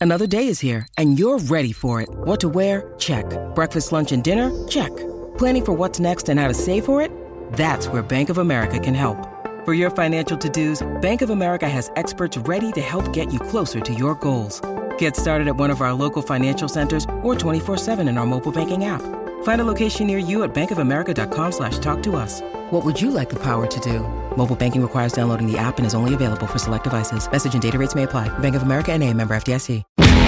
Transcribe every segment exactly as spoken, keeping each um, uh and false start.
Another day is here, and you're ready for it. What to wear? Check. Breakfast, lunch, and dinner? Check. Planning for what's next and how to save for it? That's where Bank of America can help. For your financial to-dos, Bank of America has experts ready to help get you closer to your goals. Get started at one of our local financial centers or twenty-four seven in our mobile banking app. Find a location near you at bankofamerica.com slash talk to us. What would you like the power to do? Mobile banking requires downloading the app and is only available for select devices. Message and data rates may apply. Bank of America N A, member F D I C.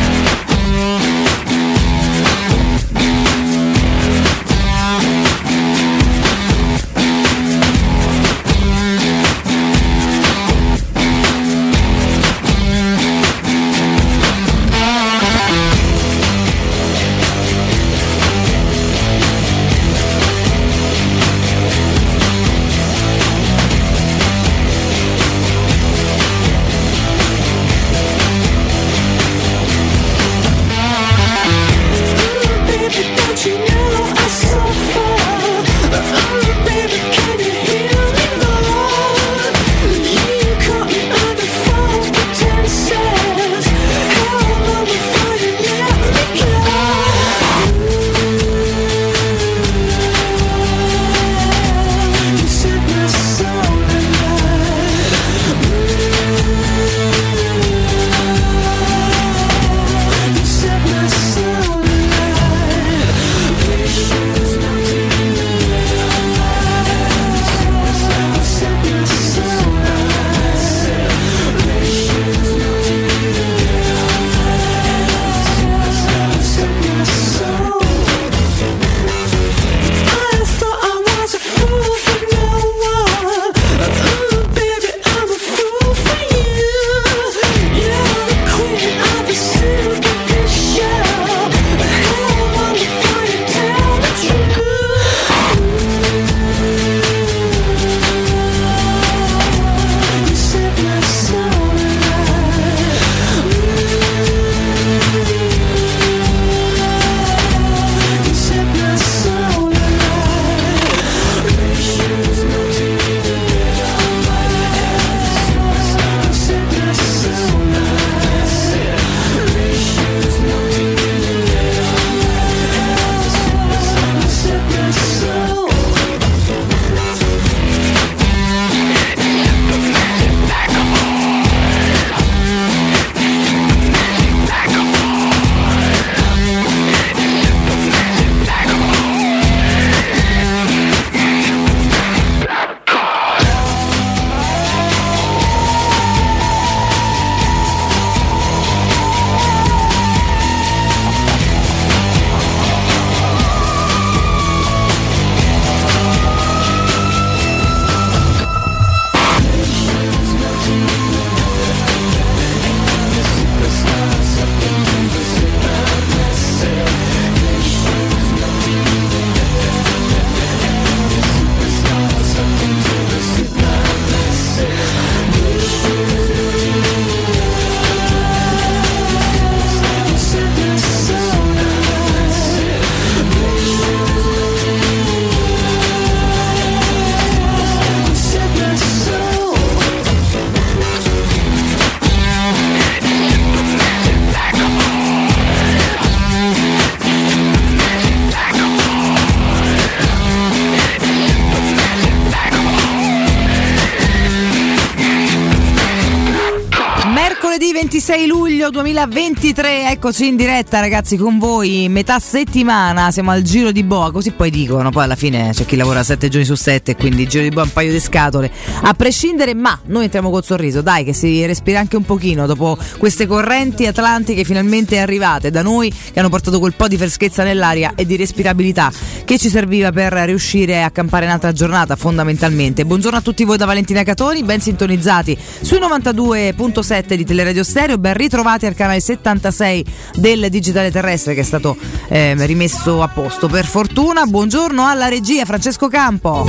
ventisei luglio duemilaventitré, eccoci in diretta ragazzi con voi, metà settimana, siamo al giro di boa, così poi dicono, poi alla fine c'è chi lavora sette giorni su sette, quindi giro di boa un paio di scatole, a prescindere, ma noi entriamo col sorriso, dai, che si respira anche un pochino dopo queste correnti atlantiche finalmente arrivate da noi, che hanno portato quel po' di freschezza nell'aria e di respirabilità che ci serviva per riuscire a campare un'altra giornata fondamentalmente. Buongiorno a tutti voi da Valentina Catoni, ben sintonizzati sui novantadue virgola sette di Teleradio Stereo, ben ritrovati al canale settantasei del digitale terrestre che è stato eh, rimesso a posto per fortuna. Buongiorno alla regia Francesco Campo.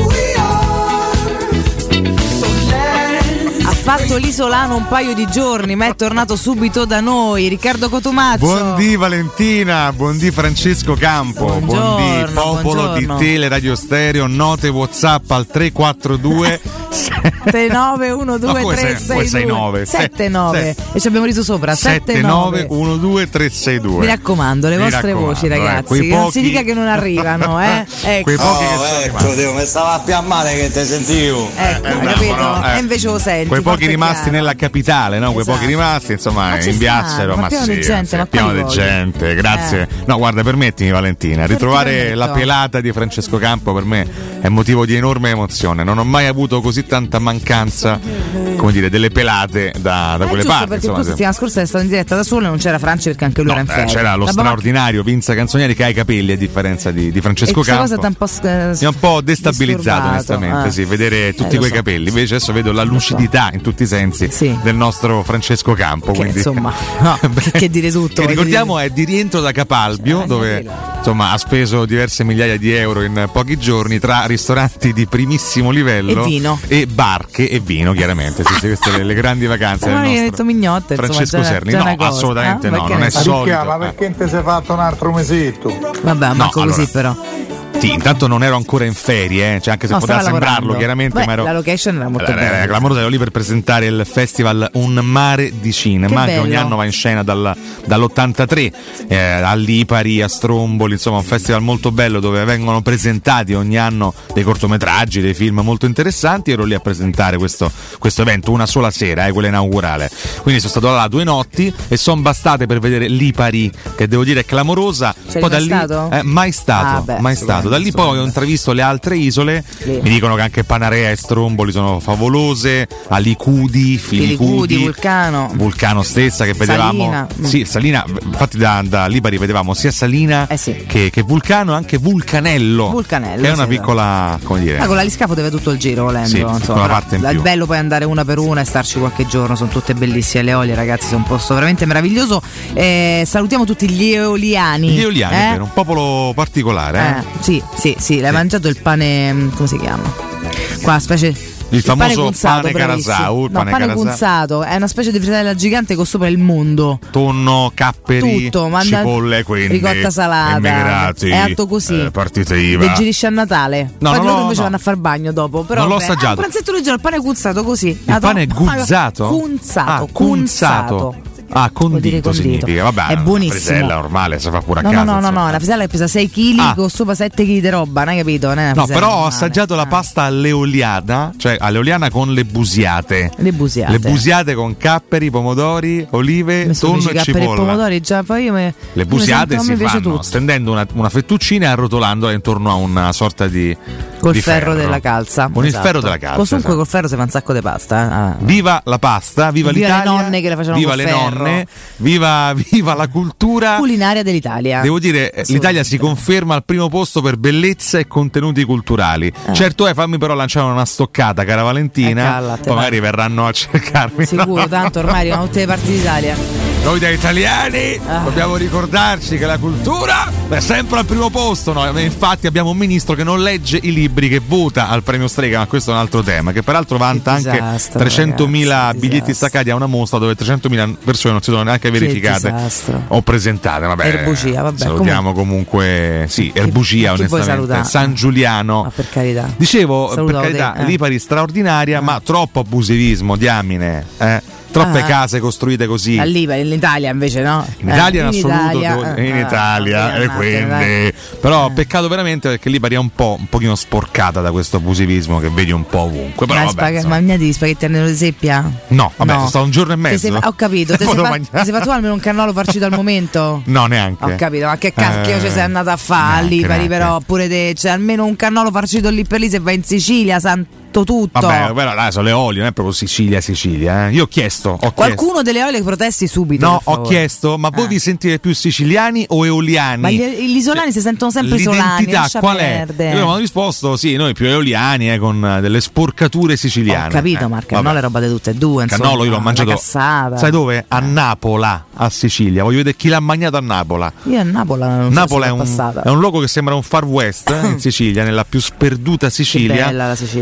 Ha fatto l'isolano un paio di giorni ma è tornato subito da noi Riccardo Cotomaccio. Buondì Valentina, buondì Francesco Campo, buongiorno, buondì popolo buongiorno. di Teleradio Stereo, note WhatsApp al tre quattro due sette nove uno due tre sei due sette nove e ci abbiamo riso sopra sette nove uno due tre sei due. Mi raccomando, le Mi vostre raccomando, voci, eh, ragazzi, quei non pochi... si dica che non arrivano, eh? Ecco. Quei pochi oh, che sono ecco, Dio, mi stava più a male che te sentivo. Ecco, Eh, hai no, capito? no, eh. E invece lo senti. Quei pochi forte e rimasti chiaro. nella capitale, no? Quei Esatto. pochi rimasti, insomma, Ma ci inviassero, stanno, ma, ma pieno sì, di gente, sì, ma pieno quali di pochi? gente, grazie. Eh. No, guarda, permettimi Valentina, ritrovare permetto? la pelata di Francesco Campo per me è motivo di enorme emozione. Non ho mai avuto così tanta mancanza, come dire, delle pelate da, da È quelle giusto, parti. perché Insomma, tu settimana scorsa è stato in diretta da solo e non c'era Franci perché anche lui no, era in eh, ferie. c'era lo La straordinario Vinza Canzonieri che ha i capelli a differenza di, di Francesco e questa Campo. cosa ti ha un po' sc- Mi ha un po' destabilizzato disturbato, onestamente, eh. sì, vedere tutti Eh, lo quei so. capelli. Invece adesso vedo la Lo lucidità in tutti i sensi Sì. del nostro Francesco Campo. Che, quindi... insomma, no, che, che dire tutto. Che voglio ricordiamo dire. è di rientro da Capalbio, Eh, dove capito. insomma ha speso diverse migliaia di euro in pochi giorni tra ristoranti di primissimo livello E vino. e barche e vino, chiaramente. Sì, sì, queste le, le grandi vacanze Ma del non hai nostro detto mignotte, insomma, Francesco già- Serni. già No, una cosa. assolutamente Ah, no, perché non ne è sai? solito. Ricchia, ma perché non ti sei fatto un altro mesetto? Vabbè, No, manco allora- così però. Sì, intanto non ero ancora in ferie, eh, cioè anche se No, poteva stava sembrarlo, lavorando. chiaramente, Beh, ma ero la location era molto Era- era bella. clamorosa, ero lì per presentare il festival Un mare di cinema, Che che ogni bello. anno va in scena dal- dall'ottantatré eh, a Lipari, a Stromboli, insomma un festival molto bello dove vengono presentati ogni anno dei cortometraggi, dei film molto interessanti. Ero lì a presentare questo, questo evento una sola sera, eh, quella inaugurale. Quindi sono stato là due notti e sono bastate per vedere Lipari, che devo dire è clamorosa. C'eri Poi da mai lì, stato? eh, mai stato, Ah, beh, mai stato. Da lì poi ho intravisto le altre isole. Sì. Mi dicono che anche Panarea e Stromboli sono favolose, a Licudi, Filicudi, Vulcano. Vulcano stessa che vedevamo. Salina. Sì, Salina, infatti da, da Lipari vedevamo sia Salina Eh sì. che, che Vulcano, anche Vulcanello. Vulcanello, Che è una sì, piccola, come dire. Ma con l'aliscafo deve tutto il giro volendo, Sì, insomma, piccola però parte in è più. bello poi andare una per una e starci qualche giorno, sono tutte bellissime le Eolie, ragazzi, sono un posto veramente meraviglioso. Eh, salutiamo tutti gli eoliani. Gli eoliani, eh? è vero, un popolo particolare. Eh? Eh, sì, sì, sì, l'hai Sì. mangiato il pane, come si chiama? Qua, specie Il famoso pane gunzato, pane bravissimo. Carasau, il No, pane pane Carasau. gunzato, è una specie di fritella gigante con sopra il mondo. Tonno, capperi, Tutto, manda- cipolle, quindi ricotta salata, immigrati, è atto così. eh, partite I V A. Le girisci a Natale. No, Poi no, loro no, invece no. vanno a far bagno dopo. Però Non l'ho vabbè, assaggiato. ah, un pranzetto leggero, il pane gunzato così. Il pane è guzzato? Gunzato, Ah, gunzato. gunzato. Ah, Vuol dire condito significa. Vabbè, è una buonissimo. frisella normale, si fa pure a No, casa. no, no, no, insomma. no, la frisella pesa sei chili Ah. con sopra sette chili di roba, non hai capito? Non è una No, frisella però ho normale. assaggiato la Ah. pasta all'eoliana, cioè all'eoliana con le busiate. Le busiate. Le busiate con capperi, pomodori, olive, Mi sono tonno dici e capperi e cipolla. pomodori già, poi io me, Le mi busiate sento- si mi piace fanno tutto. stendendo una, una fettuccina e arrotolandola intorno a una sorta di Col di ferro, della calza. Con esatto. il ferro della calza. Comunque esatto. col ferro si fa un sacco di pasta. eh. Ah. Viva la pasta, viva, Viva l'Italia, le nonne che la facevano viva col le ferro. nonne, viva, viva la cultura. Culinaria dell'Italia. Devo dire, eh, l'Italia si conferma al primo posto per bellezza e contenuti culturali. Certo è, fammi però lanciare una stoccata, cara Valentina. Eh, calla, te poi vai. magari verranno a cercarmi. Sicuro, no? tanto ormai arrivano tutte le parti d'Italia. Noi da italiani Ah. dobbiamo ricordarci che la cultura è sempre al primo posto. No? E infatti abbiamo un ministro che non legge i libri, che vota al premio Strega, ma questo è un altro tema, che peraltro vanta Che anche disastro, trecentomila ragazzi, biglietti disastro. staccati a una mostra dove trecentomila persone non si sono neanche verificate disastro. o presentate. Vabbè, Erbugia, vabbè, salutiamo comunque, sì, Erbugia chi puoi onestamente, salutare? San Giuliano. Ma per carità. Dicevo, Salutavo per carità, te, eh. Lipari straordinaria, ma troppo abusivismo, diamine, eh? Troppe Ah. case costruite così. A Lipari, in Italia invece no. In Italia in Eh, assoluto, Italia, do- eh, in ah, Italia, eh, e no, quindi dai. però Eh. peccato veramente perché Lipari è un po' un pochino sporcata da questo abusivismo che vedi un po' ovunque. Però Ma, vabbè, spaghe- insomma. ma niente di spaghetti al di seppia? No, vabbè, No. sono stato un giorno e Ti mezzo. sei fa- ho capito, ti sei, Potevo fa- mangiare. ti sei fatto almeno un cannolo farcito al momento? No, neanche. Ho capito, ma che cacchio Eh, ci sei andata a fare a neanche, Lipari, neanche. però pure te, cioè almeno un cannolo farcito lì per lì se vai in Sicilia, santo tutto. Vabbè, però dai, sono le olio, non è proprio Sicilia, Sicilia. Eh. Io ho chiesto, ho chiesto. Qualcuno delle Eolie protesti subito. No, per ho favore. chiesto, ma voi Ah. vi sentite più siciliani o eoliani? Ma gli, gli isolani si sentono sempre isolani. L'identità lascia qual perdere. è? E loro mi hanno risposto, sì, noi più eoliani, eh, con eh, delle sporcature siciliane. Ho capito, eh, ma il vabbè. cannolo è roba di tutte e due. Insomma, Cannolo io l'ho mangiato. una cassata. Sai dove? A Napola, a Sicilia. Voglio vedere chi l'ha mangiato a Napola. Io a Napola non Napola è sono un, passata. è un luogo che sembra un far west eh, in Sicilia, nella più sperduta Che Sicilia. bella la Sicilia. Però ti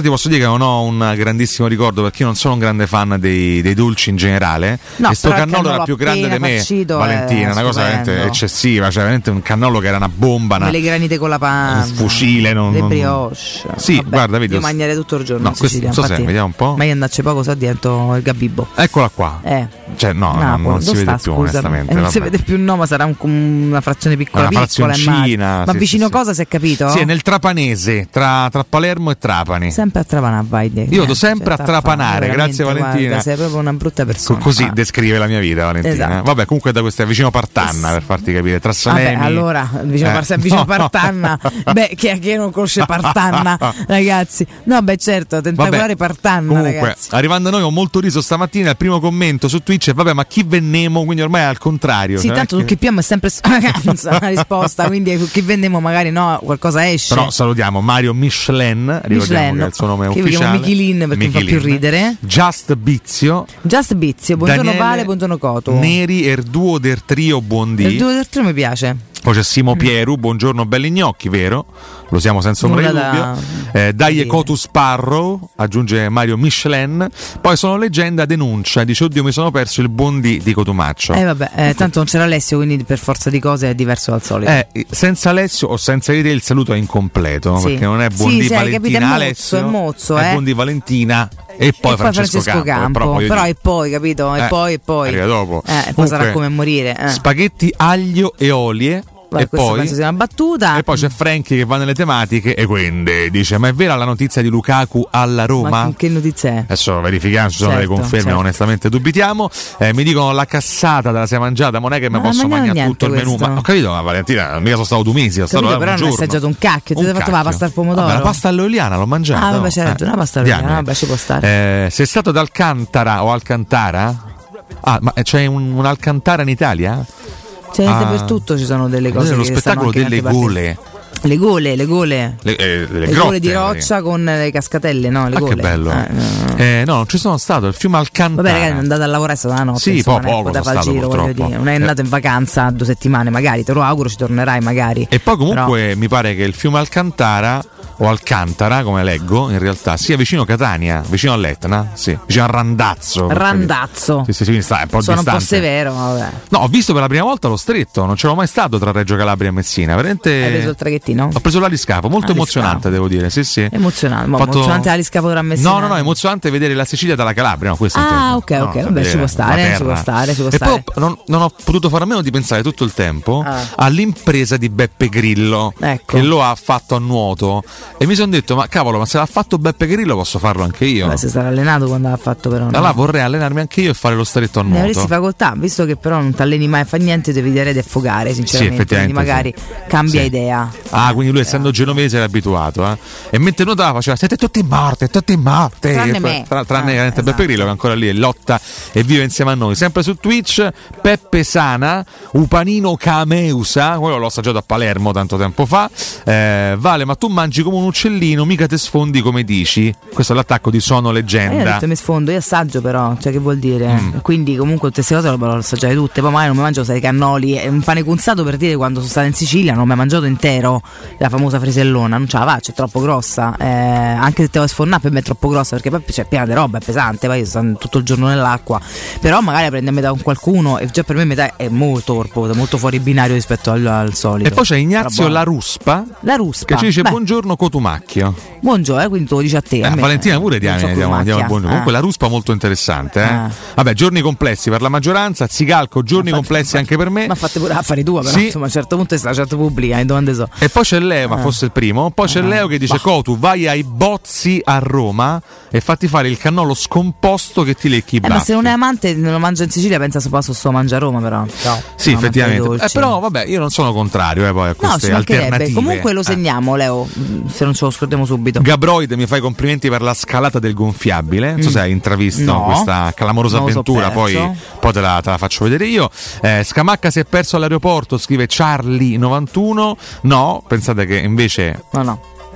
posso dire che non ho un grandissimo ricordo perché io non sono un grande fan dei, dei dolci in generale. No, e sto però il cannolo era più grande di me, Valentina, una cosa veramente eccessiva, cioè veramente un cannolo che era una bomba, una, le granite con la panna, un fucile, non, le non... brioche. Sì, vabbè, guarda, vedi. Io mangerei tutto il giorno no, in Sicilia, questo, infatti, so se, vediamo un po'. Ma io andarci poco so divento il gabibbo. Eccola qua. Eh. Cioè no, no, Napoli, non si vede sta, più scusami. onestamente. Eh, non vabbè. si vede più no, ma sarà un, una frazione piccola, una piccola frazioncina, ma sì, vicino sì, cosa sì. si è capito? Sì, è nel trapanese, tra, tra Palermo e Trapani. Sempre a trapanare vai. Io vado sempre cioè, a trapanare, grazie Valentina. Guarda, sei proprio una brutta persona. Così ah. descrive la mia vita, Valentina. Esatto. Vabbè, comunque da questa è vicino Partanna, per farti capire, tra Salemi. Vabbè, allora, vicino, eh. Par- vicino no, Partanna. no. Beh, chi è che non conosce Partanna, ragazzi? No, beh, certo, tentacolare Partanna, comunque, ragazzi. arrivando a noi ho molto riso stamattina, il primo commento su Twitch è vabbè, ma chi vennemo? Quindi ormai è al contrario. Sì, cioè, tanto che... su chi più è sempre una risposta, quindi su chi vendemo magari no, qualcosa esce. Però salutiamo Mario Michelin, ricordiamo Michelin, che è il suo nome che ufficiale. Michelin perché Michelin. mi fa più ridere. Just Bizio. Just Bizio, buongiorno Daniele Vale, buongiorno Coto. Neri, Erduo del Trio Buondì. Il duo del trio mi piace. Poi c'è Simo Pieru, buongiorno belli gnocchi, vero? Lo siamo senza ombra di Nulla dubbio. da- Eh, Dai da e Cotus Sparrow, aggiunge Mario Michelin. Poi sono leggenda, denuncia, dice oddio mi sono perso il Buondì di Cotumaccio. Eh vabbè, eh, tanto non c'era Alessio, quindi per forza di cose è diverso dal solito. Eh, senza Alessio o senza di te il saluto è incompleto, Sì. perché non è Buondì Sì, sì, hai capito, è Valentina mozzo, Alessio, è mozzo, è eh. Buondì Valentina e poi, e Francesco, poi Francesco Campo, Campo, però, voglio però dire- e poi, capito? E Eh, poi, e poi. arriva dopo. Eh, poi Comunque, sarà come morire. Eh. Spaghetti aglio e olie. Vabbè, e questa poi, penso sia una battuta. e poi c'è Franchi che va nelle tematiche e quindi dice ma è vera la notizia di Lukaku alla Roma? Ma che notizia è? Adesso verifichiamo, ci sono Certo, delle conferme, certo. onestamente dubitiamo. Eh, mi dicono la cassata della sia mangiata, ma non è che mi Ma posso non mangiare niente tutto il menù. questo. Ma ho capito, ma Valentina, mica sono stato due mesi, sono stato Capito, là però un non hai giorno. assaggiato un cacchio, ti Un sei fatto la cacchio. pasta al pomodoro. Vabbè, la pasta all'oliana l'ho mangiata. Ah, vabbè, no? c'è ragione, Eh, la pasta all'oliana, diamine. vabbè, ci può stare. Eh, sei stato ad Alcantara o Alcantara? Ah, ma c'è un, un Alcantara in Italia? C'è Ah. dappertutto, ci sono delle cose. Lo che spettacolo stanno anche in delle altre gole. parti. Le gole, le gole. Le, eh, le Le grotte, gole di roccia con le cascatelle, no? Le Ah, gole. che bello. Eh, no, no. Eh, no, non ci sono stato. Il fiume Alcantara. Vabbè, ragazzi, andate a lavorare, è stata una notte. Sì, insomma, po- non è poco poteva sono fare il stato, giro, voglio purtroppo. dire. Non è Eh. andato in vacanza due settimane, magari. Te lo auguro, ci tornerai, magari. E poi comunque Però- mi pare che il fiume Alcantara o Alcantara, come leggo, in realtà sia vicino Catania, vicino all'Etna, sì, vicino a Randazzo. Randazzo. Sì, sì, sì, sta, è un po' Sono un po' distante. severo, vabbè. No, ho visto per la prima volta lo stretto, non c'ero mai stato tra Reggio Calabria e Messina, veramente. Hai preso il traghettino? Ho preso l'aliscafo, molto Aliscafo. emozionante, devo dire, sì, sì. Emozionante, mo, Fatto- emozionante l'aliscafo tra Messina. No, no, no, emozionante vedere la Sicilia dalla Calabria, no, questo Ah, intendo. ok, No, ok, cioè, vabbè, vedere ci può la stare, terra. ci può stare, ci può e stare. poi non, non ho potuto fare a meno di pensare tutto il tempo Ah. all'impresa di Beppe Grillo, Ecco. che lo ha fatto a nuoto. E mi sono detto, ma cavolo, ma se l'ha fatto Beppe Grillo posso farlo anche io. Vabbè, si sarà allenato quando l'ha fatto, però. no. Allora vorrei allenarmi anche io e fare lo stretto a Ne nuoto. avresti facoltà, visto che però non ti alleni mai a fare niente, devi evitare di affogare, sinceramente. effettivamente Quindi magari sì. cambia Sì. idea. Ah, quindi lui essendo genovese era abituato, eh? E mentre nuotava faceva siete tutti morti, tutti morti. Tranne E poi- me. Tra, tranne Ah, chiaramente esatto. Beppe Grillo che ancora lì è lotta e vive insieme a noi. Sempre su Twitch, Peppe Sana, Upanino Cameusa, quello l'ho assaggiato a Palermo tanto tempo fa. Eh, vale, ma tu mangi come un uccellino, mica te sfondi come dici. Questo è l'attacco di Sono Eh, io ho Leggenda. detto mi sfondo, io assaggio però, cioè che vuol dire? Mm. Quindi comunque tutte queste cose le ho assaggiate tutte, poi magari non mi mangio sai cannoli, e un pane cunzato per dire quando sono stata in Sicilia non mi ha mangiato intero la famosa frisellona, non ce la faccio, è troppo grossa, eh, anche se te vuoi sfornare per me è troppo grossa perché poi c'è piena di roba, è pesante, poi io sto tutto il giorno nell'acqua, però magari la prende a metà con qualcuno e già per me metà è molto corposa, molto fuori binario rispetto al, al solito. E poi c'è Ignazio Però La buono. Ruspa La ruspa. che ci dice Beh, buongiorno Cotumacchio. buongiorno, eh, quindi tu lo dici a te. Eh, a me, Valentina pure non diamo, so diamo, come diamo il macchia. buongiorno. Comunque Ah. la ruspa molto interessante, eh? Ah. Vabbè, giorni complessi per la maggioranza, Zicalco, giorni Ma fate- complessi anche per me. Ma fate pure affari tua, però Sì. insomma a un certo punto è stata certo pubblica, in domande so. E poi c'è Leo, ma Ah. fosse il primo. Poi c'è Ah. Leo che dice: Bah. Cotu, vai ai Bozzi a Roma e fatti fare il cannolo scomposto che ti lecchi i Eh, baffi. ma se non è amante non lo mangia in Sicilia, pensa se posso sto mangia a Roma, però. No. Sì, No, effettivamente. ma per i Eh, dolci. però, vabbè, io non sono contrario eh, poi a No, queste ci mancherebbe. alternative. Comunque lo Eh. segniamo, Leo, se non ce lo scordiamo subito. Gabroid mi fa i complimenti per la scalata del gonfiabile. Non so Mm. se hai intravisto No. questa clamorosa Non lo so avventura, poi, perso. poi te, la, te la faccio vedere io. Eh, Scamacca si è perso all'aeroporto, scrive Charlie novantuno. No, pensate che invece No, no.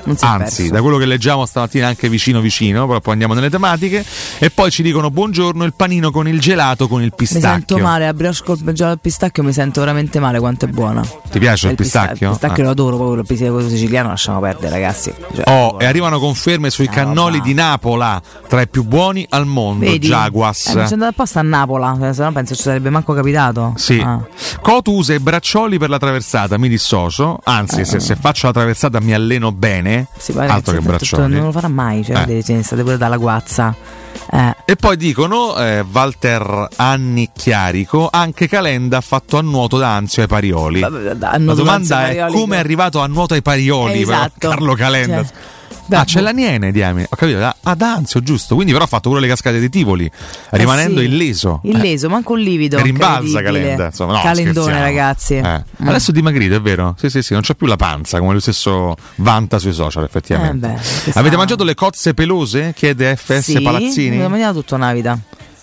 non si è Anzi, perso. da quello che leggiamo stamattina anche vicino vicino, però poi andiamo nelle tematiche e poi ci dicono buongiorno il panino con il gelato con il pistacchio. Mi sento male, la brioche col gelato al pistacchio mi sento veramente male, quanto è buona. Ti piace il, il pistacchio? Pista- il pistacchio ah. lo adoro, poi il pistacchio siciliano lasciamo perdere, ragazzi. Cioè, oh, e arrivano conferme sui no, cannoli no. di Napola, tra i più buoni al mondo. Vedi? Jaguas. Eh, non c'è andato apposta a Napola, se no penso ci sarebbe manco capitato. Sì. Ah. Cotu usa i braccioli per la traversata, mi dissocio. Anzi, eh. se, se faccio la traversata mi alleno bene. Sì, altro che braccioli. Non lo farà mai, cioè, eh. vedete, state pure dalla guazza. Eh. E poi dicono eh, Walter Anni Chiarico, anche Calenda ha fatto a nuoto da Anzio ai Parioli. Vabbè, da, la domanda è Parioli, come è arrivato a nuoto ai Parioli, eh, però, esatto. Carlo Calenda. Cioè. Beh, ah, c'è la Niene, diamine. Ho capito, ad Anzio, giusto. Quindi però ha fatto pure le cascate di Tivoli, eh rimanendo sì. illeso. Illeso, eh. manco un livido. Rimbalza Calenda, insomma, no, calendone, ragazzi. Eh. Mm. Adesso è dimagrito, è vero? Sì, sì, sì, non c'è più la panza, come lo stesso vanta sui social, effettivamente. Eh beh, Avete sta... mangiato le cozze pelose? Chiede F S sì, Palazzini. L'ho mangiato tutta una vita.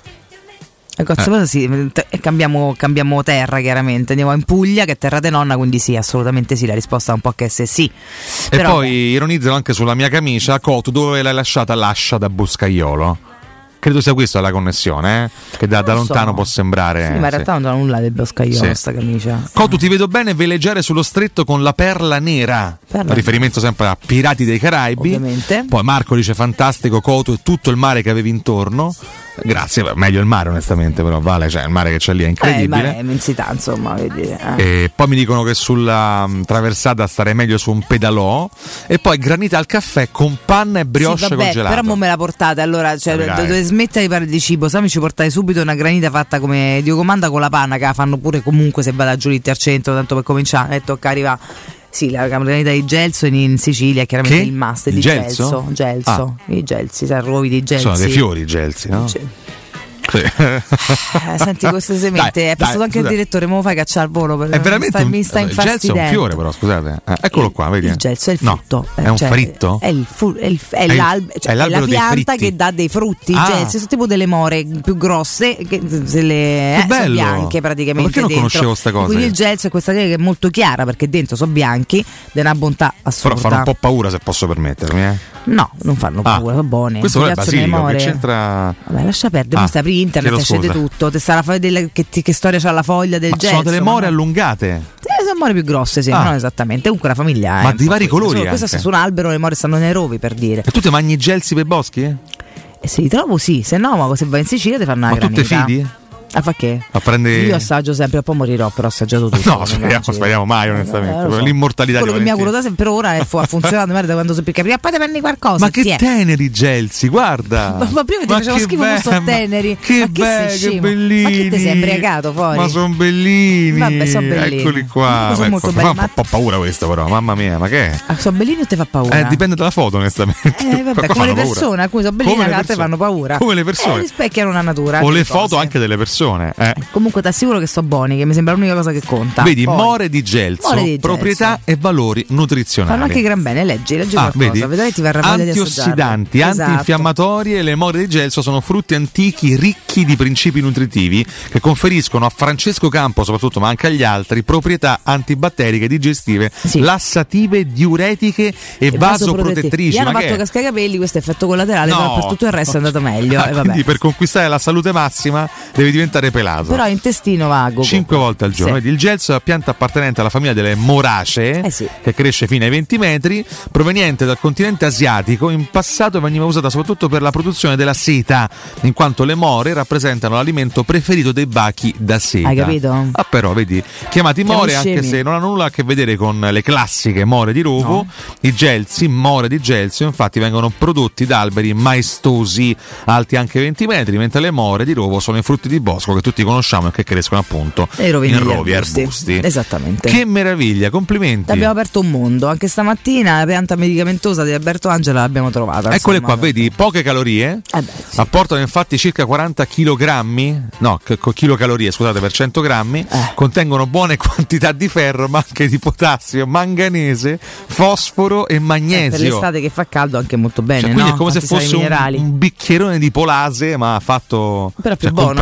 Eh. Sì, cambiamo, cambiamo terra, chiaramente andiamo in Puglia, che è terra de nonna, quindi sì, assolutamente sì, la risposta è un po' che se sì. E però, poi beh. ironizzano anche sulla mia camicia. Cotu, dove l'hai lasciata? Lascia da Boscaiolo. Credo sia questa la connessione, eh? Che da, da lontano so. può sembrare. Sì, ma in realtà sì. non ha nulla del Boscaiolo, sì. sta camicia. Cotu, ti vedo bene veleggiare sullo stretto con la perla nera. Perla riferimento sempre a Pirati dei Caraibi. Ovviamente. Poi Marco dice fantastico Cotu e tutto il mare che avevi intorno. Grazie, meglio il mare onestamente, però vale, cioè il mare che c'è lì è incredibile. Eh, il mare è immensità, insomma, vedi. Eh. E poi mi dicono che sulla um, traversata starei meglio su un pedalò. E poi granita al caffè con panna e brioche sì, vabbè, congelato. però mo me la portate, allora cioè, Vabbè, dovete smettere di parlare di cibo, se no mi ci portate subito una granita fatta come Dio comanda con la panna, che la fanno pure comunque se vado a Giulitti al centro, tanto per cominciare e tocca arrivare. Sì, la granita di Gelso in, in Sicilia, chiaramente che? il must di Gelso. Gelso, Gelso ah. I Gelsi, sai, ruovi di Gelsi. Sono dei fiori i Gelsi, no? Cioè. Sì. Eh, senti queste semente, dai, è passato dai, anche scusa. Il direttore, me lo fai cacciare al volo per, è veramente mi sta, un, mi sta il gelso è un fiore, però scusate, eh, eccolo qua, vedi? Il gelso è il frutto, no, è un cioè, fritto? È, il fu- è, il, è, è, l'albe- cioè, è, è la pianta che dà dei frutti. Ah. I gelsi sono tipo delle more più grosse che se le, eh, sono bianche praticamente. Ma perché non dentro. conoscevo sta cosa? Quindi il gelso è questa cosa che è molto chiara perché dentro sono bianchi, di una bontà assurda. Però fanno un po' paura se posso permettermi, eh? No, non fanno paura, ah. sono buone. Questo è basilico, che c'entra? Vabbè, lascia perdere, ah. tu apri internet, esce tutto, te sarà Della, che, che storia c'ha la foglia del gelso? Sono delle more no? allungate. Eh, sono more più grosse, sì, ah. non esattamente. Comunque la famiglia è. Ma di vari colori. Sono, questo sta su un albero, le more stanno nei rovi, per dire. E tu ti mangi i gelsi per i boschi? Eh? Eh, se li trovo, sì. Se no, ma se vai in Sicilia ti fanno una ma granita. Ma tu te fidi? Ah, fa che? A prendere... Io assaggio sempre, un po' morirò, però ho assaggiato tutto. No, speriamo, speriamo mai, onestamente. Eh, so. L'immortalità quello di che mi auguro da sempre per ora è fu- ha funzionato, merda, quando so più capire. Poi ti prendi qualcosa. Ma che teneri gelsi, guarda. Ma, ma prima ti facevo schifo, non so teneri. Che ma che be- sei scemo? che bellini. Ma che ti sei imbriacato fuori? Ma sono bellini. Vabbè, sono bellini. Eccoli qua. Sono molto belli. Fa un po' paura questo, però, mamma mia, ma che è? Ah, sono bellini o ti fa paura? Eh, dipende dalla foto, onestamente. Eh, vabbè, come le persone, alcuni sono bellini, altre fanno paura. Come le persone. Eh, rispecchiano la natura. O le foto anche delle persone. Eh. Comunque ti assicuro che sto buoni, che mi sembra l'unica cosa che conta. Vedi, Poi, more di gelso, more di proprietà gelso. e valori nutrizionali. Fanno anche gran bene, leggi, leggi ah, qualcosa, vedi? vedrai ti verrà voglia di antiossidanti, esatto. antinfiammatorie e le more di gelso sono frutti antichi ricchi di principi nutritivi che conferiscono a Francesco Campo soprattutto, ma anche agli altri, proprietà antibatteriche, digestive, sì. lassative, diuretiche e, e vasoprotettrici. Gli hanno fatto cascare i capelli, questo effetto collaterale, no. però per tutto il resto è andato meglio. Ah, e vabbè. Quindi per conquistare la salute massima devi diventare pelato. Però intestino vago. Cinque volte al giorno. Sì. Vedi, il gelso è una pianta appartenente alla famiglia delle moracee, eh sì. che cresce fino ai venti metri, proveniente dal continente asiatico. In passato veniva usata soprattutto per la produzione della seta, in quanto le more rappresentano l'alimento preferito dei bachi da seta. Hai capito? Ah, però vedi, chiamati Chiami more scemi. anche se non hanno nulla a che vedere con le classiche more di rovo, no. I gelsi, more di gelso, infatti vengono prodotti da alberi maestosi, alti anche venti metri, mentre le more di rovo sono i frutti di bosco che tutti conosciamo e che crescono appunto in rovi e arbusti. arbusti. Esattamente. Che meraviglia, complimenti. Abbiamo aperto un mondo, anche stamattina la pianta medicamentosa di Alberto Angela l'abbiamo trovata. Eccole insomma, qua, vedi, poche calorie, eh beh, sì. apportano infatti circa quaranta chilogrammi, no, chilocalorie, scusate, per cento grammi, eh. contengono buone quantità di ferro, ma anche di potassio, manganese, fosforo e magnesio. Eh, per l'estate che fa caldo anche molto bene, cioè, quindi no? è come Quanti se fosse un, un bicchierone di polase, ma fatto però più cioè, buona compresso, frutta,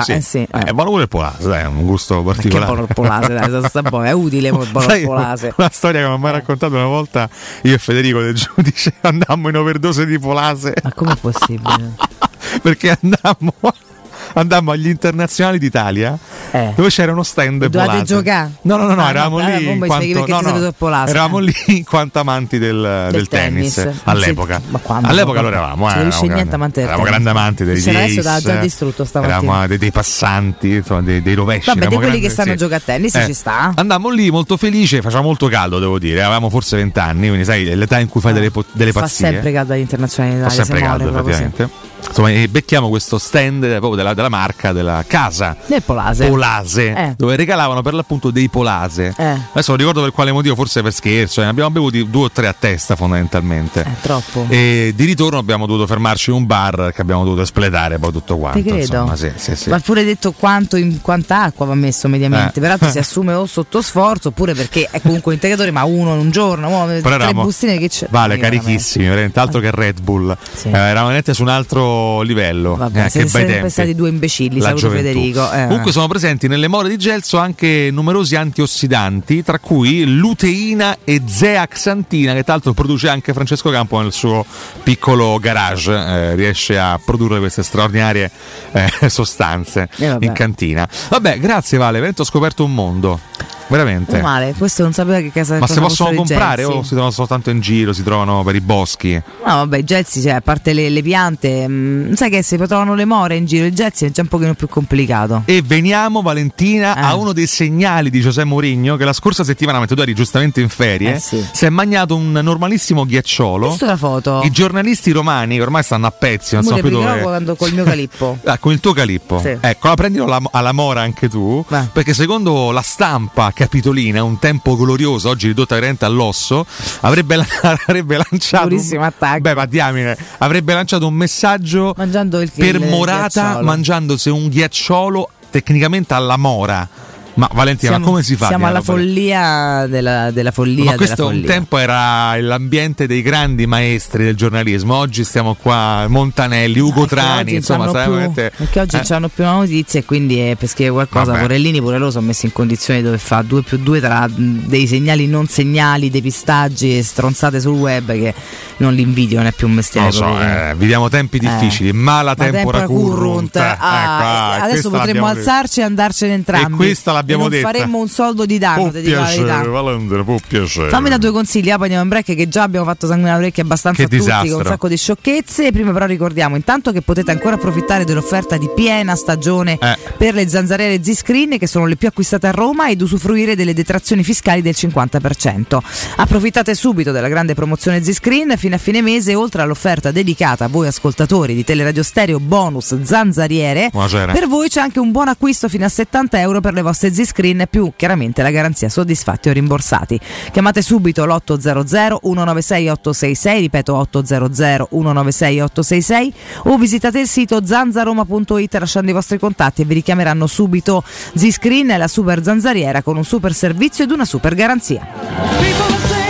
Sì. Eh sì, eh. È buono pure il polase, dai, è un gusto particolare. Che buono il polase, dai, sta buono, è utile il buono il polase. Una storia che mi ha mai raccontato una volta io e Federico del giudice andammo in overdose di polase. Ma com'è possibile? Perché andammo andammo agli internazionali d'Italia eh. dove c'era uno stand Dovete giocare? No, no, no, no ah, eravamo no, lì in quanto, no, no, eravamo lì in quanto amanti del, del, del tennis, tennis all'epoca. Ma quando? All'epoca lo eravamo, eh, eravamo, niente amante del eravamo grandi amanti dei Ace, adesso l'ha già distrutto stamattina. Eravamo dei, dei passanti, insomma, dei, dei rovesci. Vabbè, di quelli grandi, che stanno sì. a giocare a tennis eh. ci sta. Andammo lì molto felici, faceva molto caldo, devo dire. Avevamo forse vent'anni, quindi sai, l'età in cui fai delle, delle Fa pazzie. Fa sempre caldo agli internazionali d'Italia. Fa sempre caldo, praticamente. Insomma, becchiamo questo stand proprio della, della marca della casa del Polase, Polase eh. dove regalavano per l'appunto dei Polase. Eh. Adesso non ricordo per quale motivo, forse per scherzo. Ne abbiamo bevuti due o tre a testa, fondamentalmente. È troppo. E di ritorno abbiamo dovuto fermarci in un bar che abbiamo dovuto espletare poi tutto quanto. Ti credo. Insomma, sì, sì, sì. Ma pure detto quanto in quanta acqua va messo mediamente. Eh. Peraltro si assume o sotto sforzo oppure perché è comunque un integratori, ma uno in un giorno. Uno, Però tre bustine che c'è. Vale, carichissimi, veramente altro che Red Bull. Sì. Eh, eravamo veramente su un altro livello. Vabbè, eh, siete che bei tempi. stati due imbecilli, La saluto gioventù. Federico. Eh. Comunque sono presenti nelle more di gelso anche numerosi antiossidanti, tra cui luteina e zeaxantina, che tra l'altro produce anche Francesco Campo nel suo piccolo garage, eh, riesce a produrre queste straordinarie eh, sostanze eh, in cantina. Vabbè, grazie Vale, veramente ho scoperto un mondo. Veramente. Non male, questo non sapeva che casa. Ma cosa se possono comprare gelsi. o si trovano soltanto in giro, si trovano per i boschi? No, vabbè, i gelsi, cioè, a parte le, le piante, mh, sai che se trovano le more in giro, il gelsi è già un pochino più complicato. E veniamo, Valentina, eh. a uno dei segnali di José Mourinho che la scorsa settimana, mentre tu eri giustamente in ferie, eh sì. si è mangiato un normalissimo ghiacciolo. Ho visto la foto. I giornalisti romani, che ormai stanno a pezzi, non so più dove. Quando col mio calippo. Ah, con il tuo calippo. Sì. Ecco, la prendilo alla, alla mora anche tu, Beh. perché secondo la stampa capitolina, un tempo glorioso, oggi ridotta veramente all'osso, avrebbe, la, avrebbe lanciato durissimo attacco. Beh, ma diamine, avrebbe lanciato un messaggio mangiando il per il Morata, ghiacciolo. mangiandosi un ghiacciolo tecnicamente alla mora. Ma Valentina, siamo, ma come si fa? Siamo alla follia della, della follia. Ma questo della follia. un tempo era l'ambiente dei grandi maestri del giornalismo. Oggi stiamo qua, Montanelli, Ugo no, Trani, insomma, più, veramente, perché oggi eh? c'hanno più una notizia e quindi è per scrivere qualcosa. Vabbè. Porellini pure loro sono messi in condizioni dove fa due più due tra dei segnali non segnali, depistaggi e stronzate sul web che non li invidio, non è più un mestiere. Non so, eh, viviamo tempi difficili, eh. ma la tempora, tempora currunt. Ah, ecco, ah, adesso potremmo alzarci e andarcene entrambi. E questa l'abbiamo e non detta. faremmo un soldo di danno, può piacere, Valendere, può piacere. Fammi da due consigli, poi andiamo in break che già abbiamo fatto sanguinare le orecchie abbastanza che a tutti disastro. con un sacco di sciocchezze. Prima però ricordiamo intanto che potete ancora approfittare dell'offerta di piena stagione eh. per le zanzariere Z-Screen, che sono le più acquistate a Roma, ed usufruire delle detrazioni fiscali del cinquanta per cento. Approfittate subito della grande promozione Z-Screen fino a fine mese, oltre all'offerta dedicata a voi ascoltatori di Teleradio Stereo bonus zanzariere. Buonasera. Per voi c'è anche un buon acquisto fino a settanta euro per le vostre Z-Screen, più chiaramente la garanzia soddisfatti o rimborsati. Chiamate subito l'otto zero zero uno nove sei otto sei sei, ripeto otto zero zero uno nove sei otto sei sei, o visitate il sito zanzaroma punto it lasciando i vostri contatti e vi richiameranno subito. Z-Screen è la super zanzariera con un super servizio ed una super garanzia.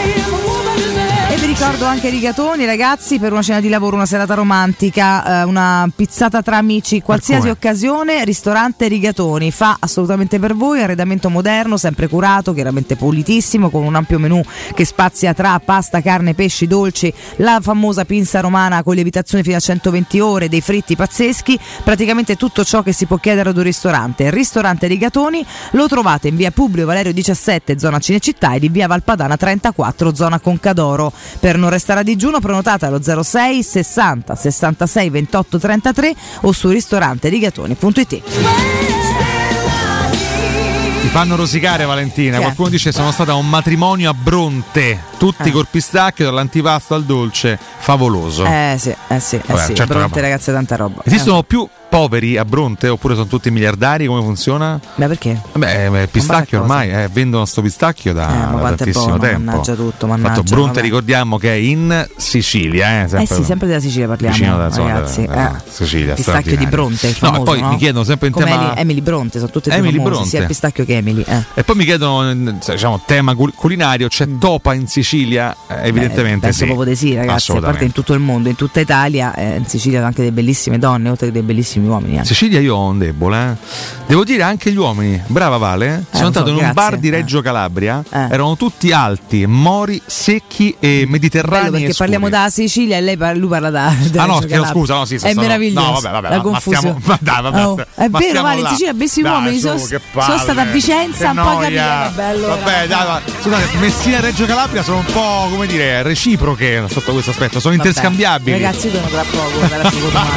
E vi ricordo anche Rigatoni, ragazzi, per una cena di lavoro, una serata romantica, eh, una pizzata tra amici, qualsiasi occasione, ristorante Rigatoni fa assolutamente per voi. Arredamento moderno, sempre curato, chiaramente pulitissimo, con un ampio menù che spazia tra pasta, carne, pesci, dolci, la famosa pinza romana con lievitazione fino a centoventi ore, dei fritti pazzeschi, praticamente tutto ciò che si può chiedere ad un ristorante. Il ristorante Rigatoni lo trovate in via Publio Valerio diciassette, zona Cinecittà, ed in via Valpadana trentaquattro, zona Concadoro. Per non restare a digiuno prenotate allo zero sei sessanta sessantasei ventotto trentatré o su ristorante rigatoni punto it. Ti fanno rosicare, Valentina. Che? Qualcuno dice sono stata a un matrimonio a Bronte, tutti eh. col pistacchio, dall'antipasto al dolce, favoloso. Eh sì, eh sì, eh Vabbè, sì. certo, Bronte, ragazzi, tanta roba. Esistono eh. più poveri a Bronte oppure sono tutti miliardari? Come funziona? Ma perché? Beh, il pistacchio ormai eh, vendono sto pistacchio da, eh, da tantissimo buono, tempo. Mannaggia tutto, mannaggia. Fatto Bronte, vabbè. Ricordiamo che è in Sicilia, eh, sempre, eh sì, sempre della Sicilia parliamo, vicino della zona ragazzi. della, eh. Sicilia, pistacchio di Bronte, il famoso, no, e poi no? mi chiedono sempre in come tema Emily, Emily Bronte, sono tutte e due Emily famosi, Bronte. sia il pistacchio che Emily. Eh. E poi mi chiedono, diciamo, tema culinario, c'è topa in Sicilia? Eh, evidentemente Beh, penso sì. proprio di sì, ragazzi, a parte in tutto il mondo, in tutta Italia, eh, in Sicilia anche delle bellissime donne, oltre che dei bellissimi bravissimi uomini. Eh. Sicilia io ho un debole, eh. Devo dire anche gli uomini. Brava Vale. Eh, Sono andato so, in un grazie. bar di Reggio Calabria. Eh. Erano tutti alti, mori, secchi e mediterranei. Bello, perché e parliamo da Sicilia e lei par- lui parla da. Ah no, che, scusa, no, sì, è sono, meraviglioso. No, vabbè, vabbè, la ma, confusione. Ma stiamo, ma dai, vabbè, oh, è ma vero, Vale, in là. Sicilia bellissimi dai, uomini. su, Sono, palle, sono stata a Vicenza, un po' capire. Bello. Vabbè, dai, va. Scusate, Messina e Reggio Calabria sono un po', come dire, reciproche sotto questo aspetto, sono Vabbè, interscambiabili. Ragazzi, torno tra poco per la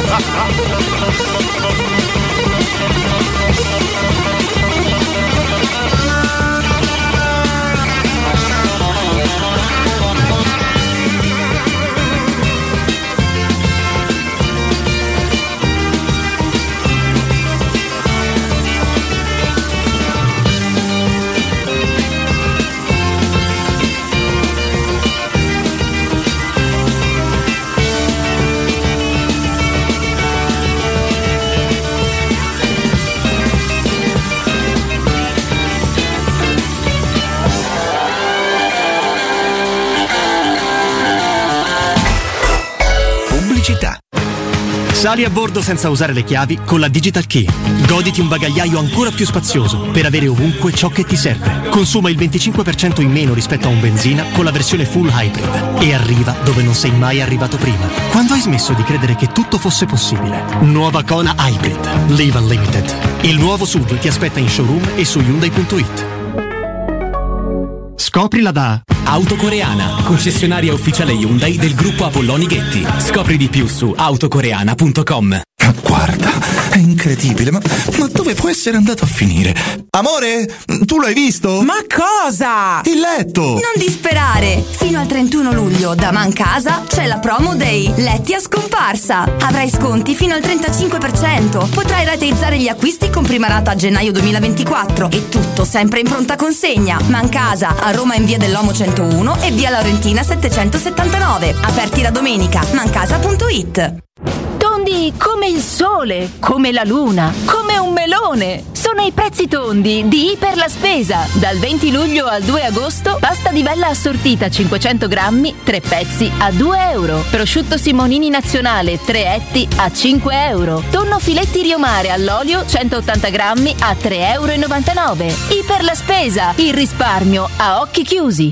Sali a bordo senza usare le chiavi con la Digital Key. Goditi un bagagliaio ancora più spazioso per avere ovunque ciò che ti serve. Consuma il venticinque per cento in meno rispetto a un benzina con la versione full hybrid e arriva dove non sei mai arrivato prima. Quando hai smesso di credere che tutto fosse possibile? Nuova Kona Hybrid. Live Unlimited. Il nuovo S U V ti aspetta in showroom e su Hyundai punto it. Scoprila da Autocoreana, concessionaria ufficiale Hyundai del gruppo Apolloni Ghetti. Scopri di più su autocoreana punto com. Guarda, è incredibile, ma, ma dove può essere andato a finire? Amore, tu l'hai visto? Ma cosa? Il letto! Non disperare! Fino al trentuno luglio da Mancasa c'è la promo dei letti a scomparsa. Avrai sconti fino al trentacinque per cento. Potrai rateizzare gli acquisti con prima rata a gennaio duemilaventiquattro e tutto sempre in pronta consegna. Mancasa a Roma in via dell'Omo centouno e via Laurentina settecentosettantanove. Aperti la domenica. mancasa punto it. Tondi come il sole, come la luna, come un melone. Sono i prezzi tondi di Iper la Spesa. Dal venti luglio al due agosto, pasta di bella assortita cinquecento grammi, tre pezzi a due euro. Prosciutto Simonini nazionale, tre etti a cinque euro. Tonno filetti Riomare all'olio, centottanta grammi a tre euro e novantanove. Iper la Spesa, il risparmio a occhi chiusi.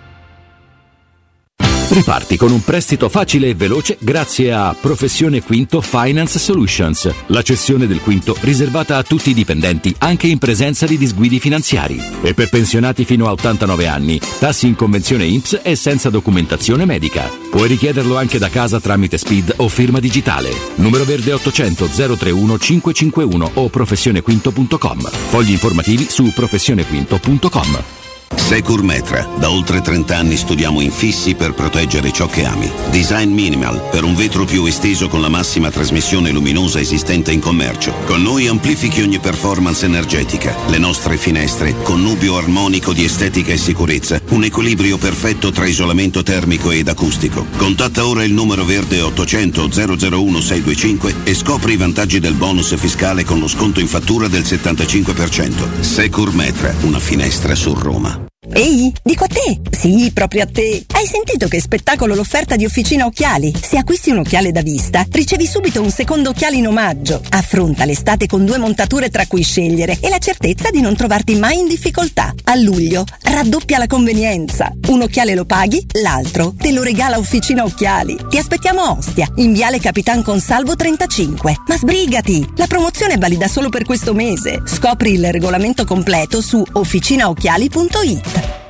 Riparti con un prestito facile e veloce grazie a Professione Quinto Finance Solutions, la cessione del quinto riservata a tutti i dipendenti anche in presenza di disguidi finanziari. E per pensionati fino a ottantanove anni, tassi in convenzione I N P S e senza documentazione medica. Puoi richiederlo anche da casa tramite S P I D o firma digitale. Numero verde ottocento zero trentuno cinquecentocinquantuno o professionequinto punto com. Fogli informativi su professionequinto punto com. Securmetra. Da oltre trenta anni studiamo infissi per proteggere ciò che ami. Design minimal per un vetro più esteso con la massima trasmissione luminosa esistente in commercio. Con noi amplifichi ogni performance energetica. Le nostre finestre, connubio armonico di estetica e sicurezza. Un equilibrio perfetto tra isolamento termico ed acustico. Contatta ora il numero verde ottocento zero zero uno sei due cinque e scopri i vantaggi del bonus fiscale con lo sconto in fattura del settantacinque per cento. Securmetra, una finestra su Roma. Ehi, dico a te! Sì, proprio a te! Hai sentito che spettacolo l'offerta di Officina Occhiali? Se acquisti un occhiale da vista, ricevi subito un secondo occhiale in omaggio. Affronta l'estate con due montature tra cui scegliere e la certezza di non trovarti mai in difficoltà. A luglio raddoppia la convenienza. Un occhiale lo paghi, l'altro te lo regala Officina Occhiali. Ti aspettiamo a Ostia, in viale Capitan Consalvo trentacinque. Ma sbrigati! La promozione è valida solo per questo mese. Scopri il regolamento completo su officinaocchiali punto it.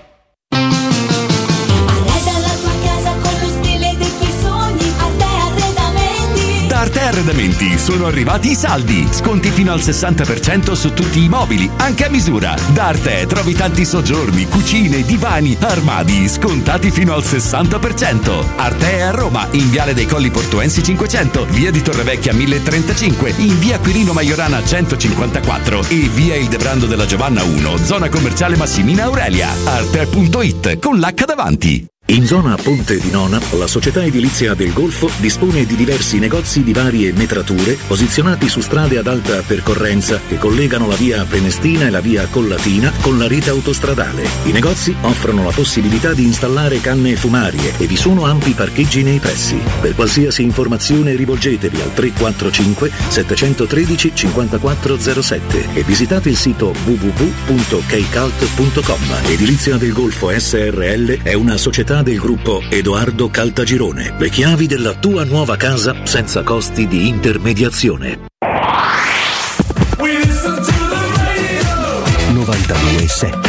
Da Arte Arredamenti sono arrivati i saldi. Sconti fino al sessanta per cento su tutti i mobili, anche a misura. Da Arte trovi tanti soggiorni, cucine, divani, armadi, scontati fino al sessanta per cento. Arte è a Roma, in Viale dei Colli Portuensi cinquecento, Via di Torrevecchia mille e trentacinque, in Via Quirino Maiorana centocinquantaquattro e Via Ildebrando della Giovanna uno, zona commerciale Massimina Aurelia. Arte punto it con l'H davanti. In zona Ponte di Nona, la società edilizia del Golfo dispone di diversi negozi di varie metrature posizionati su strade ad alta percorrenza che collegano la via Prenestina e la via Collatina con la rete autostradale. I negozi offrono la possibilità di installare canne fumarie e vi sono ampi parcheggi nei pressi. Per qualsiasi informazione rivolgetevi al tre quattro cinque sette uno tre cinque zero sette e visitate il sito w w w punto keicalt punto com. Edilizia del Golfo S R L è una società del gruppo Edoardo Caltagirone. Le chiavi della tua nuova casa senza costi di intermediazione. novantadue sette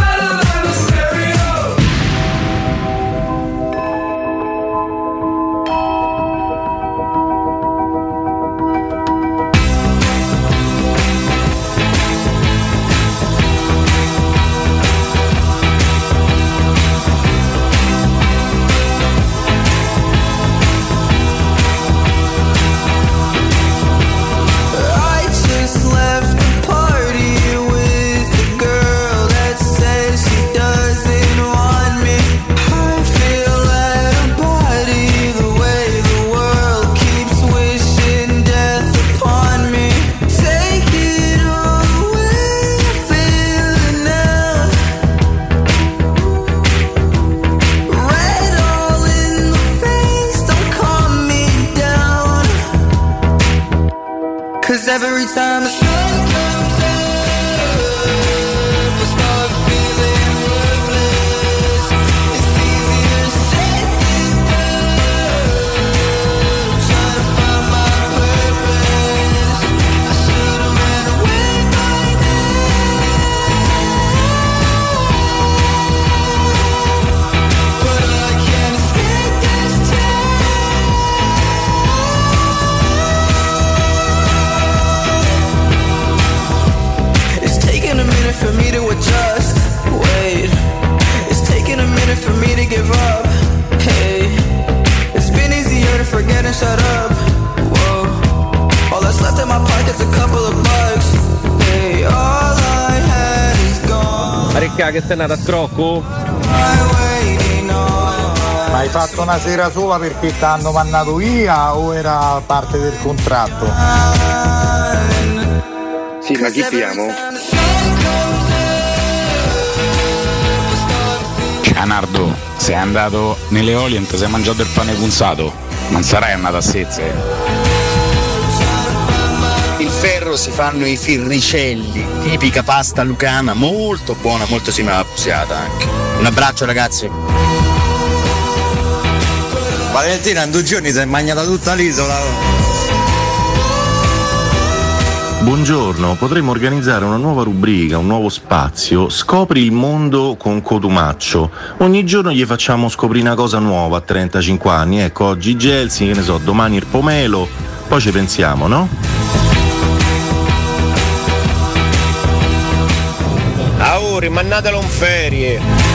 every time the sun comes up, I start feeling worthless. It's easier said than done, trying to find my purpose. I should've ran away by now, but I can't escape this for me to adjust, wait, it's taking a minute for me to give up, hey, it's been easier to forget and shut up, whoa, all that's left in my pocket's a couple of bucks, hey, all I had is gone. Ricca, che sei nata a scrocco? Ma hai fatto una sera sola perché ti hanno mandato via o era parte del contratto? Sì, ma chi piamo? Leonardo, sei andato nelle olie e ti sei mangiato il pane punzato, non sarai andato a Sezze. Il ferro si fanno i firricelli, tipica pasta lucana, molto buona, molto simile alla pusiata anche. Un abbraccio ragazzi. Valentina, in due giorni si è mangiata tutta l'isola. Buongiorno, potremmo organizzare una nuova rubrica, un nuovo spazio. Scopri il mondo con Cotumaccio. Ogni giorno gli facciamo scoprire una cosa nuova a trentacinque anni. Ecco, oggi Gelsi, che ne so, domani il pomelo, poi ci pensiamo, no? Ah, ora, mannatelo in ferie.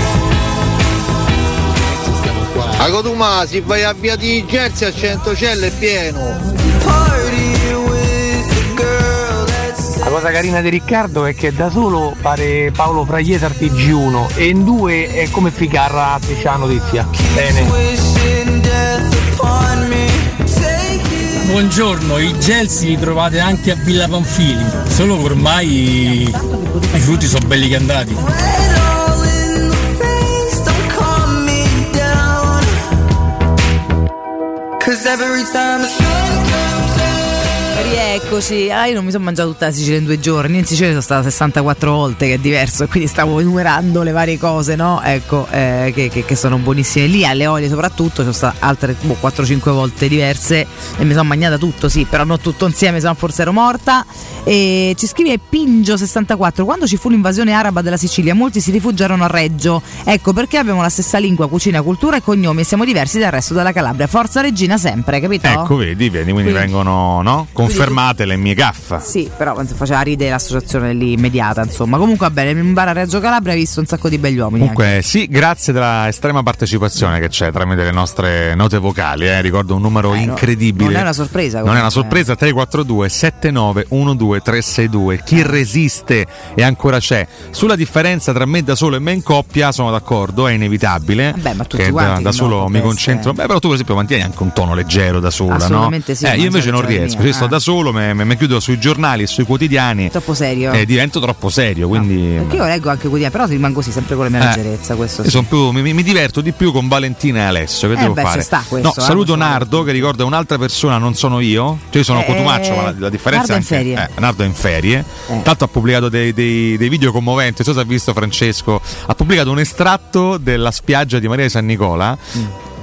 A Cotumà, se vai a via di Gelsi a Centocelle è pieno. La cosa carina di Riccardo è che da solo pare Paolo Fragliese al T G uno e in due è come Ficarra a Striscia Notizia. Bene. Buongiorno, i gelsi li trovate anche a Villa Panfili, solo che ormai i frutti sono belli candati. Rieccoci, ah, io non mi sono mangiato tutta la Sicilia in due giorni, in Sicilia sono stata sessantaquattro volte, che è diverso, e quindi stavo enumerando le varie cose, no? Ecco, eh, che, che, che sono buonissime lì, alle Olie soprattutto, sono state altre boh, quattro cinque volte diverse e mi sono mangiata tutto, sì, però non tutto insieme, se no forse ero morta. E ci scrive Pingio sessantaquattro: quando ci fu l'invasione araba della Sicilia molti si rifugiarono a Reggio, ecco perché abbiamo la stessa lingua, cucina, cultura e cognomi e siamo diversi dal resto della Calabria. Forza Regina sempre, capito? Ecco, vedi, vedi, quindi, quindi vengono, no? Confermati confermatele in mie gaffa. Sì, però faceva ridere l'associazione lì immediata, insomma. Comunque va bene, in bar a Reggio Calabria hai visto un sacco di begli uomini. Comunque anche. Sì, grazie della estrema partecipazione che c'è tramite le nostre note vocali, eh. Ricordo un numero eh, incredibile. Non è una sorpresa. Non è una sorpresa, tre quattro due sette nove uno due tre sei due. Chi resiste e ancora c'è. Sulla differenza tra me da solo e me in coppia sono d'accordo, è inevitabile. Vabbè, ma tutti che quanti da, da solo no, mi concentro. Beh, però tu per esempio mantieni anche un tono leggero da sola, assolutamente no? Sì, eh, io invece non riesco, se sto ah. da solo mi chiudo sui giornali e sui quotidiani. Troppo serio. E divento troppo serio, quindi no, perché io leggo anche quotidiani, però rimango così sempre con la mia eh, leggerezza, questo io sì. più, mi, mi diverto di più con Valentina e Alessio, che eh devo beh, fare? Sta questo, no, eh, saluto Nardo che ricorda un'altra persona, non sono io, cioè io sono eh, Cotumaccio, ma la, la differenza Nardo è anche, in ferie. Eh, Nardo è in ferie. Eh. Tanto ha pubblicato dei, dei, dei video commoventi, non so se ha visto Francesco, ha pubblicato un estratto della spiaggia di Maria di San Nicola mm.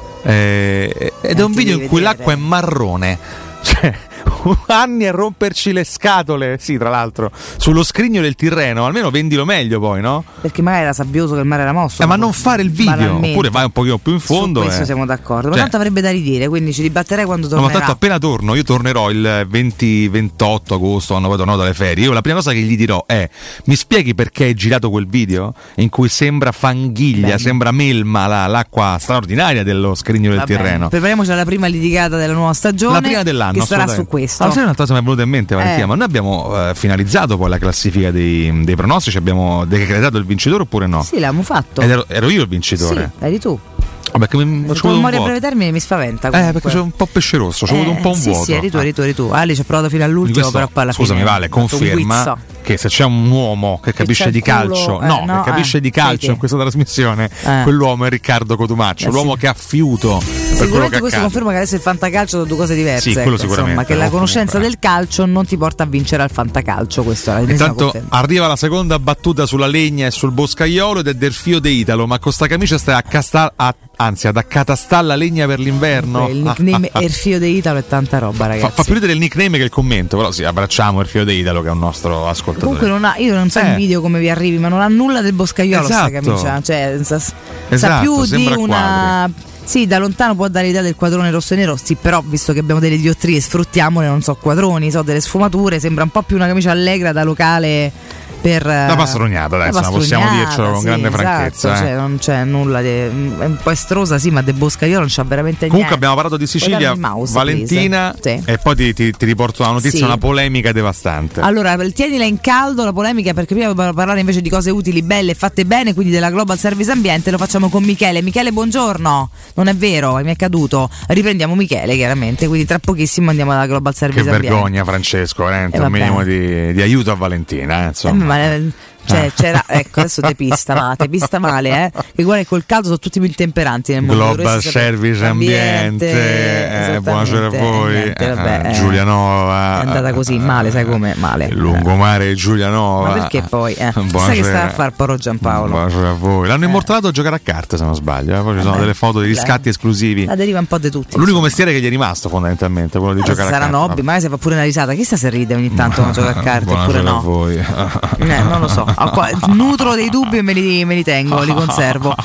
eh, ed è un video in cui vedere. l'acqua è marrone, cioè anni a romperci le scatole, sì, tra l'altro, sullo scrigno del Tirreno, almeno vendilo meglio poi, no? Perché magari era sabbioso che il mare era mosso. Eh, ma non fare il video, oppure vai un pochino più in fondo. Su questo eh. siamo d'accordo, ma cioè, tanto avrebbe da ridire, quindi ci dibatterei quando tornerà. No, ma tanto appena torno, io tornerò il venti ventotto agosto, quando poi tornerò dalle ferie. Io la prima cosa che gli dirò è: mi spieghi perché hai girato quel video in cui sembra fanghiglia, bene. sembra melma la, l'acqua straordinaria dello scrigno del Tirreno. Prepariamoci alla prima litigata della nuova stagione, la prima dell'anno, che sarà su questo. Ah, sai una cosa mi è venuta in mente, Valentina, eh. ma noi abbiamo eh, finalizzato poi la classifica dei, dei pronostici, abbiamo decretato il vincitore oppure no? Sì, l'abbiamo fatto. Ed ero, ero io il vincitore. Sì, eri tu. Vabbè, che mi la tua memoria a breve termine mi spaventa. Comunque. Eh, perché c'è un po' pesce rosso, c'ho eh, avuto un po' un sì, vuoto. Sì, eri tu, eri tu, eri tu. Ali ci ha provato fino all'ultimo, questo, però poi alla scusami, fine. Vale, conferma che se c'è un uomo che capisce che di calcio, eh, no, no, che capisce eh, di calcio in questa trasmissione, eh. quell'uomo è Riccardo Cotumaccio, eh, l'uomo sì. che ha fiuto per quello che questo accade. conferma che adesso il fantacalcio sono due cose diverse. Sì, quello ecco, sicuramente. Insomma, che la conoscenza del calcio non ti porta a vincere al fantacalcio. Questo è intanto arriva la seconda battuta sulla legna e sul boscaiolo ed è del Fio de Italo, ma con sta camicia stai a castare, anzi ad accatastare la legna per l'inverno. Il nickname ah, ah, ah. Erfio de Italo è tanta roba, ragazzi. Fa, fa più ridere il nickname che il commento, però sì, abbracciamo Erfio de Italo che è un nostro ascoltatore. Comunque non ha, io non so eh. in video come vi arrivi, ma non ha nulla del boscaiolo esatto. sta camicia, cioè sa, esatto, sa più di una quadri. Sì, da lontano può dare l'idea del quadrone rosso e nero, sì, però visto che abbiamo delle diottrie sfruttiamole, non so, quadroni, so, delle sfumature, sembra un po' più una camicia allegra da locale per la pastrugnata, dai, insomma, possiamo dircelo con sì, grande esatto, franchezza. Cioè, eh. non c'è nulla di è un po' estrosa, sì, ma de boscaiolo non c'ha veramente Comunque niente. abbiamo parlato di Sicilia, mouse, Valentina, sì. e poi ti, ti, ti riporto una notizia, sì. una polemica devastante. Allora, tienila in caldo la polemica, perché prima dobbiamo parlare invece di cose utili, belle e fatte bene, quindi della Global Service Ambiente. Lo facciamo con Michele. Michele, buongiorno. Non è vero, mi è caduto. Riprendiamo Michele, chiaramente, quindi tra pochissimo andiamo alla Global Service che Ambiente. Che vergogna, Francesco, veramente, un minimo di, di aiuto a Valentina, eh, insomma. Eh, ma, Cioè, c'era, ecco, adesso te pista, ma te pista male, eh? Che guarda, col caldo sono tutti più intemperanti nel mondo. Global Service Ambiente, ambiente eh, buonasera a voi. Niente, vabbè, eh, Giulianova è andata così male, sai come? Male. Il lungomare Giulianova. Ma perché poi? Eh? Sai che sta a fare Poro Giampaolo? Buonasera a voi. L'hanno eh. immortalato a giocare a carte, se non sbaglio. Eh? Poi ci sono delle foto degli scatti esclusivi. La deriva un po' di tutti. L'unico mestiere che gli è rimasto, fondamentalmente, quello di eh, giocare a carte. Sarà hobby, magari si fa pure una risata. Chissà se ride ogni tanto quando gioca a carte, oppure no. A voi. Eh, non lo so. Nutro dei dubbi e me li, me li tengo, li conservo.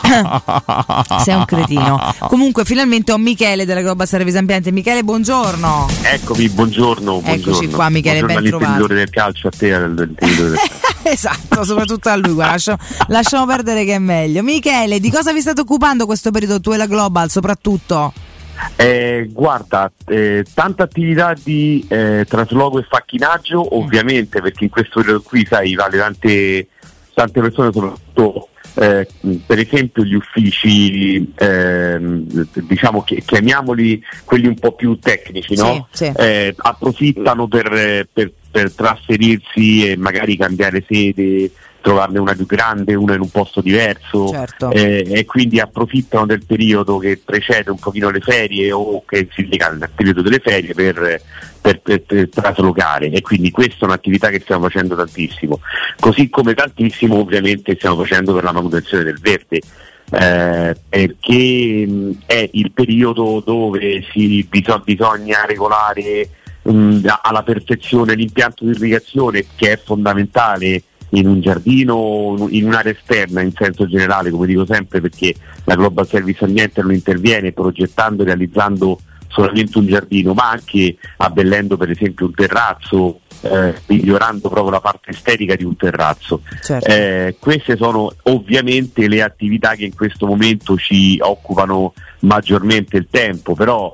Sei un cretino. Comunque finalmente ho Michele della Global Service Ambiente. Michele, buongiorno. Eccomi, buongiorno, buongiorno. Eccoci qua, Michele, ben trovato. Del calcio a te, del esatto, soprattutto a lui, guarda, lasciamo, lasciamo perdere che è meglio. Michele, di cosa vi state occupando questo periodo, tu e la Global soprattutto? Eh, guarda, eh, tanta attività di eh, trasloco e facchinaggio, ovviamente, perché in questo periodo qui, sai, vale tante, tante persone, soprattutto eh, per esempio gli uffici, eh, diciamo che chiamiamoli quelli un po' più tecnici, no? Sì, sì. Eh, approfittano per, per, per trasferirsi e magari cambiare sede, trovarne una più grande, una in un posto diverso, certo. eh, e quindi approfittano del periodo che precede un pochino le ferie o che si lega al periodo delle ferie per, per, per, per traslocare, e quindi questa è un'attività che stiamo facendo tantissimo, così come tantissimo ovviamente stiamo facendo per la manutenzione del verde. Eh, perché mh, è il periodo dove si bis- bisogna regolare mh, alla perfezione l'impianto di irrigazione, che è fondamentale in un giardino, in un'area esterna in senso generale, come dico sempre, perché la Global Service Ambiente non interviene progettando e realizzando solamente un giardino, ma anche abbellendo per esempio un terrazzo, eh, migliorando proprio la parte estetica di un terrazzo. Certo. Eh, queste sono ovviamente le attività che in questo momento ci occupano maggiormente il tempo, però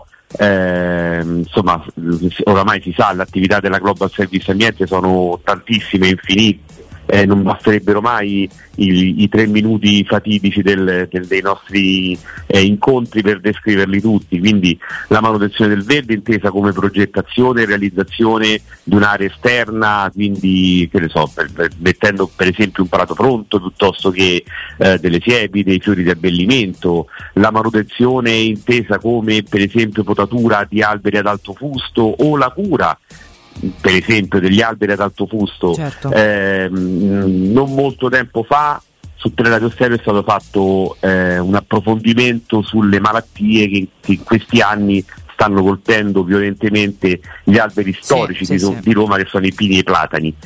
eh, insomma oramai si sa, l'attività della Global Service Ambiente sono tantissime, infinite. Eh, non basterebbero mai i, i tre minuti fatidici del, del, dei nostri eh, incontri per descriverli tutti, quindi la manutenzione del verde intesa come progettazione e realizzazione di un'area esterna, quindi che ne so, per, per, mettendo per esempio un prato pronto piuttosto che eh, delle siepi, dei fiori di abbellimento, la manutenzione intesa come per esempio potatura di alberi ad alto fusto o la cura per esempio degli alberi ad alto fusto. Certo. Eh, non molto tempo fa su Teleradio Stereo è stato fatto eh, un approfondimento sulle malattie che, che in questi anni stanno colpendo violentemente gli alberi storici sì, di, sì, Ro- sì. di Roma, che sono i pini e i platani.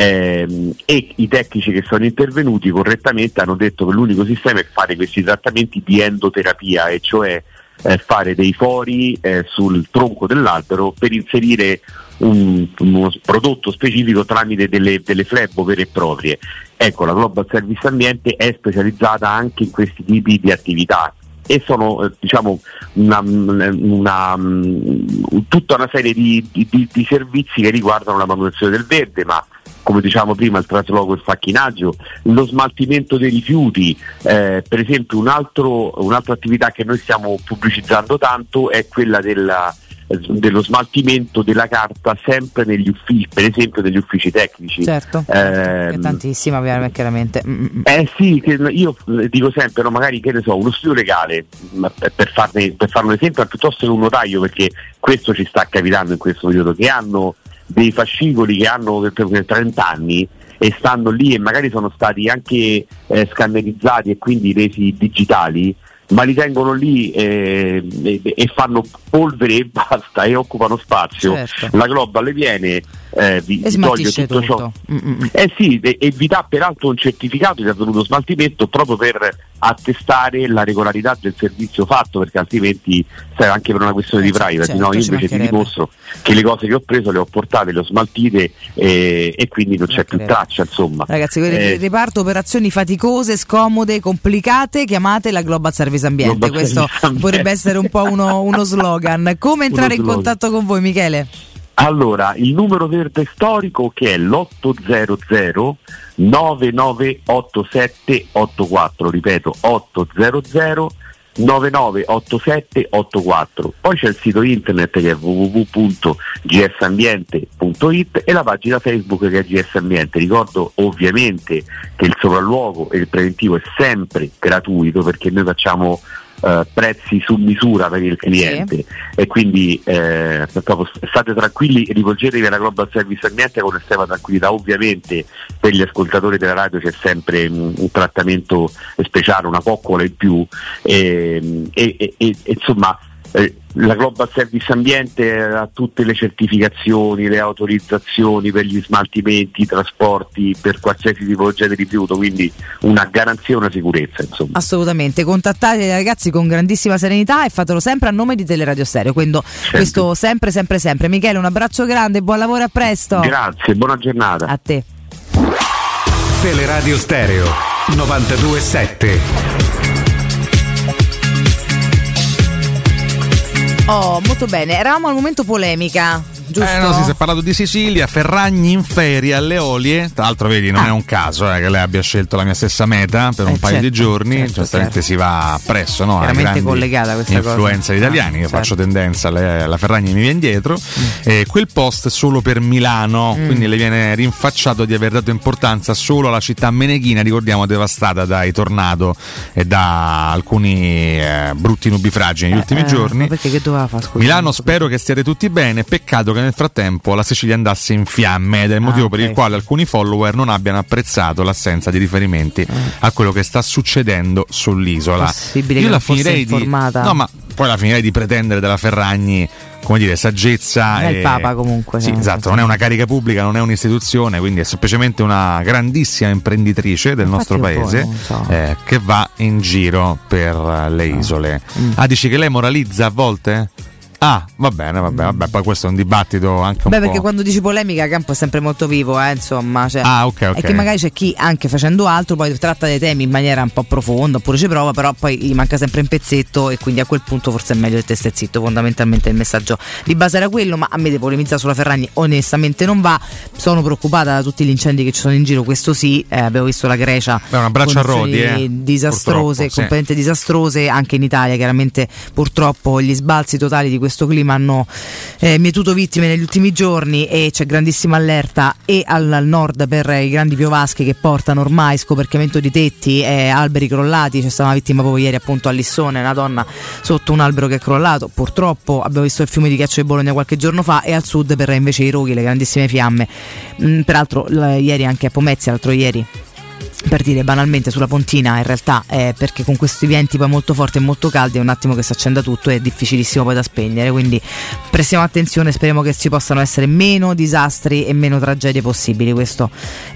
Eh, e i tecnici che sono intervenuti correttamente hanno detto che l'unico sistema è fare questi trattamenti di endoterapia, e cioè eh, fare dei fori eh, sul tronco dell'albero per inserire un, uno prodotto specifico tramite delle, delle flebo vere e proprie. Ecco, la Global Service Ambiente è specializzata anche in questi tipi di attività e sono eh, diciamo una, una, una, tutta una serie di, di, di servizi che riguardano la manutenzione del verde, ma come diciamo prima il trasloco e il facchinaggio, lo smaltimento dei rifiuti. Eh, per esempio un altro, un'altra attività che noi stiamo pubblicizzando tanto è quella della dello smaltimento della carta sempre negli uffici, per esempio negli uffici tecnici. Certo, eh, è tantissima ovviamente, chiaramente. Mm-mm. Eh sì, che io dico sempre, no, magari che ne so, uno studio legale, per farne, per fare un esempio, piuttosto che un notaio, perché questo ci sta capitando in questo periodo, che hanno dei fascicoli che hanno per trenta anni e stanno lì e magari sono stati anche eh, scannerizzati e quindi resi digitali, ma li tengono lì eh, e, e fanno polvere e basta e occupano spazio. Certo. La Global le viene eh, vi, E vi toglie smaltisce tutto ciò. tutto. Mm-mm. Eh sì, e, e vi dà peraltro un certificato di avvenuto smaltimento proprio per attestare la regolarità del servizio fatto, perché altrimenti sai, anche per una questione di privacy, certo, no? Io ci invece ti mancherebbe. dimostro che le cose che ho preso le ho portate, le ho smaltite eh, e quindi non c'è più traccia, insomma. Ragazzi, quelli Eh, del reparto operazioni faticose, scomode, complicate, chiamate la Global Service Ambiente. Global Questo Service Ambiente. potrebbe essere un po' uno, uno slogan. Come entrare in slogan. contatto con voi, Michele? Allora, il numero verde storico che è l'ottocento nove nove otto sette otto quattro, ripeto ottocento nove nove otto sette otto quattro. Poi c'è il sito internet che è w w w punto g s ambiente punto i t e la pagina Facebook che è G S Ambiente. Ricordo ovviamente che il sopralluogo e il preventivo è sempre gratuito, perché noi facciamo Uh, prezzi su misura per il cliente, sì. E quindi eh, state tranquilli e rivolgetevi alla Global Service Ambiente con estrema tranquillità. Ovviamente per gli ascoltatori della radio c'è sempre un, un trattamento speciale, una coccola in più e, e, e, e insomma eh, la Global Service Ambiente ha tutte le certificazioni, le autorizzazioni per gli smaltimenti, i trasporti per qualsiasi tipo di genere di rifiuto, quindi una garanzia e una sicurezza, insomma. Assolutamente, contattate i ragazzi con grandissima serenità e fatelo sempre a nome di Teleradio Stereo. Quindi Certo. questo sempre sempre sempre. Michele, un abbraccio grande, buon lavoro, a presto. Grazie, buona giornata. A te. Teleradio Stereo novantadue sette. Oh, molto bene. Eravamo al momento polemica, giusto? Eh no, sì, si è parlato di Sicilia, Ferragni in ferie alle Olie. Tra l'altro, vedi, non Ah. è un caso eh, che lei abbia scelto la mia stessa meta per un Eh, paio certo, di giorni. certo, Certamente certo. si va presso, no? alle Chiaramente grandi collegata questa cosa. influenza italiani. Io certo. faccio tendenza, alle- la Ferragni mi viene dietro. Mm. Eh, quel post solo per Milano, quindi le viene rinfacciato di aver dato importanza solo alla città meneghina, ricordiamo devastata dai tornado e da alcuni eh, brutti nubifragi negli ultimi Eh, giorni. ma perché che doveva fare? Scusa? Milano, spero che stiate tutti bene. Peccato che nel frattempo la Sicilia andasse in fiamme ed è il motivo Ah, per ok. il quale alcuni follower non abbiano apprezzato l'assenza di riferimenti a quello che sta succedendo sull'isola. Possibile Io che la non fosse finirei di informata. No, ma poi la finirei di pretendere della Ferragni, come dire, saggezza. Non è il e- Papa, comunque, Sì, no? esatto, non è una carica pubblica, non è un'istituzione, quindi è semplicemente una grandissima imprenditrice del nostro Infatti un po', paese non so. eh, che va in giro per eh, le isole. Mm. Ah, dici che lei moralizza a volte? Ah, va bene, va bene, vabbè, poi questo è un dibattito anche un Beh, po'. perché quando dici polemica, Campo è sempre molto vivo, eh, insomma. Cioè, ah, ok, ok. È che magari c'è chi anche facendo altro poi tratta dei temi in maniera un po' profonda, oppure ci prova, però poi gli manca sempre un pezzetto e quindi a quel punto forse è meglio che te stai zitto. Fondamentalmente il messaggio di base era quello, ma a me di polemizzare sulla Ferragni onestamente non va. Sono preoccupata da tutti gli incendi che ci sono in giro, questo sì, eh, abbiamo visto la Grecia. Beh, un abbraccio a Rodi, eh. disastrose, sì. completamente disastrose, anche in Italia chiaramente purtroppo gli sbalzi totali di questo clima hanno eh, mietuto vittime negli ultimi giorni e c'è grandissima allerta e al, al nord per i grandi piovaschi che portano ormai scoperchiamento di tetti e alberi crollati. C'è stata una vittima proprio ieri appunto a Lissone, una donna sotto un albero che è crollato, purtroppo abbiamo visto il fiume di Chiaccio di Bologna qualche giorno fa, e al sud per invece i roghi, le grandissime fiamme. Mm, peraltro l- ieri anche a Pomezia, l'altro ieri, per dire banalmente sulla Pontina, in realtà è perché con questi venti poi molto forti e molto caldi è un attimo che si accenda tutto e è difficilissimo poi da spegnere, quindi prestiamo attenzione, speriamo che ci possano essere meno disastri e meno tragedie possibili. Questo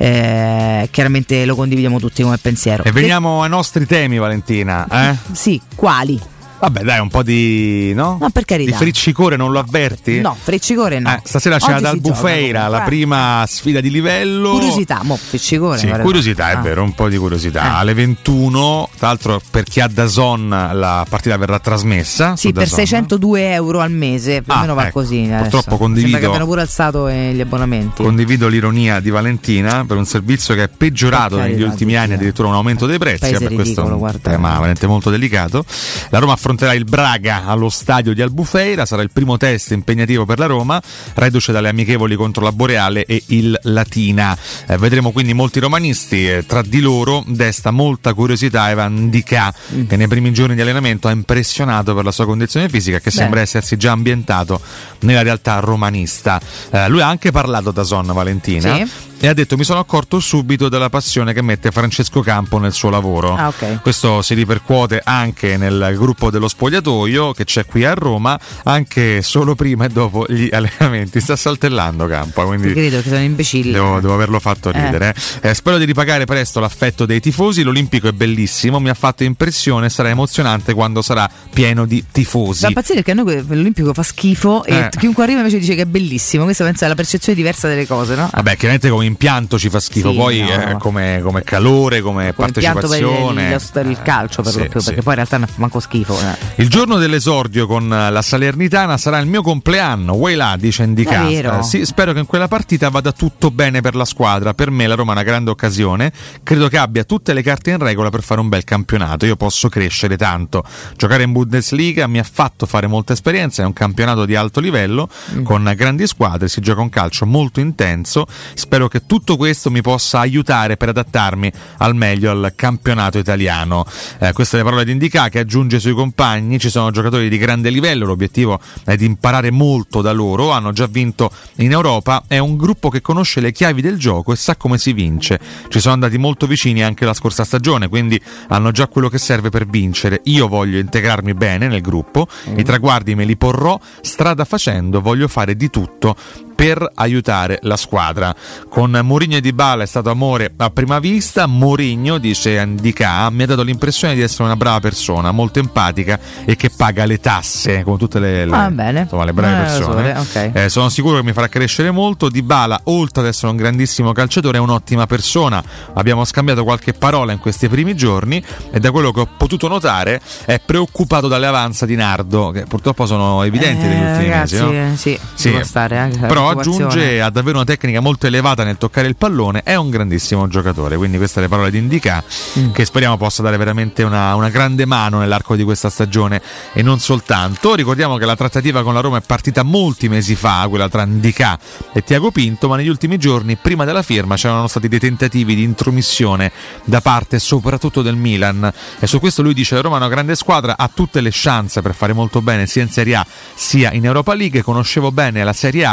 eh, chiaramente lo condividiamo tutti come pensiero. E veniamo ai nostri temi, Valentina, eh? Sì, quali? Vabbè, dai, un po' di no? No, per carità. Di friccicore non lo avverti? No, friccicore no. Eh, stasera c'è ad Albufeira la prima sfida di livello. Curiosità, mo friccicore. Sì, curiosità, è ah. vero, un po' di curiosità. Eh. Alle ventuno, tra l'altro per chi ha DAZN la partita verrà trasmessa. Sì, per DAZN. seicentodue euro al mese, più o ah, meno va ecco. così. Purtroppo adesso. condivido. Sembra che abbiano pure alzato eh, gli abbonamenti. Condivido l'ironia di Valentina per un servizio che è peggiorato negli ultimi anni, addirittura un aumento dei prezzi. Paese per questo è un guarda. tema veramente molto delicato. La Roma affronterà il Braga allo stadio di Albufeira, sarà il primo test impegnativo per la Roma, reduce dalle amichevoli contro la Boreale e il Latina. Eh, vedremo quindi molti romanisti, eh, tra di loro desta molta curiosità Evan Dicà, mm. che nei primi giorni di allenamento ha impressionato per la sua condizione fisica, che Beh. sembra essersi già ambientato nella realtà romanista. Eh, lui ha anche parlato da Zon, Valentina, sì. e ha detto: mi sono accorto subito della passione che mette Francesco Campo nel suo lavoro. Ah, okay. Questo si ripercuote anche nel gruppo dello spogliatoio che c'è qui a Roma, anche solo prima e dopo gli allenamenti. Sta saltellando Campo, quindi credo che sono imbecille. Devo, devo averlo fatto ridere. Eh. Eh, spero di ripagare presto l'affetto dei tifosi. L'Olimpico è bellissimo, mi ha fatto impressione, sarà emozionante quando sarà pieno di tifosi. Da impazzire perché a noi l'Olimpico fa schifo e eh. chiunque arriva invece dice che è bellissimo. Questa pensa è la percezione diversa delle cose, no? Vabbè, chiaramente come impianto ci fa schifo, sì, poi no, eh, no. Come, come calore, come, come partecipazione. Per il, il calcio per sì, lo più, sì. perché poi in realtà manco schifo. Eh. Il giorno dell'esordio con la Salernitana sarà il mio compleanno. Weilà, dice Indica. Eh, sì, spero che in quella partita vada tutto bene per la squadra. Per me la Roma è una grande occasione. Credo che abbia tutte le carte in regola per fare un bel campionato. Io posso crescere tanto. Giocare in Bundesliga mi ha fatto fare molta esperienza. È un campionato di alto livello mm. con grandi squadre. Si gioca un calcio molto intenso. Spero che tutto questo mi possa aiutare per adattarmi al meglio al campionato italiano. Eh, queste le parole di Indica, che aggiunge sui compagni: ci sono giocatori di grande livello, l'obiettivo è di imparare molto da loro, hanno già vinto in Europa, è un gruppo che conosce le chiavi del gioco e sa come si vince, ci sono andati molto vicini anche la scorsa stagione, quindi hanno già quello che serve per vincere. Io voglio integrarmi bene nel gruppo, mm. i traguardi me li porrò strada facendo, voglio fare di tutto per aiutare la squadra. Con Mourinho e Dybala è stato amore a prima vista. Mourinho, dice Indica, mi ha dato l'impressione di essere una brava persona, molto empatica e che paga le tasse come tutte le, le, ah, bene. Insomma, le brave eh, persone. Okay. Eh, sono sicuro che mi farà crescere molto. Dybala, oltre ad essere un grandissimo calciatore, è un'ottima persona. Abbiamo scambiato qualche parola in questi primi giorni e da quello che ho potuto notare è preoccupato dalle avanza di Nardo, che purtroppo sono evidenti eh, negli ultimi ragazzi, mesi, no? eh, sì, sì. Può stare anche però aggiunge ha davvero una tecnica molto elevata nel toccare il pallone, è un grandissimo giocatore, quindi queste le parole di Indica mm. che speriamo possa dare veramente una, una grande mano nell'arco di questa stagione e non soltanto. Ricordiamo che la trattativa con la Roma è partita molti mesi fa, quella tra Indica e Tiago Pinto, ma negli ultimi giorni prima della firma c'erano stati dei tentativi di intromissione da parte soprattutto del Milan e su questo lui dice: la Roma è una grande squadra, ha tutte le chance per fare molto bene sia in Serie A sia in Europa League, conoscevo bene la Serie A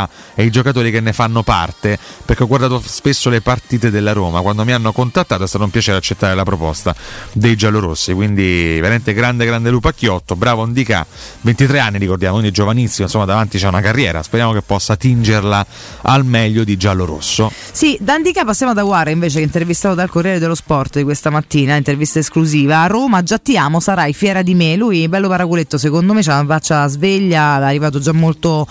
e i giocatori che ne fanno parte, perché ho guardato spesso le partite della Roma. Quando mi hanno contattato è stato un piacere accettare la proposta dei giallorossi, quindi veramente grande grande Lupacchiotto, bravo Ndicà, ventitré anni ricordiamo, quindi giovanissimo, insomma davanti c'è una carriera, speriamo che possa tingerla al meglio di giallorosso. Sì, da Ndicà passiamo ad Aguara invece, che intervistato dal Corriere dello Sport di questa mattina, intervista esclusiva. A Roma già ti amo, sarai fiera di me. Lui bello paraculetto, secondo me c'ha una faccia sveglia, è arrivato già molto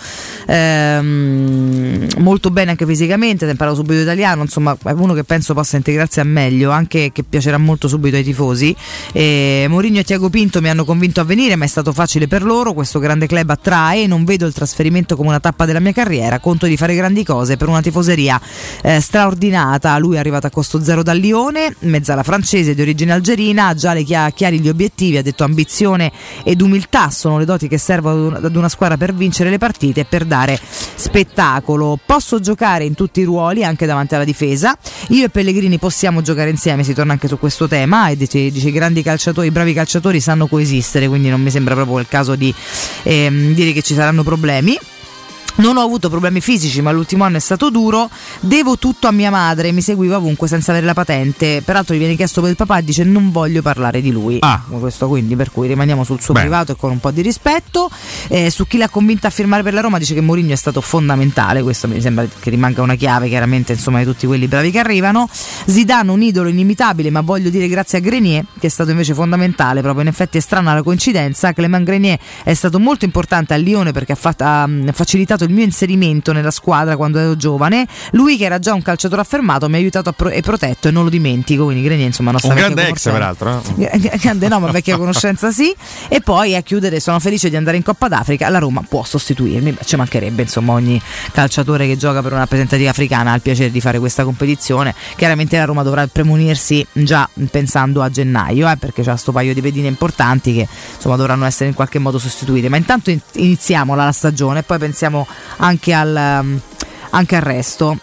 ehm, molto bene anche fisicamente, ha imparato subito italiano, insomma è uno che penso possa integrarsi a meglio, anche che piacerà molto subito ai tifosi. E Mourinho e Tiago Pinto mi hanno convinto a venire, ma è stato facile per loro, questo grande club attrae, non vedo il trasferimento come una tappa della mia carriera, conto di fare grandi cose per una tifoseria eh, straordinata. Lui è arrivato a costo zero dal Lione, mezzala francese di origine algerina, ha già le chia- chiari gli obiettivi, ha detto ambizione ed umiltà sono le doti che servono ad una squadra per vincere le partite e per dare spettacolo. Posso giocare in tutti i ruoli, anche davanti alla difesa, io e Pellegrini possiamo giocare insieme, si torna anche su questo tema, e dice, dice i grandi calciatori, i bravi calciatori sanno coesistere, quindi non mi sembra proprio il caso di ehm, dire che ci saranno problemi. Non ho avuto problemi fisici, ma l'ultimo anno è stato duro. Devo tutto a mia madre, mi seguiva ovunque senza avere la patente. Peraltro gli viene chiesto per il papà e dice non voglio parlare di lui. Ah. Questo quindi, per cui rimaniamo sul suo Beh. privato e con un po' di rispetto. Eh, su chi l'ha convinta a firmare per la Roma dice che Mourinho è stato fondamentale. Questo mi sembra che rimanga una chiave, chiaramente, insomma, di tutti quelli bravi che arrivano. Zidane un idolo inimitabile, ma voglio dire grazie a Grenier, che è stato invece fondamentale. Proprio in effetti è strana la coincidenza. Clément Grenier è stato molto importante al Lione perché ha, fatto, ha facilitato il mio inserimento nella squadra quando ero giovane. Lui, che era già un calciatore affermato, mi ha aiutato a pro- e protetto, e non lo dimentico. Quindi Grenier, insomma, nostra un vecchia grande ex peraltro, eh? grande no, ma vecchia conoscenza sì. E poi a chiudere, sono felice di andare in Coppa d'Africa, la Roma può sostituirmi. Beh, ci mancherebbe, insomma, ogni calciatore che gioca per una rappresentativa africana ha il piacere di fare questa competizione. Chiaramente la Roma dovrà premunirsi già pensando a gennaio, eh, perché c'ha sto paio di pedine importanti che insomma dovranno essere in qualche modo sostituite. Ma intanto iniziamola la stagione e poi pensiamo anche al anche al resto.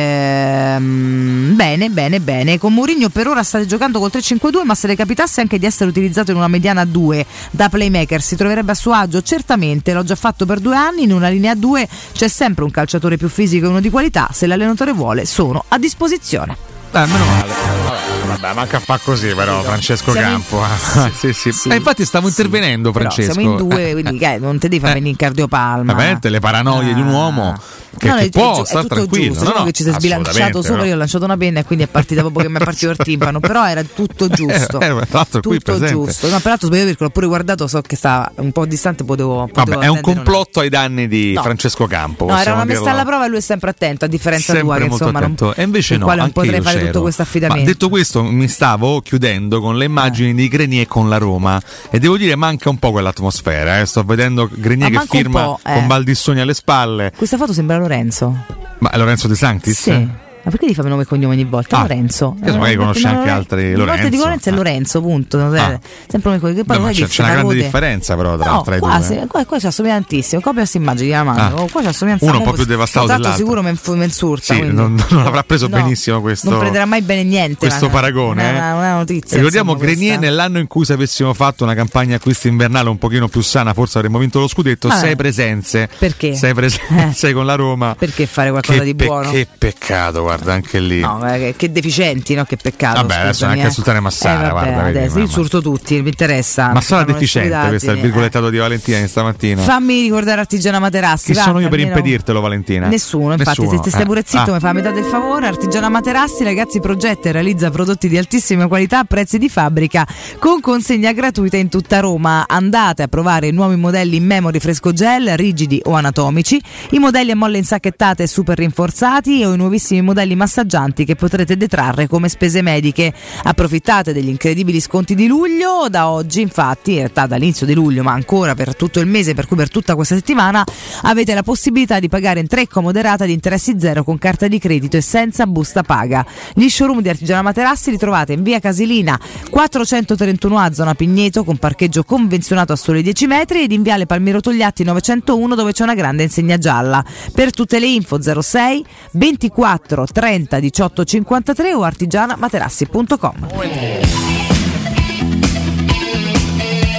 Ehm, bene, bene, bene. Con Mourinho per ora state giocando col tre cinque due, ma se le capitasse anche di essere utilizzato in una mediana a due da playmaker, si troverebbe a suo agio? Certamente, l'ho già fatto per due anni. In una linea a due c'è sempre un calciatore più fisico e uno di qualità. Se l'allenatore vuole, sono a disposizione. Eh, meno male. Vabbè, vabbè, manca a fa così però Francesco siamo Campo. in... sì, sì. Sì. Eh, infatti stavo Sì. intervenendo, Però Francesco. siamo in due, quindi eh, non ti devi far Eh. venire in cardiopalma. Ovviamente le paranoie Ah. di un uomo che, No, che è, può è stare tutto tranquillo. giusto, No, solo no, che ci sei sbilanciato assolutamente, sopra, no. io ho lanciato una penna e quindi è partita dopo che mi è partito il timpano, però era tutto giusto. Eh, eh, tra l'altro qui tutto presente. giusto. No, peraltro sbaglio perché l'ho pure guardato, so che stava un po' distante, potevo, potevo Vabbè, è un attendere, complotto ai danni di No. Francesco Campo. No, era possiamo una messa dirlo. alla prova e lui è sempre attento, a differenza Sempre tua, che molto insomma attento. non, E invece sul no, quale non anche potrei io fare c'ero. tutto questo affidamento. Ma detto questo, mi stavo chiudendo con le immagini di Grenier con la Roma e devo dire manca un po' quell'atmosfera. Eh. Sto vedendo Grenier Ma che manca un firma po', eh. con Baldissoni alle spalle. Questa foto sembra Lorenzo. Ma è Lorenzo De Sanctis? Sì. Ma perché gli fai nome e cognome ogni volta? Ah, Lorenzo. io magari Eh, conosci no, anche no, altri ogni volta Lorenzo. dico Lorenzo è Lorenzo, punto. Ah. Sempre nome e cognome. Che poi Beh, ma sai c'è, che c'è una grande Carote- differenza però tra, No, tra i qua, due. si- qua, qua ci assomiglia tantissimo. Copia questa immagine la mano. Ah. Qua ci assomiglia Uno un po' più devastato Tanto dell'altro. sicuro men, men surta. Sì, quindi. non, non avrà preso No, benissimo questo, non prenderà mai bene niente. questo ma- paragone. Una, eh. una, una notizia. Ricordiamo insomma, Grenier questa. nell'anno in cui se avessimo fatto una campagna acquisti invernale un pochino più sana, forse avremmo vinto lo scudetto. Ah, sei presenze. Perché? Sei presenze con la Roma. Perché fare qualcosa Che di pe- buono? Che peccato, guarda, anche lì. No, ma che, che deficienti, no? Che peccato. Vabbè, adesso scusami, neanche eh. insultare Massara, Eh, vabbè, guarda, vedi, adesso mamma. io insulto tutti, mi interessa. Ma sarà Fanno le deficiente, questo è il stupidaggini, virgolettato di Valentina di stamattina. eh. Fammi ricordare Artigiana Materassi. Chi va, sono io per almeno- impedirtelo, Valentina? Nessuno, infatti, Nessuno. se stai Eh. pure zitto Ah. mi fa metà del favore. Artigiana Materassi, ragazzi, progetta e realizza prodotti di altissima qualità a prezzi di fabbrica con consegna gratuita in tutta Roma. Andate a provare i nuovi modelli in memory fresco gel, rigidi o anatomici, i modelli a molle insacchettate e super rinforzati o i nuovissimi modelli massaggianti che potrete detrarre come spese mediche. Approfittate degli incredibili sconti di luglio. Da oggi, infatti, in realtà dall'inizio di luglio, ma ancora per tutto il mese, per cui per tutta questa settimana avete la possibilità di pagare in tre comoderata di interessi zero con carta di credito e senza busta paga. Gli showroom di Artigiana Materassi li trovate in via Casilina quattrocentotrentuno A, zona Pigneto, con parcheggio convenzionato a soli dieci metri, ed in viale Palmiro Togliatti novecentouno, dove c'è una grande insegna gialla. Per tutte le info zero sei ventiquattro trenta diciotto cinquantatré o artigianamaterassi punto com.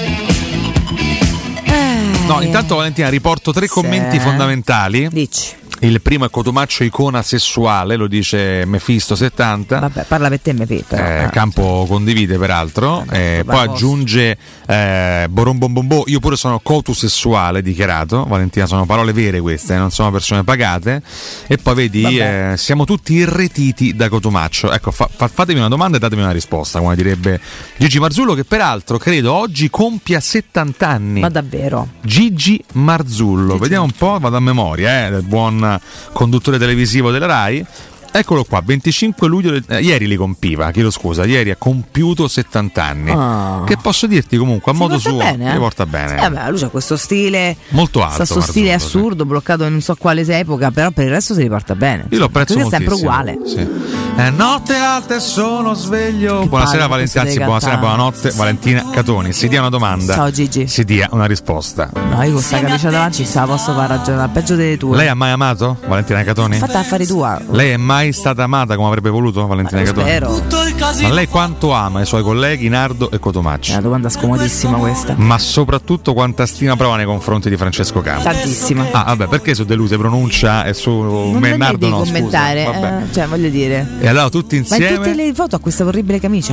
No, intanto Valentina riporto tre commenti Sì. fondamentali. Dici. Il primo è Cotumaccio icona sessuale, lo dice Mefisto settanta. Vabbè, parla per te Mefisto. Eh, eh, Campo condivide peraltro. Eh, poi aggiunge eh, Borom bom bom bom, io pure sono cotusessuale dichiarato. Valentina, sono parole vere queste, eh, non sono persone pagate. E poi vedi, eh, siamo tutti irretiti da Cotumaccio. Ecco, fa, fa, fatemi una domanda e datemi una risposta, come direbbe Gigi Marzullo, che peraltro credo oggi compia settanta anni. Ma davvero? Gigi Marzullo, Gigi. Vediamo un po', vado a memoria, eh, del buon conduttore televisivo della Rai. Eccolo qua, venticinque luglio, eh, ieri li compiva, chiedo scusa, ieri ha compiuto settanta anni. Oh. Che posso dirti comunque a si modo suo, bene, eh? si porta bene. Eh beh, lui c'ha questo stile molto alto, questo stile assurdo, sì. bloccato in non so quale epoca, però per il resto si riporta bene. Io lo apprezzo moltissimo. È sempre uguale. Sì. Eh, notte alte sono sveglio. Che buonasera Valentina, anzi buonasera, buonanotte Valentina Catoni. Si dia una domanda. Ciao Gigi. Si dia una risposta. No, io con sta camicia davanti se la posso far ragionare, peggio delle tue. Lei ha mai amato Valentina Catoni? Fatta affari tua. Lei è mai stata amata come avrebbe voluto Valentina Ma Catoni? Spero. Ma lei quanto ama i suoi colleghi Nardo e Cotumaccio? È una domanda scomodissima questa. Ma soprattutto quanta stima prova nei confronti di Francesco Campo? Tantissima. Ah vabbè, perché su Deluse pronuncia e su non me Nardo no? commentare, scusa, eh, cioè voglio dire. E allora tutti insieme. Ma in tutte le foto ha questa orribile camicia.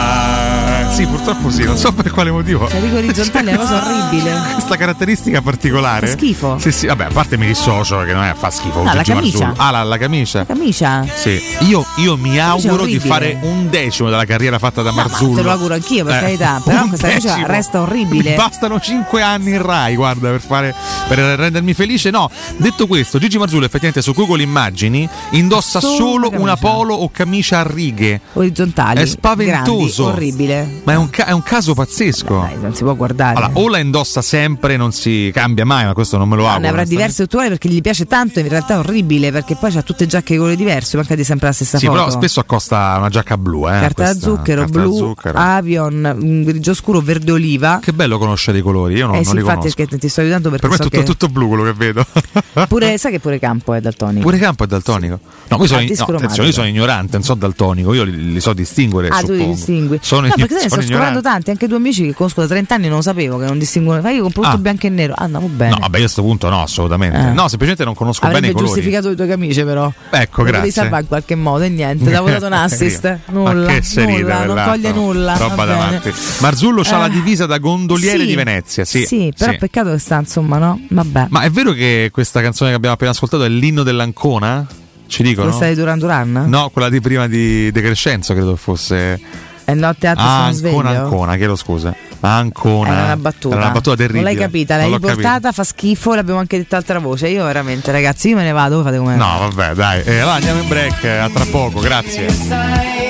Ah, sì, purtroppo sì, non so per quale motivo. Cioè dico orizzontale è una cosa orribile. Questa caratteristica particolare. Fa schifo. Sì, sì, vabbè, a parte mi dissocio che non è fa schifo. No, la camicia. Ah, la, la camicia. La camicia. Sì. Io, io mi auguro di fare un decimo della carriera fatta da Marzullo. No, te lo auguro anch'io, per eh, carità. Però questa camicia resta orribile. Mi bastano cinque anni in Rai, guarda, per fare per rendermi felice. No, detto questo, Gigi Marzullo effettivamente su Google Immagini indossa solo, solo una, una polo o camicia a righe orizzontali. È spaventoso. Grandi, orribile. Ma è un, ca- è un caso pazzesco. Dai, non si può guardare. Allora, o la indossa sempre, non si cambia mai, ma questo non me lo auguro. Ne avrà diverse attuali perché gli piace tanto, in realtà è orribile perché poi c'ha tutte giacche di colori diversi, manca di sempre la stessa sì, foto. Sì, però spesso accosta una giacca blu, eh. Carta da zucchero, carta blu, da zucchero. avion, grigio scuro, verde oliva. Che bello conoscere i colori, io non, eh non sì, li infatti conosco. Perché ti sto aiutando perché per me so è tutto, che... tutto blu quello che vedo. Pure, sai che pure Campo è daltonico. Pure Campo è daltonico. No, io sono, no, attenzione, io sono ignorante, non so daltonico, io li, li so distinguere. Ah, suppongo. tu li distingui. Sono, no, perché sono sto scovando tanti, anche due amici che conosco da trenta anni non lo sapevo che non distinguono. Fai io compro tutto ah. bianco e nero. Ah, andiamo bene. No, vabbè, io a questo punto no, assolutamente. Eh. No, semplicemente non conosco Avrebbe bene i colori. giustificato le tue camicie, però. Ecco, grazie. Devi salvare in qualche modo e niente. Ti ha votato un assist. Nulla. Ma che serita, nulla, non toglie nulla. Roba da matti. Marzullo c'ha eh. la divisa da gondoliere sì. di Venezia. Sì, sì però sì. peccato che sta, insomma, no? Vabbè. Ma è vero che questa canzone che abbiamo appena ascoltato è l'inno dell'Ancona? Ci dicono? Questa di Duran Duran? No, quella di prima di De Crescenzo, credo fosse. E notte alta ah, sono sveglio. Ancona, Ancona, chiedo scusa. Ancona. Era una battuta. Era una battuta terribile. Non l'hai capita, l'hai riportata, capito. Fa schifo, l'abbiamo anche detta altra voce. Io veramente, ragazzi, io me ne vado, fate come. No, vabbè, dai. E allora andiamo in break, a tra poco, grazie.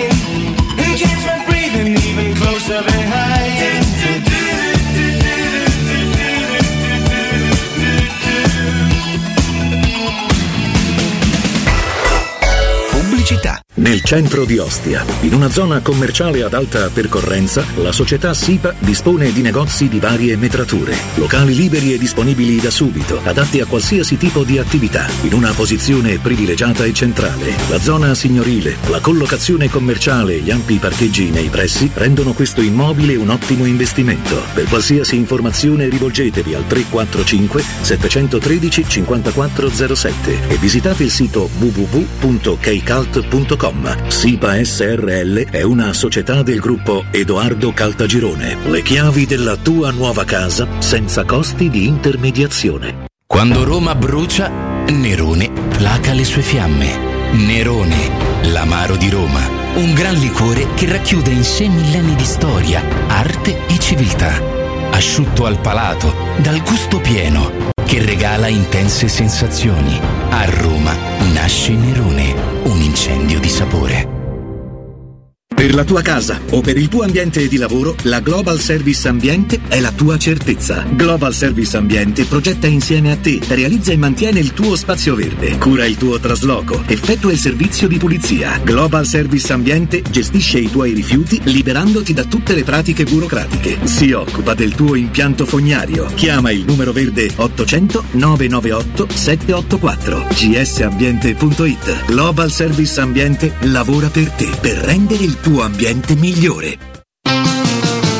Nel centro di Ostia, in una zona commerciale ad alta percorrenza, la società SIPA dispone di negozi di varie metrature, locali liberi e disponibili da subito, adatti a qualsiasi tipo di attività, in una posizione privilegiata e centrale. La zona signorile, la collocazione commerciale e gli ampi parcheggi nei pressi rendono questo immobile un ottimo investimento. Per qualsiasi informazione rivolgetevi al tre quattro cinque sette uno tre cinque zero sette e visitate il sito w w w punto keycult punto com. SIPA S R L è una società del gruppo Edoardo Caltagirone. Le chiavi della tua nuova casa senza costi di intermediazione. Quando Roma brucia, Nerone placa le sue fiamme. Nerone, l'amaro di Roma. Un gran liquore che racchiude in sé millenni di storia, arte e civiltà. Asciutto al palato, dal gusto pieno, che regala intense sensazioni. A Roma nasce Nerone, un incendio di sapore. Per la tua casa o per il tuo ambiente di lavoro, la Global Service Ambiente è la tua certezza. Global Service Ambiente progetta insieme a te, realizza e mantiene il tuo spazio verde, cura il tuo trasloco, effettua il servizio di pulizia. Global Service Ambiente gestisce i tuoi rifiuti liberandoti da tutte le pratiche burocratiche. Si occupa del tuo impianto fognario. Chiama il numero verde ottocento nove nove otto sette otto quattro g s ambiente punto i t. Global Service Ambiente lavora per te, per rendere il tuo ambiente migliore.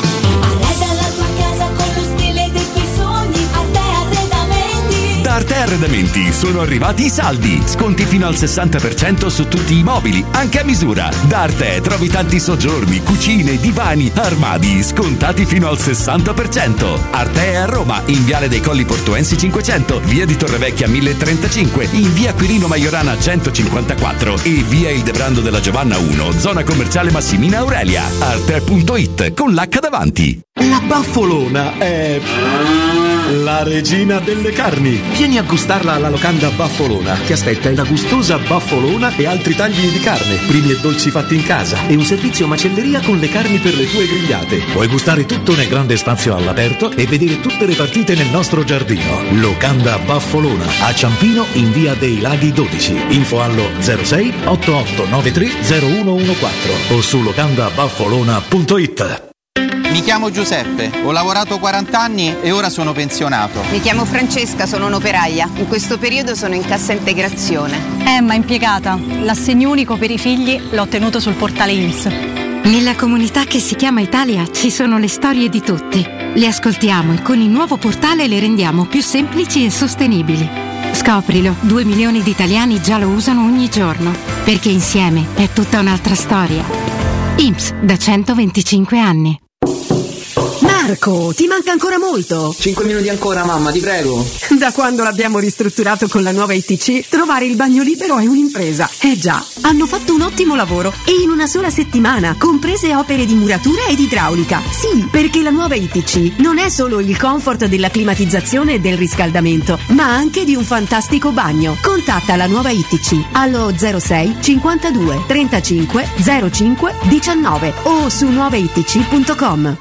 Arreda la tua casa con lo stile dei tuoi sogni, Arte Arredamenti. Da Arte Arredamenti, sono arrivati i saldi. Sconti fino al sessanta per cento su tutti i mobili, anche a misura. Da Arte trovi tanti soggiorni, cucine, divani, armadi, scontati fino al sessanta per cento. Arte è a Roma, in Viale dei Colli Portuensi cinquecento, Via di Torrevecchia mille trentacinque, in Via Quirino Maiorana centocinquantaquattro e Via Il Debrando della Giovanna uno, zona commerciale Massimina Aurelia. Arte punto it con l'H davanti. La Baffolona è la regina delle carni. Vieni a gustarla alla locanda Baffolona. Ti aspetta una gustosa baffolona e altri tagli di carne, primi e dolci fatti in casa e un servizio macelleria con le carni per le tue grigliate. Puoi gustare tutto nel grande spazio all'aperto e vedere tutte le partite nel nostro giardino. Locanda Baffolona a Ciampino in via dei Laghi dodici. Info allo zero sei otto otto nove tre zero uno uno quattro o su locanda baffolona punto it. Mi chiamo Giuseppe, ho lavorato quaranta anni e ora sono pensionato. Mi chiamo Francesca, sono un'operaia. In questo periodo sono in cassa integrazione. Emma, impiegata. L'assegno unico per i figli l'ho ottenuto sul portale I N P S. Nella comunità che si chiama Italia ci sono le storie di tutti. Le ascoltiamo e con il nuovo portale le rendiamo più semplici e sostenibili. Scoprilo, due milioni di italiani già lo usano ogni giorno, perché insieme è tutta un'altra storia. I N P S da centoventicinque anni. Marco, ti manca ancora molto. cinque minuti ancora, mamma, ti prego. Da quando l'abbiamo ristrutturato con la nuova I T C, trovare il bagno libero è un'impresa. Eh già, hanno fatto un ottimo lavoro e in una sola settimana, comprese opere di muratura ed idraulica. Sì, perché la nuova I T C non è solo il comfort della climatizzazione e del riscaldamento, ma anche di un fantastico bagno. Contatta la nuova I T C allo zero sei cinquantadue trentacinque zero cinque diciannove o su nuovaitc punto com.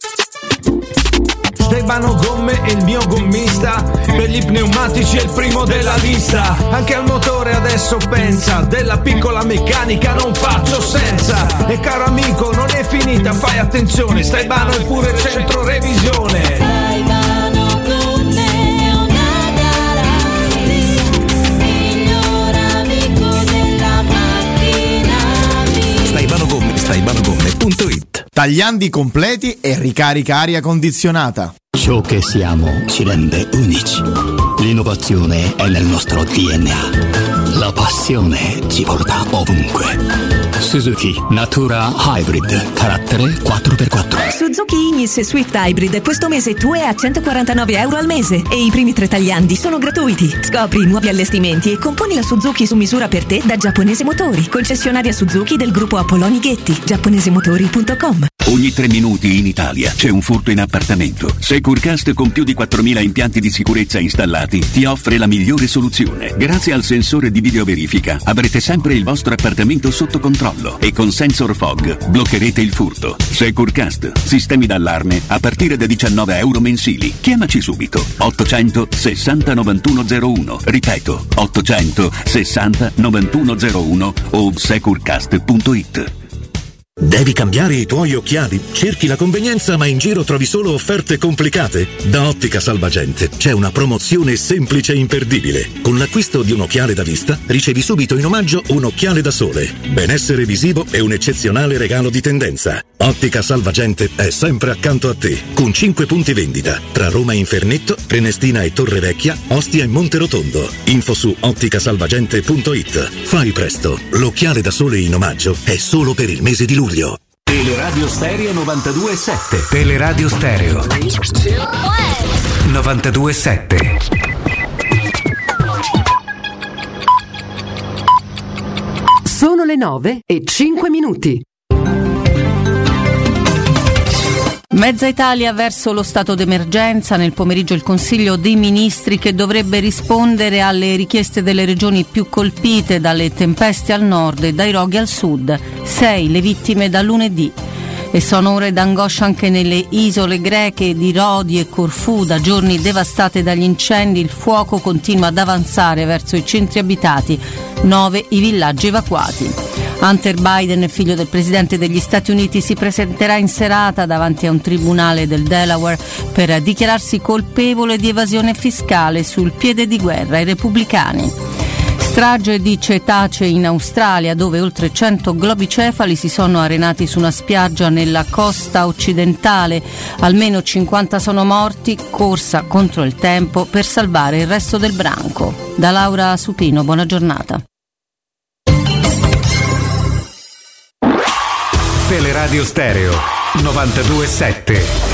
Stefano Gomme è il mio gommista, per gli pneumatici è il primo della lista. Anche al motore adesso pensa, della piccola meccanica non faccio senza. E caro amico, non è finita, fai attenzione, Stefano è pure centro revisione. Stefano Gomme è una garanzia, miglior amico della macchina mia. Stefano Gomme, stefano gomme punto it. Tagliandi completi e ricarica aria condizionata. Ciò che siamo ci rende unici. L'innovazione è nel nostro D N A. La passione ci porta ovunque. Suzuki Natura Hybrid, carattere quattro per quattro. Suzuki Ignis Swift Hybrid questo mese tu è a centoquarantanove euro al mese e i primi tre tagliandi sono gratuiti. Scopri i nuovi allestimenti e componi la Suzuki su misura per te da Giapponese Motori, concessionaria Suzuki del gruppo Apolloni Ghetti, giapponesemotori punto com. Ogni tre minuti in Italia c'è un furto in appartamento. Securcast, con più di quattromila impianti di sicurezza installati, ti offre la migliore soluzione. Grazie al sensore di videoverifica avrete sempre il vostro appartamento sotto controllo e con Sensor Fog bloccherete il furto. Securcast, sistemi d'allarme a partire da diciannove euro mensili. Chiamaci subito ottocento sessanta novantuno zero uno. Ripeto, ottocento sessanta novantuno zero uno o securcast punto it. Devi cambiare i tuoi occhiali? Cerchi la convenienza ma in giro trovi solo offerte complicate? Da Ottica Salvagente c'è una promozione semplice e imperdibile. Con l'acquisto di un occhiale da vista ricevi subito in omaggio un occhiale da sole. Benessere visivo e un eccezionale regalo di tendenza. Ottica Salvagente è sempre accanto a te, con cinque punti vendita tra Roma e Infernetto, Prenestina e Torrevecchia, Ostia e Monterotondo. Info su ottica salvagente punto it. Fai presto, l'occhiale da sole in omaggio è solo per il mese di luglio. Teleradio Stereo novantadue e sette. Teleradio Stereo novantadue e sette. Sono le nove e cinque minuti. Mezza Italia verso lo stato d'emergenza. Nel pomeriggio il Consiglio dei Ministri che dovrebbe rispondere alle richieste delle regioni più colpite dalle tempeste al nord e dai roghi al sud. Sei le vittime da lunedì. E sono ore d'angoscia anche nelle isole greche di Rodi e Corfù, da giorni devastate dagli incendi. Il fuoco continua ad avanzare verso i centri abitati, nove i villaggi evacuati. Hunter Biden, figlio del presidente degli Stati Uniti, si presenterà in serata davanti a un tribunale del Delaware per dichiararsi colpevole di evasione fiscale. Sul piede di guerra i repubblicani. Strage di cetacei in Australia, dove oltre cento globicefali si sono arenati su una spiaggia nella costa occidentale. Almeno cinquanta sono morti, corsa contro il tempo per salvare il resto del branco. Da Laura Supino, buona giornata. Teleradio Stereo novantadue sette.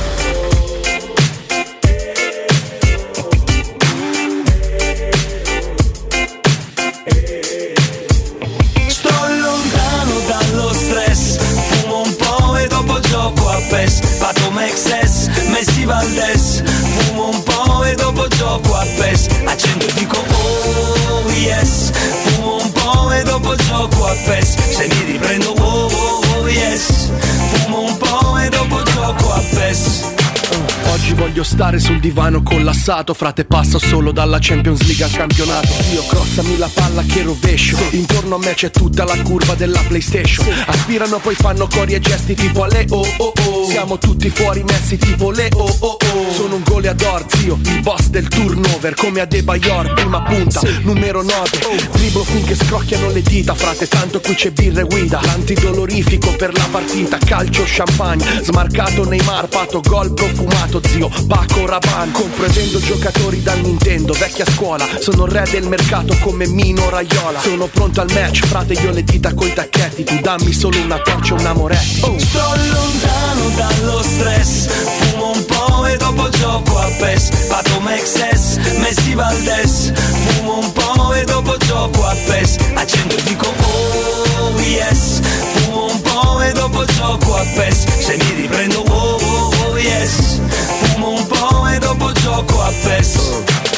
Gioco a P E S, Pato Excess, Messi Valdes. Fumo un po' e dopo gioco a P E S. Accendo e dico oh yes. Fumo un po' e dopo gioco a P E S. Se mi riprendo oh oh oh yes. Fumo un po' e dopo gioco a P E S. Oggi voglio stare sul divano collassato, frate, passo solo dalla Champions League al campionato. Io crossami la palla che rovescio, intorno a me c'è tutta la curva della PlayStation. Aspirano poi fanno cori e gesti tipo le oh oh oh. Siamo tutti fuori messi tipo le oh oh oh. Sono un goleador, zio, il boss del turnover, come Adebayor, prima punta, numero nove. Driblo finché scrocchiano le dita, frate, tanto qui c'è birra e guida. L'antidolorifico per la partita, calcio, champagne, smarcato Neymar, pato, gol profumato, zio, Paco Rabanne. Compro e vendo giocatori dal Nintendo, vecchia scuola, sono re del mercato come Mino Raiola. Sono pronto al match, frate, io le dita coi tacchetti, tu dammi solo una torcia e un amoretti. Oh. Sto lontano dallo stress, fumo un po' e dopo gioco a P E S. Pato Excess, Messi Valdes. Fumo un po' e dopo gioco a P E S. Accendo e dico oh yes. Fumo un po' e dopo gioco a P E S. Se mi riprendo oh oh oh yes. Fumo un po' e dopo gioco a P E S.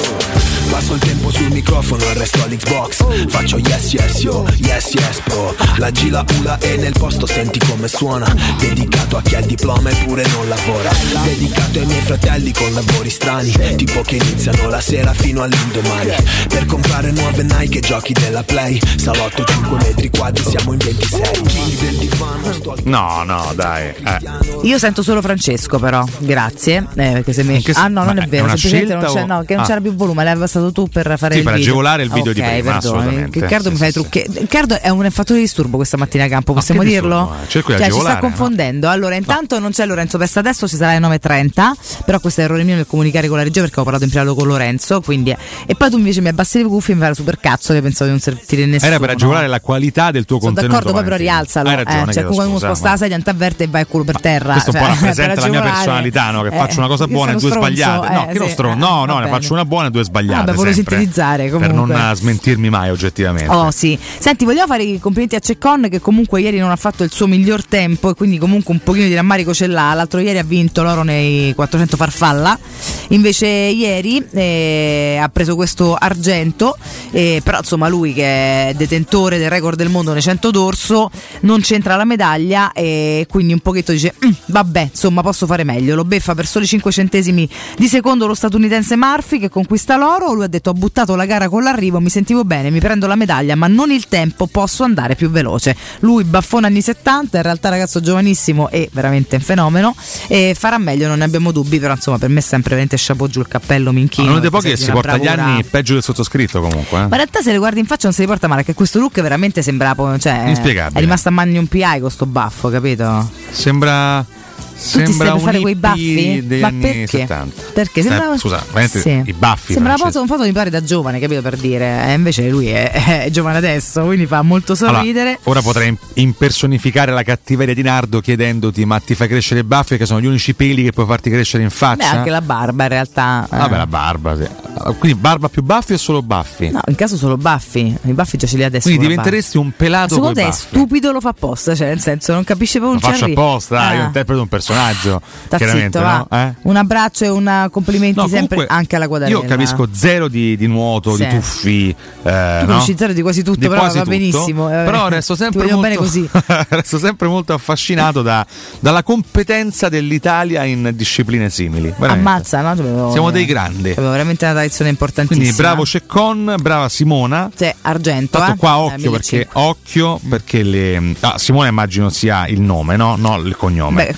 Passo il tempo sul microfono e resto all'Xbox. Faccio yes yes yo, yes yes bro. La Gila Ula è nel posto, senti come suona. Dedicato a chi ha il diploma eppure non lavora. Dedicato ai miei fratelli con lavori strani, tipo che iniziano la sera fino all'indomani. Per comprare nuove Nike e giochi della Play. Salotto cinque metri quadri, siamo in ventisei. King del divano, sto... No, no, dai. Eh. Io sento solo Francesco però, grazie. Eh, perché se mi... Ah no, non è vero, è semplicemente non, c'è, o... no, che non ah. c'era più volume, l'hai abbassato tu per fare sì, il per video. agevolare il video okay, di prima, assolutamente. Riccardo sì, mi fai sì, trucchi. Riccardo è un fattore di disturbo questa mattina a campo, possiamo dirlo? Cerco di cioè, agevolare, ci sta confondendo. No? Allora, intanto no. non c'è Lorenzo Pesta, adesso ci sarà alle nove e trenta, però questo è errore mio nel comunicare con la regia perché ho parlato in privato con Lorenzo, quindi e poi tu invece mi abbassi le cuffie e mi fai la super cazzo che pensavo di non sentire nessuno. Era per agevolare la qualità del tuo Sono contenuto. Sono d'accordo, poi però rialzalo. Hai ragione, eh, cioè, quando uno sposta la sedia non t'avverte e vai a culo per terra. Questo cioè, un po' rappresenta per la mia personalità, no? Che eh, faccio una cosa buona e due stronzo, sbagliate. Eh, no, che sì, non stronzo. eh, No, no, ne bene. faccio una buona e due sbagliate. Ah, beh, volevo sempre, sintetizzare comunque. per non smentirmi mai oggettivamente. Oh sì. Senti, vogliamo fare i complimenti a Ceccon che comunque ieri non ha fatto il suo miglior tempo e quindi comunque un pochino di rammarico ce l'ha. L'altro ieri ha vinto l'oro nei quattrocento farfalla, invece ieri eh, ha preso questo argento, eh, però insomma lui che è detentore del record del mondo nei cento d'orso non c'entra la medaglia e quindi un pochetto dice mm, vabbè insomma posso fare meglio. Lo beffa per soli cinque centesimi di secondo lo statunitense Murphy che conquista l'oro. Lui ha detto ho buttato la gara con l'arrivo, mi sentivo bene, mi prendo la medaglia ma non il tempo, posso andare più veloce. Lui baffone anni settanta, in realtà ragazzo giovanissimo e veramente un fenomeno e farà meglio, non ne abbiamo dubbi, però insomma per me è sempre veramente chapeau giù il cappello minchino. Ma uno dei pochi che si porta bravura. gli anni peggio del sottoscritto comunque. Eh? Ma in realtà se le guardi in faccia non si riporta male, che questo look veramente sembra cioè, inspiegabile. È rimasto a Magnum P I con sto baffo, capito? Sembra Tu ti stai per fare quei baffi? degli Ma anni perché? settanta. Perché sembra eh, scusa, veramente sì. i baffi. Sembra Francesco. una foto di pare da giovane, capito per dire? E invece lui è, è giovane adesso, quindi fa molto sorridere. Allora, ora potrei impersonificare la cattiveria di Nardo chiedendoti: ma ti fai crescere i baffi che sono gli unici peli che puoi farti crescere in faccia? Beh, anche la barba in realtà. Eh. Vabbè, la barba, sì. Quindi barba più baffi o solo baffi? No, in caso solo baffi. I baffi già ce li ha adesso. Quindi diventeresti un pelato. Secondo te è baffi. stupido, lo fa apposta, cioè nel senso non capisce proprio Lo faccio apposta, ah. io interpreto un personaggio. Sta chiaramente, zitto, no? eh? Un abbraccio e un complimenti no, sempre anche alla Quadarella. Io capisco zero di, di nuoto, sì. di tuffi. Eh, tu no? conosci zero di quasi tutto, di però quasi va tutto, benissimo. Però resto sempre, molto, bene così. resto sempre molto affascinato da, dalla competenza dell'Italia in discipline simili. Veramente. Ammazza, no? Avevo, Siamo dei grandi. Avevo veramente una tradizione importantissima. Quindi bravo Ceccon, brava Simona. Sì, argento. Tanto eh? qua occhio eh, perché occhio perché le ah, Simona immagino sia il nome, no? No il cognome. Beh, Quadarella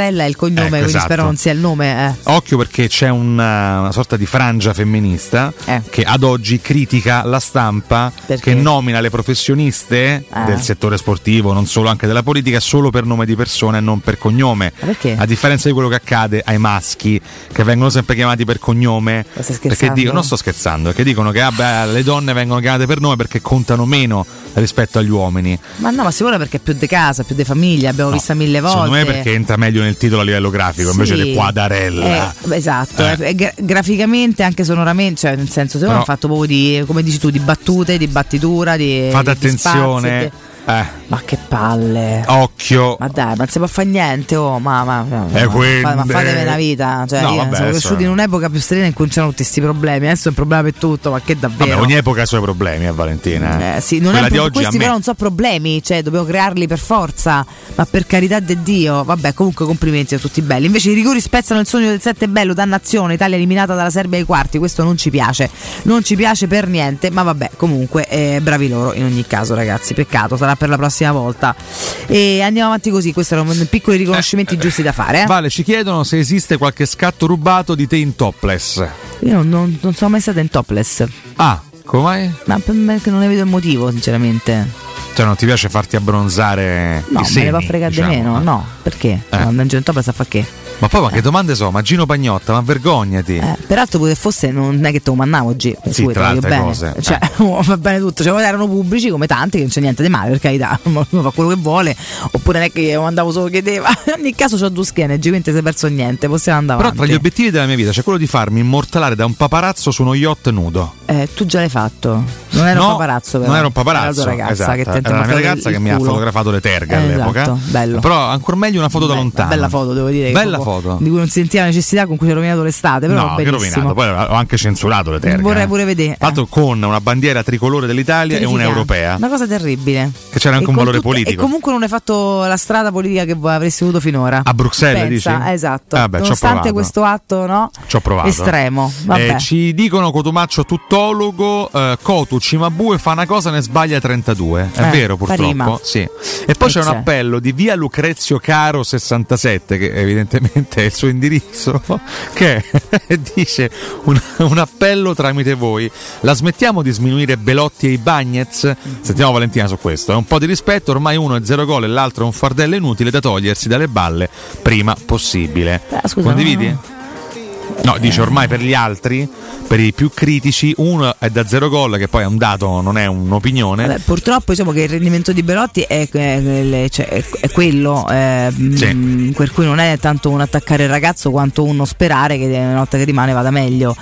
Barella è il cognome, ecco, quindi esatto. spero non sia il nome. Eh. Occhio, perché c'è una, una sorta di frangia femminista eh. che ad oggi critica la stampa Perché? che nomina le professioniste eh. del settore sportivo, non solo, anche della politica, solo per nome di persona e non per cognome. Ma perché? A differenza di quello che accade ai maschi, che vengono sempre chiamati per cognome. Ma stai Perché scherzando? dicono, non sto scherzando, perché dicono che ah, beh, le donne vengono chiamate per nome perché contano meno rispetto agli uomini. Ma no, ma sicuro perché è più di casa, più di famiglia, abbiamo No, vista mille volte. Secondo me perché entra meglio nel titolo a livello grafico, invece Sì. di Quadarella. Eh, esatto, Eh. eh, gra- graficamente anche sonoramente, cioè nel senso, se uno Però- ha fatto proprio di, come dici tu, di battute, di battitura, di Fate di attenzione. spazi, di- Eh, Ma che palle. occhio. Ma dai, ma non si può fare niente, oh, ma, ma, ma, Eh, ma, quindi- ma fatemi una vita. Cioè, No, io vabbè, sono adesso- cresciuti in un'epoca più serena in cui non c'erano tutti questi problemi. Adesso è un problema per tutto, ma che davvero. Vabbè, ogni epoca ha i suoi problemi, eh, Valentina. Eh, sì, non è Quella un di pro- oggi questi a me. però non sono problemi, cioè dobbiamo crearli per forza, ma per carità di Dio. Vabbè, comunque complimenti a tutti belli. Invece i rigori spezzano il sogno del sette bello, dannazione, Italia eliminata dalla Serbia ai quarti, questo non ci piace, non ci piace per niente, ma vabbè, comunque eh, bravi loro in ogni caso, ragazzi, peccato, sarà per la prossima volta. E andiamo avanti così, questi erano piccoli riconoscimenti giusti da fare. Eh? Vale, ci chiedono se esiste qualche scatto rubato di te in topless. Io non, non, non sono mai stata in topless. Ah, come mai? Ma per me che non ne vedo il motivo, sinceramente. Cioè, non ti piace farti abbronzare No, i me seni, ne va a fregare diciamo, di meno, eh? no, perché? Eh. No, andare in topless a fa che? Ma poi ma che domande so? Ma Gino Pagnotta, ma vergognati. Eh, peraltro pure se fosse non è che te lo mandavo oggi, per Sì, cui tra te lo voglio altre bene. cose. Cioè, va bene tutto, cioè, erano pubblici come tanti che non c'è niente di male, per carità, uno fa quello che vuole, oppure non è che io mandavo solo chiedeva. In ogni caso c'ho due schiene, G quindi non si è perso niente, possiamo andare Però avanti. tra gli obiettivi della mia vita c'è quello di farmi immortalare da un paparazzo su uno yacht nudo. Eh, tu già l'hai fatto. Non era No, un paparazzo, però. non era un paparazzo, Era la tua ragazza esatto. che tenta Era la mia di ragazza il che mi ha culo. fotografato le terghe Eh, all'epoca. esatto, bello. Però ancora meglio una foto da Beh, lontano. Bella foto, devo dire. Bella proprio, foto. Di cui non si sentiva necessità, con cui ci hai rovinato l'estate, però No, che bellissimo. rovinato. Poi ho anche censurato le terghe. Vorrei eh. pure vedere. Tra l'altro con una bandiera tricolore dell'Italia e una europea. Una cosa terribile. Che c'era anche E un con valore tutto- politico. E comunque non hai fatto la strada politica che avresti avuto finora. A Bruxelles, Pensa, dici? esatto. Ah, beh, ci ho Nonostante provato. questo atto, no? Ci ho provato. Estremo. Vabbè. Eh, ci dicono Cotumaccio tuttologo, eh, Cotu Cimabue fa una cosa ne sbaglia trentadue. È Eh, vero purtroppo. Parima. Sì. E poi E c'è un c'è. appello di via Lucrezio Caro sessantasette, che evidentemente è il suo indirizzo, che dice un, un appello tramite voi. La smettiamo di sminuire Belotti e i Bagnez? Sentiamo Valentina su questo. È un po' di rispetto, ormai uno è zero gol e l'altro è un fardello inutile da togliersi dalle balle prima possibile. Eh, scusa, Condividi? no, No, dice ormai per gli altri, per i più critici, uno è da zero gol, che poi è un dato, non è un'opinione. Vabbè, purtroppo diciamo che il rendimento di Belotti è, è, cioè, è, è quello, eh, Sì. mh, per cui non è tanto un attaccare il ragazzo quanto uno sperare che una volta che rimane vada meglio.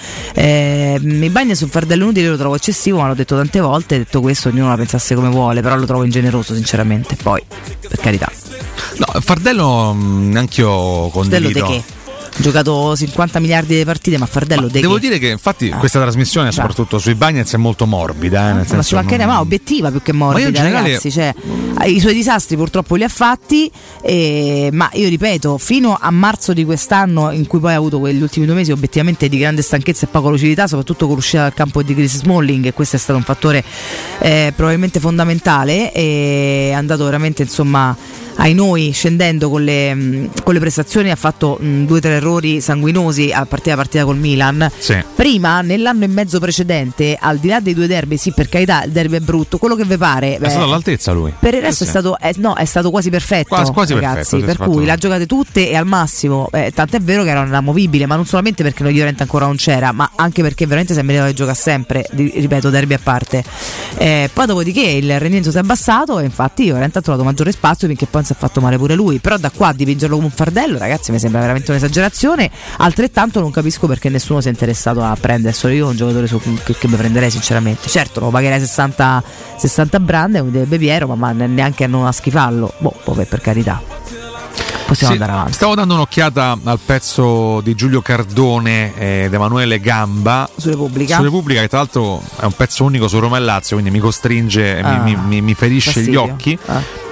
Eh, mi bagna sul fardello inutile, lo trovo eccessivo, ma l'ho detto tante volte, detto questo ognuno la pensasse come vuole, però lo trovo ingeneroso sinceramente, poi per carità. No, Fardello mh, anch'io Fardello condivido. de che? Giocato cinquanta miliardi di partite, ma Fardello de Devo che? dire che infatti Ah. questa trasmissione, Già. soprattutto sui Bagnets, è molto morbida. Eh, nel Ma senso ci mancherebbe, non- ma obiettiva più che Ma io morbida, in generale- ragazzi. Cioè, i suoi disastri purtroppo li ha fatti, eh, ma io ripeto, fino a marzo di quest'anno, in cui poi ha avuto quegli ultimi due mesi obiettivamente di grande stanchezza e poca lucidità, soprattutto con l'uscita dal campo di Chris Smalling, e questo è stato un fattore eh, probabilmente fondamentale. È andato veramente, insomma, ai noi scendendo con le, mh, con le prestazioni, ha fatto mh, due o tre errori sanguinosi a partire da partita col Milan. Sì. Prima, nell'anno e mezzo precedente, al di là dei due derby, sì, per carità, il derby è brutto, quello che vi pare. È beh, stato all'altezza lui. per il resto Sì, è stato, è, no, è stato quasi perfetto, Quasi- quasi ragazzi. perfetto, sì, per fatto- cui l'ha giocate tutte e al massimo. Eh, tant'è vero che era inamovibile, ma non solamente perché noi Llorente ancora non c'era, ma anche perché veramente si è meritato di giocare sempre. di- ripeto, derby a parte. Eh, poi, dopodiché, il rendimento si è abbassato e infatti Llorente ha trovato maggiore spazio finché poi non si è fatto male pure lui. Però da qua a dipingerlo come un fardello, ragazzi, mi sembra veramente un'esagerazione. Altrettanto non capisco perché nessuno si è interessato a prendere solo io un giocatore su, che, che mi prenderei sinceramente. Certo, lo pagherei sessanta, sessanta brand, un direbbe Piero, ma, ma neanche a non a schifarlo. Boh, poi per carità. Possiamo Sì, andare avanti. stavo dando un'occhiata al pezzo di Giulio Cardone ed Emanuele Gamba su Repubblica. su Repubblica, che tra l'altro è un pezzo unico su Roma e Lazio, quindi mi costringe, Ah, mi, mi, mi ferisce fastidio. gli occhi. Ah.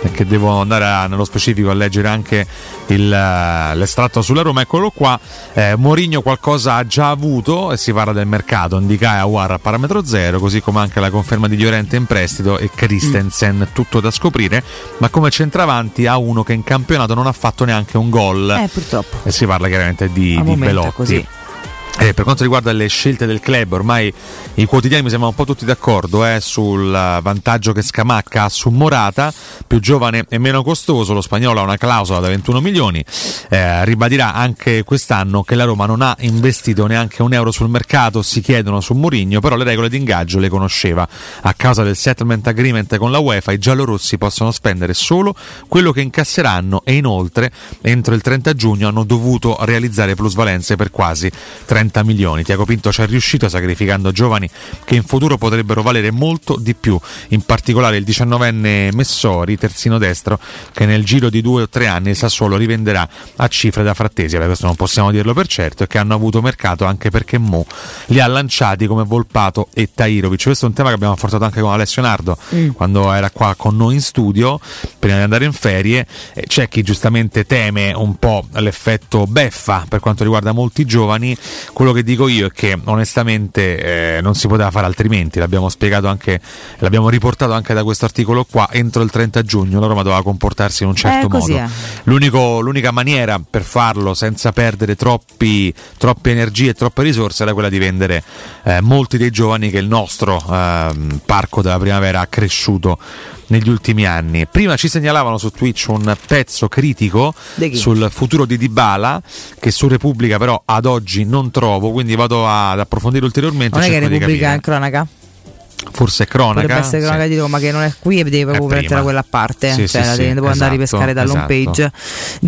che devo andare a, nello specifico a leggere anche il, l'estratto sulla Roma. Eccolo qua. eh, Mourinho qualcosa ha già avuto e si parla del mercato, Ndicai, Aouar a parametro zero, così come anche la conferma di Llorente in prestito e Christensen, mm. tutto da scoprire, ma come centravanti ha uno che in campionato non ha fatto neanche un gol, eh, purtroppo. E si parla chiaramente di, di Belotti. Così. Eh, per quanto riguarda le scelte del club, ormai i quotidiani mi sembrano un po' tutti d'accordo eh, sul vantaggio che Scamacca ha su Morata, più giovane e meno costoso. Lo spagnolo ha una clausola da ventuno milioni, eh, ribadirà anche quest'anno che la Roma non ha investito neanche un euro sul mercato, si chiedono su Mourinho, però le regole di ingaggio le conosceva. A causa del settlement agreement con la UEFA i giallorossi possono spendere solo quello che incasseranno e inoltre entro il trenta giugno hanno dovuto realizzare plusvalenze per quasi trenta milioni. Tiago Pinto ci è riuscito sacrificando giovani che in futuro potrebbero valere molto di più, in particolare il diciannovenne Messori, terzino destro, che nel giro di due o tre anni il Sassuolo rivenderà a cifre da Frattesi. Questo non possiamo dirlo per certo, e che hanno avuto mercato anche perché Mo li ha lanciati come Volpato e Tahirovic. Questo è un tema che abbiamo affrontato anche con Alessio Nardo mm. quando era qua con noi in studio prima di andare in ferie. C'è chi giustamente teme un po' l'effetto beffa per quanto riguarda molti giovani. Quello che dico io è che onestamente eh, non si poteva fare altrimenti, l'abbiamo spiegato anche, l'abbiamo riportato anche da questo articolo qua. Entro il trenta giugno la Roma doveva comportarsi in un certo eh, modo. L'unico, l'unica maniera per farlo senza perdere troppi, troppe energie e troppe risorse era quella di vendere eh, molti dei giovani che il nostro eh, parco della primavera ha cresciuto negli ultimi anni. Prima ci segnalavano su Twitch un pezzo critico sul futuro di Dybala che su Repubblica però ad oggi non trovo, quindi vado ad approfondire ulteriormente. Non è che Repubblica è in cronaca? Forse è cronaca. Potrebbe essere cronaca sì. di Roma, che non è qui e devi proprio prenderla quella a parte, sì, cioè sì, la sì, devo esatto, andare a ripescare dall'home page esatto.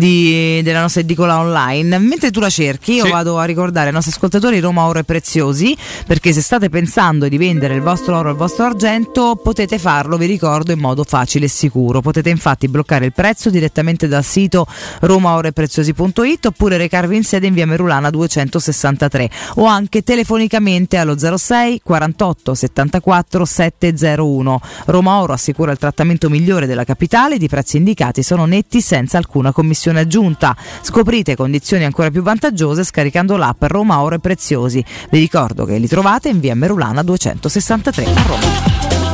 di, della nostra edicola online. Mentre tu la cerchi io sì. vado a ricordare ai nostri ascoltatori Roma Oro e Preziosi, perché se state pensando di vendere il vostro oro e il vostro argento potete farlo, vi ricordo, in modo facile e sicuro. Potete infatti bloccare il prezzo direttamente dal sito roma oro e preziosi punto it oppure recarvi in sede in via Merulana duecentosessantatré o anche telefonicamente allo zero sei quarantotto settantaquattro settecento uno. Roma Oro assicura il trattamento migliore della capitale, i prezzi indicati sono netti senza alcuna commissione aggiunta. Scoprite condizioni ancora più vantaggiose scaricando l'app Roma Oro e Preziosi. Vi ricordo che li trovate in via Merulana duecentosessantatré a Roma.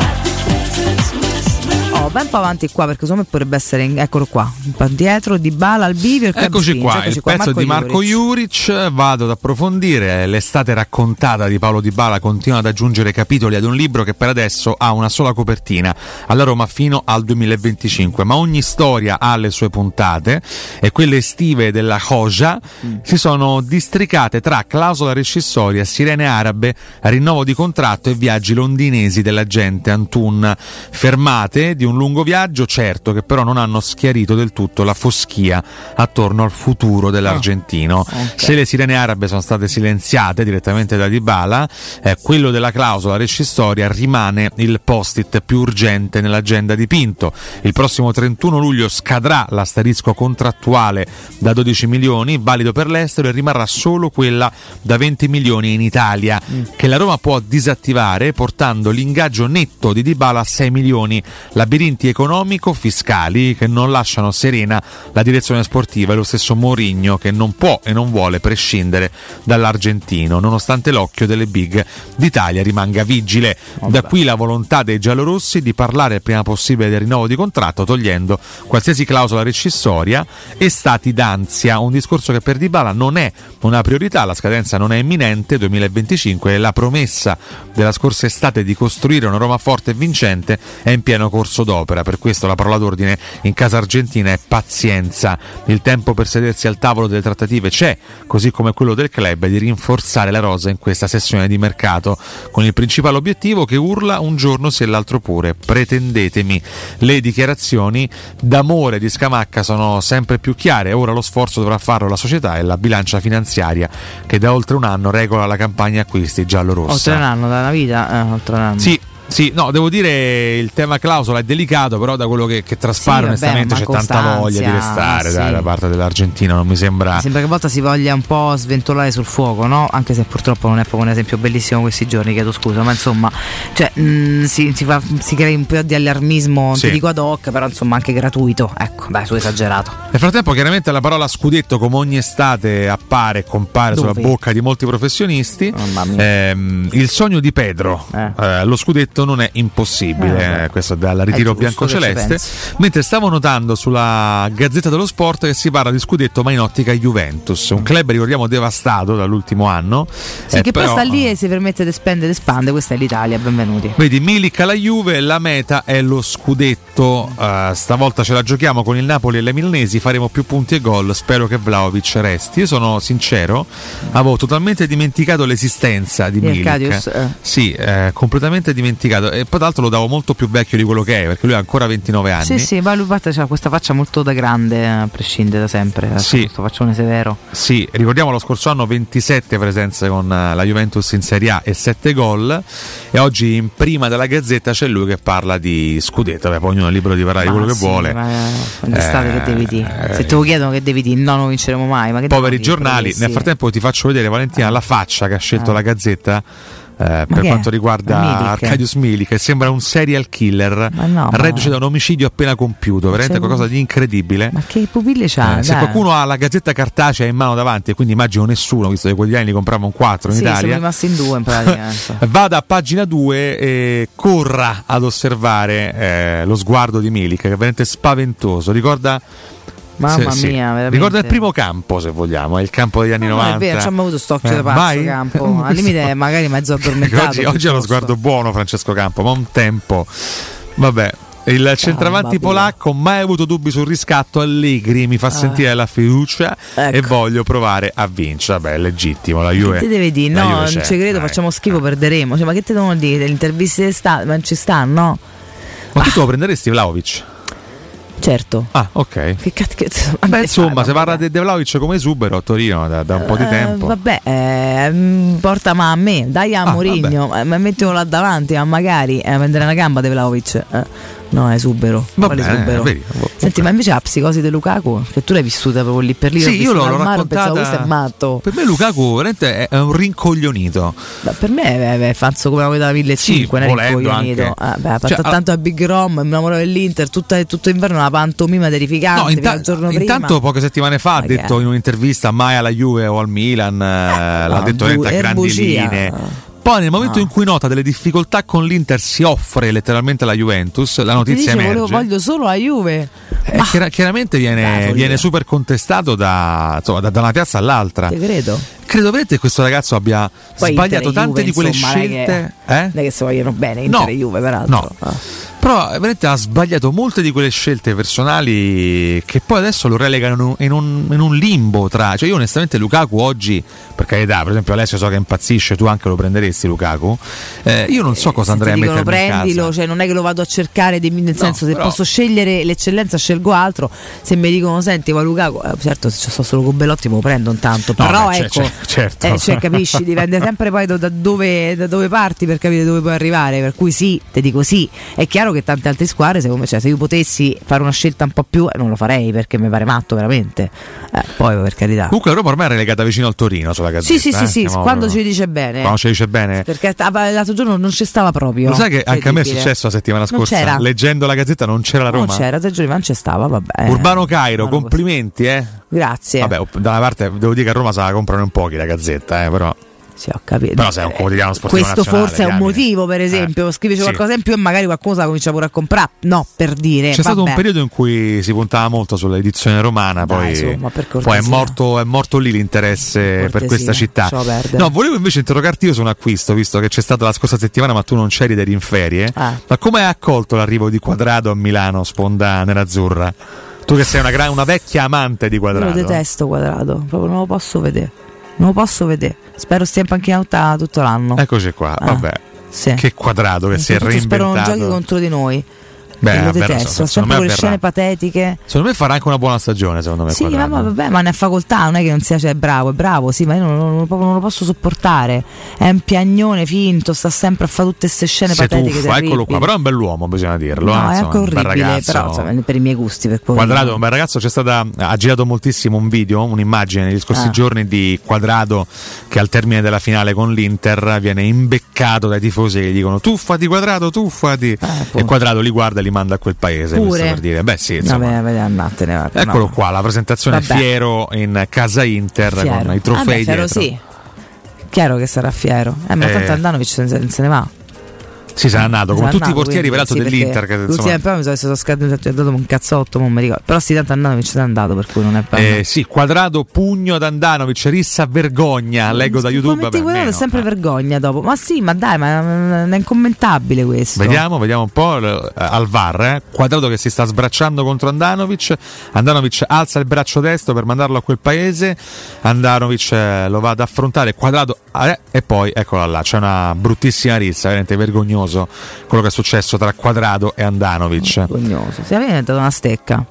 Oh, ben po' avanti qua perché secondo me potrebbe essere in, eccolo qua, un po' dietro Dybala al bivio. Il eccoci spinge, qua, eccoci il qua, pezzo Marco di Marco Juric. Juric. Vado ad approfondire l'estate raccontata di Paolo Dybala, continua ad aggiungere capitoli ad un libro che per adesso ha una sola copertina alla Roma fino al duemilaventicinque, ma ogni storia ha le sue puntate e quelle estive della Hoja mm. si sono districate tra clausola rescissoria, sirene arabe, rinnovo di contratto e viaggi londinesi dell'agente Antun, fermate di un lungo viaggio, certo, che però non hanno schiarito del tutto la foschia attorno al futuro dell'argentino. Oh, okay. Se le sirene arabe sono state silenziate direttamente da Dybala, eh, quello della clausola rescissoria rimane il post-it più urgente nell'agenda di Pinto. Il prossimo trentuno luglio scadrà l'asterisco contrattuale da dodici milioni, valido per l'estero, e rimarrà solo quella da venti milioni in Italia, mm. che la Roma può disattivare portando l'ingaggio netto di Dybala a sei milioni. Labirinti economico-fiscali che non lasciano serena la direzione sportiva e lo stesso Mourinho, che non può e non vuole prescindere dall'argentino, nonostante l'occhio delle big d'Italia rimanga vigile. Vabbè. Da qui la volontà dei giallorossi di parlare il prima possibile del rinnovo di contratto, togliendo qualsiasi clausola rescissoria e stati d'ansia, un discorso che per Dybala non è una priorità, la scadenza non è imminente, duemilaventicinque, e la promessa della scorsa estate di costruire una Roma forte e vincente è in pieno corso d'opera. Per questo la parola d'ordine in casa argentina è pazienza. Il tempo per sedersi al tavolo delle trattative c'è, così come quello del club di rinforzare la rosa in questa sessione di mercato, con il principale obiettivo che urla un giorno sì e l'altro pure: pretendetemi. Le dichiarazioni d'amore di Scamacca sono sempre più chiare, ora lo sforzo dovrà farlo la società e la bilancia finanziaria che da oltre un anno regola la campagna acquisti giallorossa. Oltre un anno, da una vita? Eh, oltre un anno. Sì. Sì, no, devo dire il tema clausola è delicato, però da quello che, che traspare sì, onestamente vabbè, c'è tanta voglia di restare sì. da, da parte dell'Argentina, non mi sembra... Mi sembra che a volte si voglia un po' sventolare sul fuoco, no? Anche se purtroppo non è proprio un esempio bellissimo questi giorni, chiedo scusa, ma insomma, cioè, mh, si, si, fa, si crea un po' di allarmismo, non sì. ti dico ad hoc, però insomma anche gratuito, ecco, beh, su esagerato. Nel frattempo chiaramente la parola scudetto come ogni estate appare e compare Dove? sulla bocca di molti professionisti. Ehm, il sogno di Pedro, eh. Eh, lo scudetto non è impossibile, eh, questo dal ritiro biancoceleste, mentre stavo notando sulla Gazzetta dello Sport che si parla di scudetto ma in ottica Juventus, un club ricordiamo devastato dall'ultimo anno. Sì, eh, che però, poi sta lì e si permette di spendere e spande, questa è l'Italia, benvenuti. Vedi, Milik alla Juve, la meta è lo scudetto, uh, stavolta ce la giochiamo con il Napoli e le milanesi, faremo più punti e gol, spero che Vlahovic resti. Io sono sincero, avevo totalmente dimenticato l'esistenza di Milik, Arcadius, eh. sì, eh, completamente dimenticato, e poi tra l'altro lo davo molto più vecchio di quello che è, perché lui ha ancora ventinove anni. Sì, sì, ma lui parte, c'ha questa faccia molto da grande, a prescindere da sempre, sì. questo faccione severo. Sì, ricordiamo lo scorso anno ventisette presenze con la Juventus in Serie A e sette gol, e oggi in prima della Gazzetta c'è lui che parla di scudetto. Beh, poi ognuno è libero di parlare ma di quello sì, che vuole. Ma l'estate eh, che devi dire? eh, Se te lo chiedono che devi dire, no, non vinceremo mai. Ma che poveri devi giornali. dire? Nel frattempo ti faccio vedere, Valentina, la faccia che ha scelto eh. la Gazzetta. Eh, per che quanto è? riguarda Milik. Arcadius Milik, che sembra un serial killer, no, reduce da un omicidio appena compiuto, veramente c'è qualcosa di incredibile. Ma che pupille c'ha? Eh, se dai. qualcuno ha la Gazzetta cartacea in mano davanti, e quindi immagino nessuno, visto che i quotidiani li compriamo un quattro in sì, Italia, siamo rimasti in due in pratica. vada a pagina due e corra ad osservare eh, lo sguardo di Milik, che è veramente spaventoso. Ricorda Mamma sì, mia, sì. veramente. Ricorda il primo campo, se vogliamo, è il campo degli anni no, novanta. Non è vero, ci abbiamo avuto st'occhio eh, da pazzo mai? Campo. Al limite magari mezzo addormentato. oggi, oggi ha lo sguardo buono Francesco Campo, ma un tempo. Vabbè. Il centravanti polacco, mai avuto dubbi sul riscatto. Allegri mi fa ah. sentire la fiducia, ecco. E voglio provare a vincere. Vabbè, è legittimo, la Juve. Che te devi dire? No, non ci credo, dai. Facciamo schifo, perderemo. Cioè, ma che te devono dire? Le interviste sta- ma ci stanno? Ma tu te lo prenderesti Vlahovic? Certo. Ah, ok. Che cazzo. Beh, insomma, se parla di De Vlahovic come esubero a Torino da, da un po' di tempo. Eh, vabbè, eh, porta ma a me, dai a ah, Mourinho, ma mettilo là davanti, ma magari eh, prendere una gamba De Vlahovic. Eh. No, è esubero. Va Quale bene, esubero? Vedi, Senti, ma invece la psicosi di Lukaku, che tu l'hai vissuta proprio lì per lì. Sì, io l'ho raccontata. Pensavo, questo è matto. Per me Lukaku veramente è un rincoglionito. Beh, per me è, è fanzo come la da millecinquecento, sì, non è rincoglionito. Ah, beh, ha fatto cioè, tanto a Big Rom, innamorò dell'Inter, tutta, tutto inverno una pantomima terrificante. No, inta- il giorno intanto prima. poche settimane fa ha ma detto in un'intervista mai alla Juve o al Milan, eh, l'ha detto bu- a grandi linee. Poi nel momento no. in cui nota delle difficoltà con l'Inter si offre letteralmente alla Juventus, la notizia dice, emerge. Volevo, voglio solo la Juve. Eh, chiar- chiaramente viene, viene super contestato da, insomma, da, da una piazza all'altra. Te credo. Credo veramente che questo ragazzo abbia Poi sbagliato Inter tante Juve, di quelle insomma, scelte. Non è, eh? che, che si vogliono bene Inter no, e Juve, peraltro. No. Ah. Però veramente ha sbagliato molte di quelle scelte personali che poi adesso lo relegano in un, in un limbo tra. Cioè io onestamente Lukaku oggi, per carità, per esempio Alessio so che impazzisce, tu anche lo prenderesti Lukaku. Eh, io non so cosa eh, andrei a mettere in prendilo, casa. Cioè non è che lo vado a cercare di, nel senso no, se però... posso scegliere l'eccellenza scelgo altro. Se mi dicono senti ma Lukaku, eh, certo se sto solo con Bellotti me lo prendo intanto. No, però beh, ecco, cioè, certo. eh, cioè, capisci, dipende sempre poi da dove, da dove parti per capire dove puoi arrivare. Per cui sì, ti dico sì. È chiaro che tante altre squadre, secondo me, cioè, se io potessi fare una scelta un po' più, eh, non lo farei perché mi pare matto veramente. Eh, poi per carità. Comunque Roma ormai è relegata vicino al Torino sulla Gazzetta. Sì, sì, sì, eh? sì, quando ci dice bene. Quando ci dice bene. Perché l'altro giorno non ci stava proprio. Lo sai che anche a me è successo la settimana scorsa. Leggendo la Gazzetta non c'era la Roma. Non c'era, tre giorni fa non c'è stava, vabbè. Urbano Cairo, complimenti, eh. Grazie. Vabbè, da una parte devo dire che a Roma se la comprano in pochi la Gazzetta, eh, però. Sì, ho capito. Però sei un quotidiano sportivo questo nazionale, forse è un Camine. motivo, per esempio, eh, scriveci sì. qualcosa in più e magari qualcuno la comincia pure a comprare. No, per dire. C'è vabbè. stato un periodo in cui si puntava molto sull'edizione romana, Dai, poi, insomma, per poi è, morto, è morto lì l'interesse per, per questa città. No, volevo invece interrogarti io su un acquisto, visto che c'è stata la scorsa settimana, ma tu non c'eri, eri in ferie. Ah. Ma come hai accolto l'arrivo di Quadrado a Milano, sponda nerazzurra? Tu che sei una, gran, una vecchia amante di Quadrado. Io lo detesto Quadrado, proprio non lo posso vedere. Non lo posso vedere. Spero stia in panchina tutta, tutto l'anno. Eccoci qua, ah, vabbè. Sì. Che Quadrado che si è reinventato. Spero non giochi contro di noi. Beh, lo vabbè, detesto, so- ha secondo sempre me quelle avverrà. scene patetiche. Secondo me farà anche una buona stagione, secondo me. Sì, ma Quadrado. vabbè, ma ne ha facoltà, non è che non sia, cioè, è bravo, è bravo, sì, ma io non, non, non, non lo posso sopportare. È un piagnone finto, sta sempre a fare tutte queste scene Se patetiche. tuffa, terribili. eccolo qua, però è un bell'uomo, bisogna dirlo. No, eh, è insomma, anche un bel orribile, ragazzo. però insomma, per i miei gusti. Per Quadrado è un bel ragazzo, c'è stata, ha girato moltissimo un video, un'immagine negli scorsi Ah. giorni di Quadrado che al termine della finale con l'Inter viene imbeccato dai tifosi che gli dicono tuffati Quadrado, tuffati, e Quadrado li guarda e li manda a quel paese. Pure. Questo per dire, beh sì, insomma. Vabbè, vabbè, andatene, vabbè, Eccolo no. qua, la presentazione Vabbè. Fiero in casa Inter Fiero. con i trofei Vabbè, Fiero dietro. sì. Chiaro che sarà fiero. Eh, ma Eh. tanto Andanovic se ne, se ne va. Sì, se n'è andato, come Se n'è tutti i andato, portieri quindi, peraltro sì, dell'Inter. perché Che, l'ultima insomma, poi mi sono stato scaduto, ha dato un cazzotto, non mi ricordo. Però sì, tanto Andanovic se n'è andato, per cui non è bello. eh, sì, Quadrado, pugno ad Andanovic, rissa vergogna, leggo da YouTube. Commenti vabbè, Quadrado è meno. sempre vergogna dopo. Ma sì, ma dai, ma è incommentabile questo. Vediamo, vediamo un po' eh, al V A R, eh. Quadrado che si sta sbracciando contro Andanovic. Andanovic alza il braccio destro per mandarlo a quel paese. Andanovic eh, lo va ad affrontare. Quadrado eh, e poi eccola là. C'è una bruttissima rissa, veramente vergognoso quello che è successo tra Quadrado e Andanovic. Vergognoso. Si è diventata una stecca.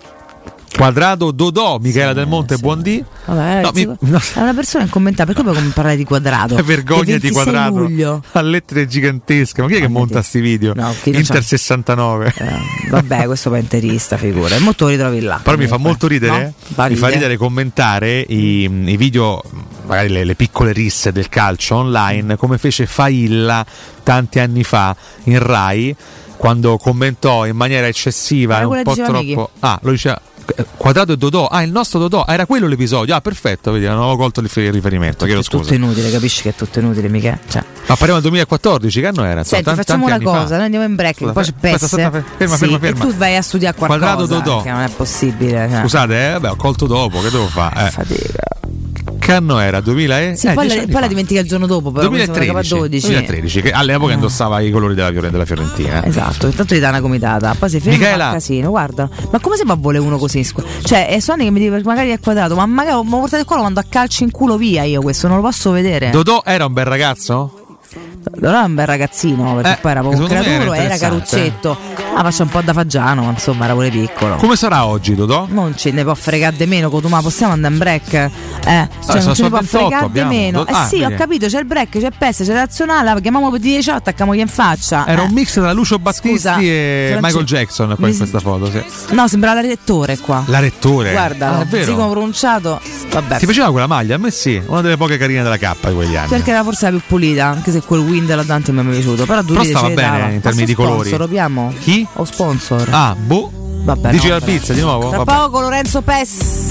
Quadrado Dodò, Michela Del Monte, buon dì. Vabbè, No, ragazzi, mi- no. è una persona incommentabile. Perché poi come parlare di Quadrado? Vergogna Del di ventisei Quadrado luglio. a lettere gigantesche. Ma chi è che monta sti video? chi non Inter c'ha- sessantanove. Eh, vabbè, questo è interista, figura. E molto lo ritrovi là. Però mi fa comunque. molto ridere, No? Fa mi fa ridere. ridere commentare i, i video, magari le, le piccole risse del calcio online, come fece Failla tanti anni fa in Rai, quando commentò in maniera eccessiva Ma e un quella po' diceva troppo. Miki. Ah, lo diceva. eh, Quadrado e Dodò, ah, il nostro Dodò, era quello l'episodio. Ah, perfetto, vedi, non avevo colto il fi- riferimento. Chiedo È tutto scusa. inutile, capisci che è tutto inutile, mica. Cioè. Ma parliamo del duemilaquattordici, che anno era? Insomma, Senti, tan- facciamo tanti una anni cosa, fa. noi andiamo in break, Scusa, poi c'è aspetta, P E S. aspetta, aspetta, ferma, Sì, ferma, ferma. E tu vai a studiare qualcosa. Quadrado Dodò. Che non è possibile. Cioè. Scusate, eh, vabbè, ho colto dopo, che devo fare? Eh. Fatica. Che anno era? duemila e... Sì, eh, poi, dieci la, anni poi la fa. dimentica il giorno dopo, però duemilatredici, dodici. duemilatredici, che all'epoca Ah. indossava i colori della, Fiore- della Fiorentina. Esatto, intanto gli dà una comitata, poi si ferma Michela. fa casino, guarda. Ma come si fa a volere uno così? Scu- Cioè, è Sony che mi dice magari è Quadrato, ma magari ma portate qua lo mando a calci in culo via io questo, non lo posso vedere. Dodò era un bel ragazzo? Allora era un bel ragazzino, perché Eh, poi era proprio un secondo me era creaturo, era interessante. caruccetto. Ah, faccia un po' da fagiano, ma insomma era pure piccolo. Come sarà oggi Dodò? Non ce ne può fregare di meno, Cotuma, possiamo andare in break? Eh, cioè sono non ce ne solo può ventotto fregare di abbiamo. meno. Eh Ah, sì, ho vedi. capito, c'è il break, c'è il P E S, c'è l'azionale, chiamiamo per dieci otto, attacchiamogli in faccia. Era Eh. un mix tra Lucio Battisti Scusa, e se non Michael c'è- Jackson qua Mi- in questa foto. Sì. No, sembra la rettore qua. La rettore. Guarda, Ah, è vero. sì come pronunciato. Vabbè. Ti piaceva quella maglia? A me sì, una delle poche carine della K di quegli anni. Perché era forse la più pulita, anche se quel Wind là davanti non mi è piaciuto. Però due Però stava bene in termini di colori. Sponsor, abbiamo? Chi? O sponsor? Ah, boh. Vabbè, Dici no, la però. pizza di nuovo? Tra Vabbè. poco Lorenzo Pes.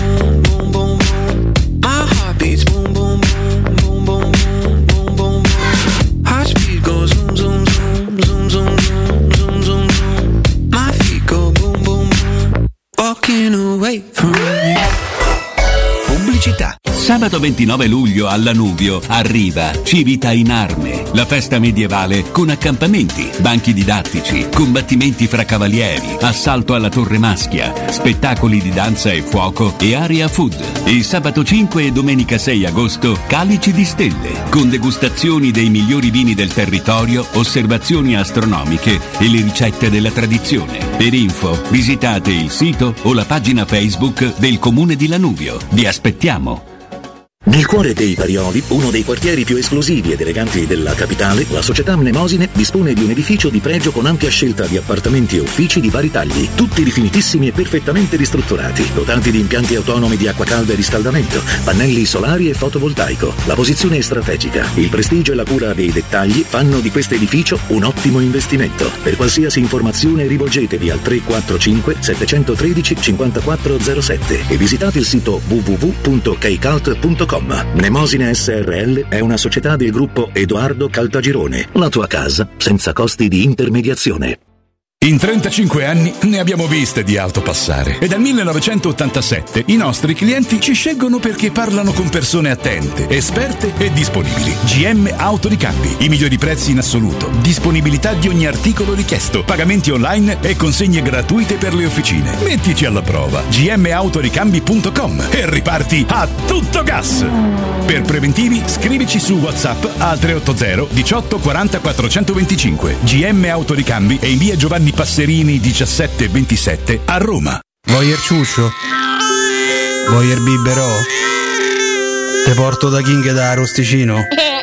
My heart beats boom boom boom boom boom boom boom. Heart speed goes zoom zoom zoom zoom zoom zoom zoom zoom. My feet go boom boom boom. Walking away from me. Pubblicità. Sabato ventinove luglio alla Nubio arriva Civita in Arme, la festa medievale con accampamenti, banchi didattici, combattimenti fra cavalieri, assalto alla Torre Maschia, spettacoli di danza e fuoco e area food. E sabato cinque e domenica sei agosto Calici di Stelle, con degustazioni dei migliori vini del territorio, osservazioni astronomiche e le ricette della tradizione. Per info visitate il sito o la pagina Facebook del Comune di Lanuvio. Vi aspettiamo! Nel cuore dei Parioli, uno dei quartieri più esclusivi ed eleganti della capitale, la società Mnemosine dispone di un edificio di pregio con ampia scelta di appartamenti e uffici di vari tagli, tutti rifinitissimi e perfettamente ristrutturati, dotati di impianti autonomi di acqua calda e riscaldamento, pannelli solari e fotovoltaico. La posizione è strategica, il prestigio e la cura dei dettagli fanno di questo edificio un ottimo investimento. Per qualsiasi informazione rivolgetevi al tre quattro cinque sette uno tre cinque quattro zero sette e visitate il sito w w w punto keicalt punto com. Mnemosine S R L è una società del gruppo Edoardo Caltagirone. La tua casa senza costi di intermediazione. In trentacinque anni ne abbiamo viste di auto passare e dal millenovecentottantasette i nostri clienti ci scelgono perché parlano con persone attente, esperte e disponibili. G M Autoricambi, i migliori prezzi in assoluto, disponibilità di ogni articolo richiesto, pagamenti online e consegne gratuite per le officine. Mettici alla prova g m autoricambi punto com e riparti a tutto gas. Per preventivi scrivici su WhatsApp al tre otto zero diciotto quaranta quattrocentoventicinque. G M Autoricambi e in via Giovanni Passerini diciassette e ventisette a Roma. Vuoi il ciuscio? Vuoi il biberò? Te porto da King da Arosticino?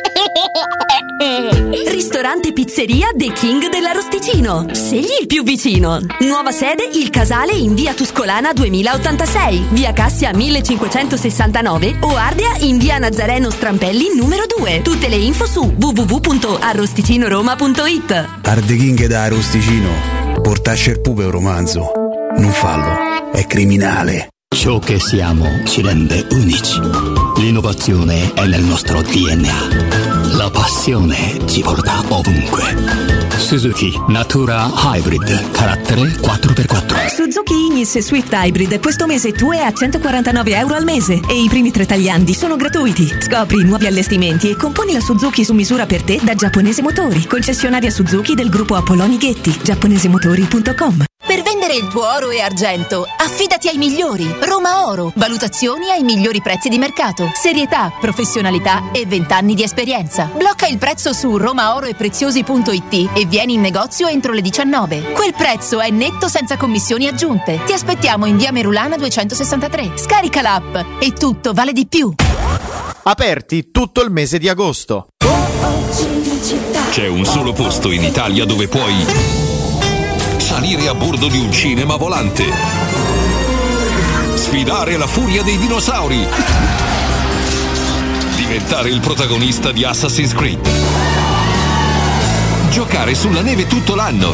Ristorante Pizzeria The King dell'Arosticino. Scegli il più vicino. Nuova sede Il Casale in via Tuscolana duemilaottantasei, via Cassia millecinquecentosessantanove o Ardea in via Nazareno Strampelli numero due. Tutte le info su w w w punto arrosticinoroma punto it. Ar The King da Arosticino. Portasce il pupe un romanzo. Non fallo, è criminale. Ciò che siamo ci rende unici. L'innovazione è nel nostro D N A. La passione ci porta ovunque. Suzuki Natura Hybrid, carattere quattro per quattro. Suzuki Ignis Swift Hybrid questo mese tu è a centoquarantanove euro al mese e i primi tre tagliandi sono gratuiti. Scopri i nuovi allestimenti e componi la Suzuki su misura per te da Giapponese Motori, concessionaria Suzuki del gruppo Apolloni Ghetti, giapponesemotori punto com. Per vendere il tuo oro e argento, affidati ai migliori. Roma Oro. Valutazioni ai migliori prezzi di mercato. Serietà, professionalità e vent'anni di esperienza. Blocca il prezzo su romaoroepreziosi punto it e vieni in negozio entro le diciannove. Quel prezzo è netto senza commissioni aggiunte. Ti aspettiamo in via Merulana duecentosessantatré. Scarica l'app e tutto vale di più. Aperti tutto il mese di agosto. C'è un solo posto in Italia dove puoi salire a bordo di un cinema volante, sfidare la furia dei dinosauri, diventare il protagonista di Assassin's Creed, giocare sulla neve tutto l'anno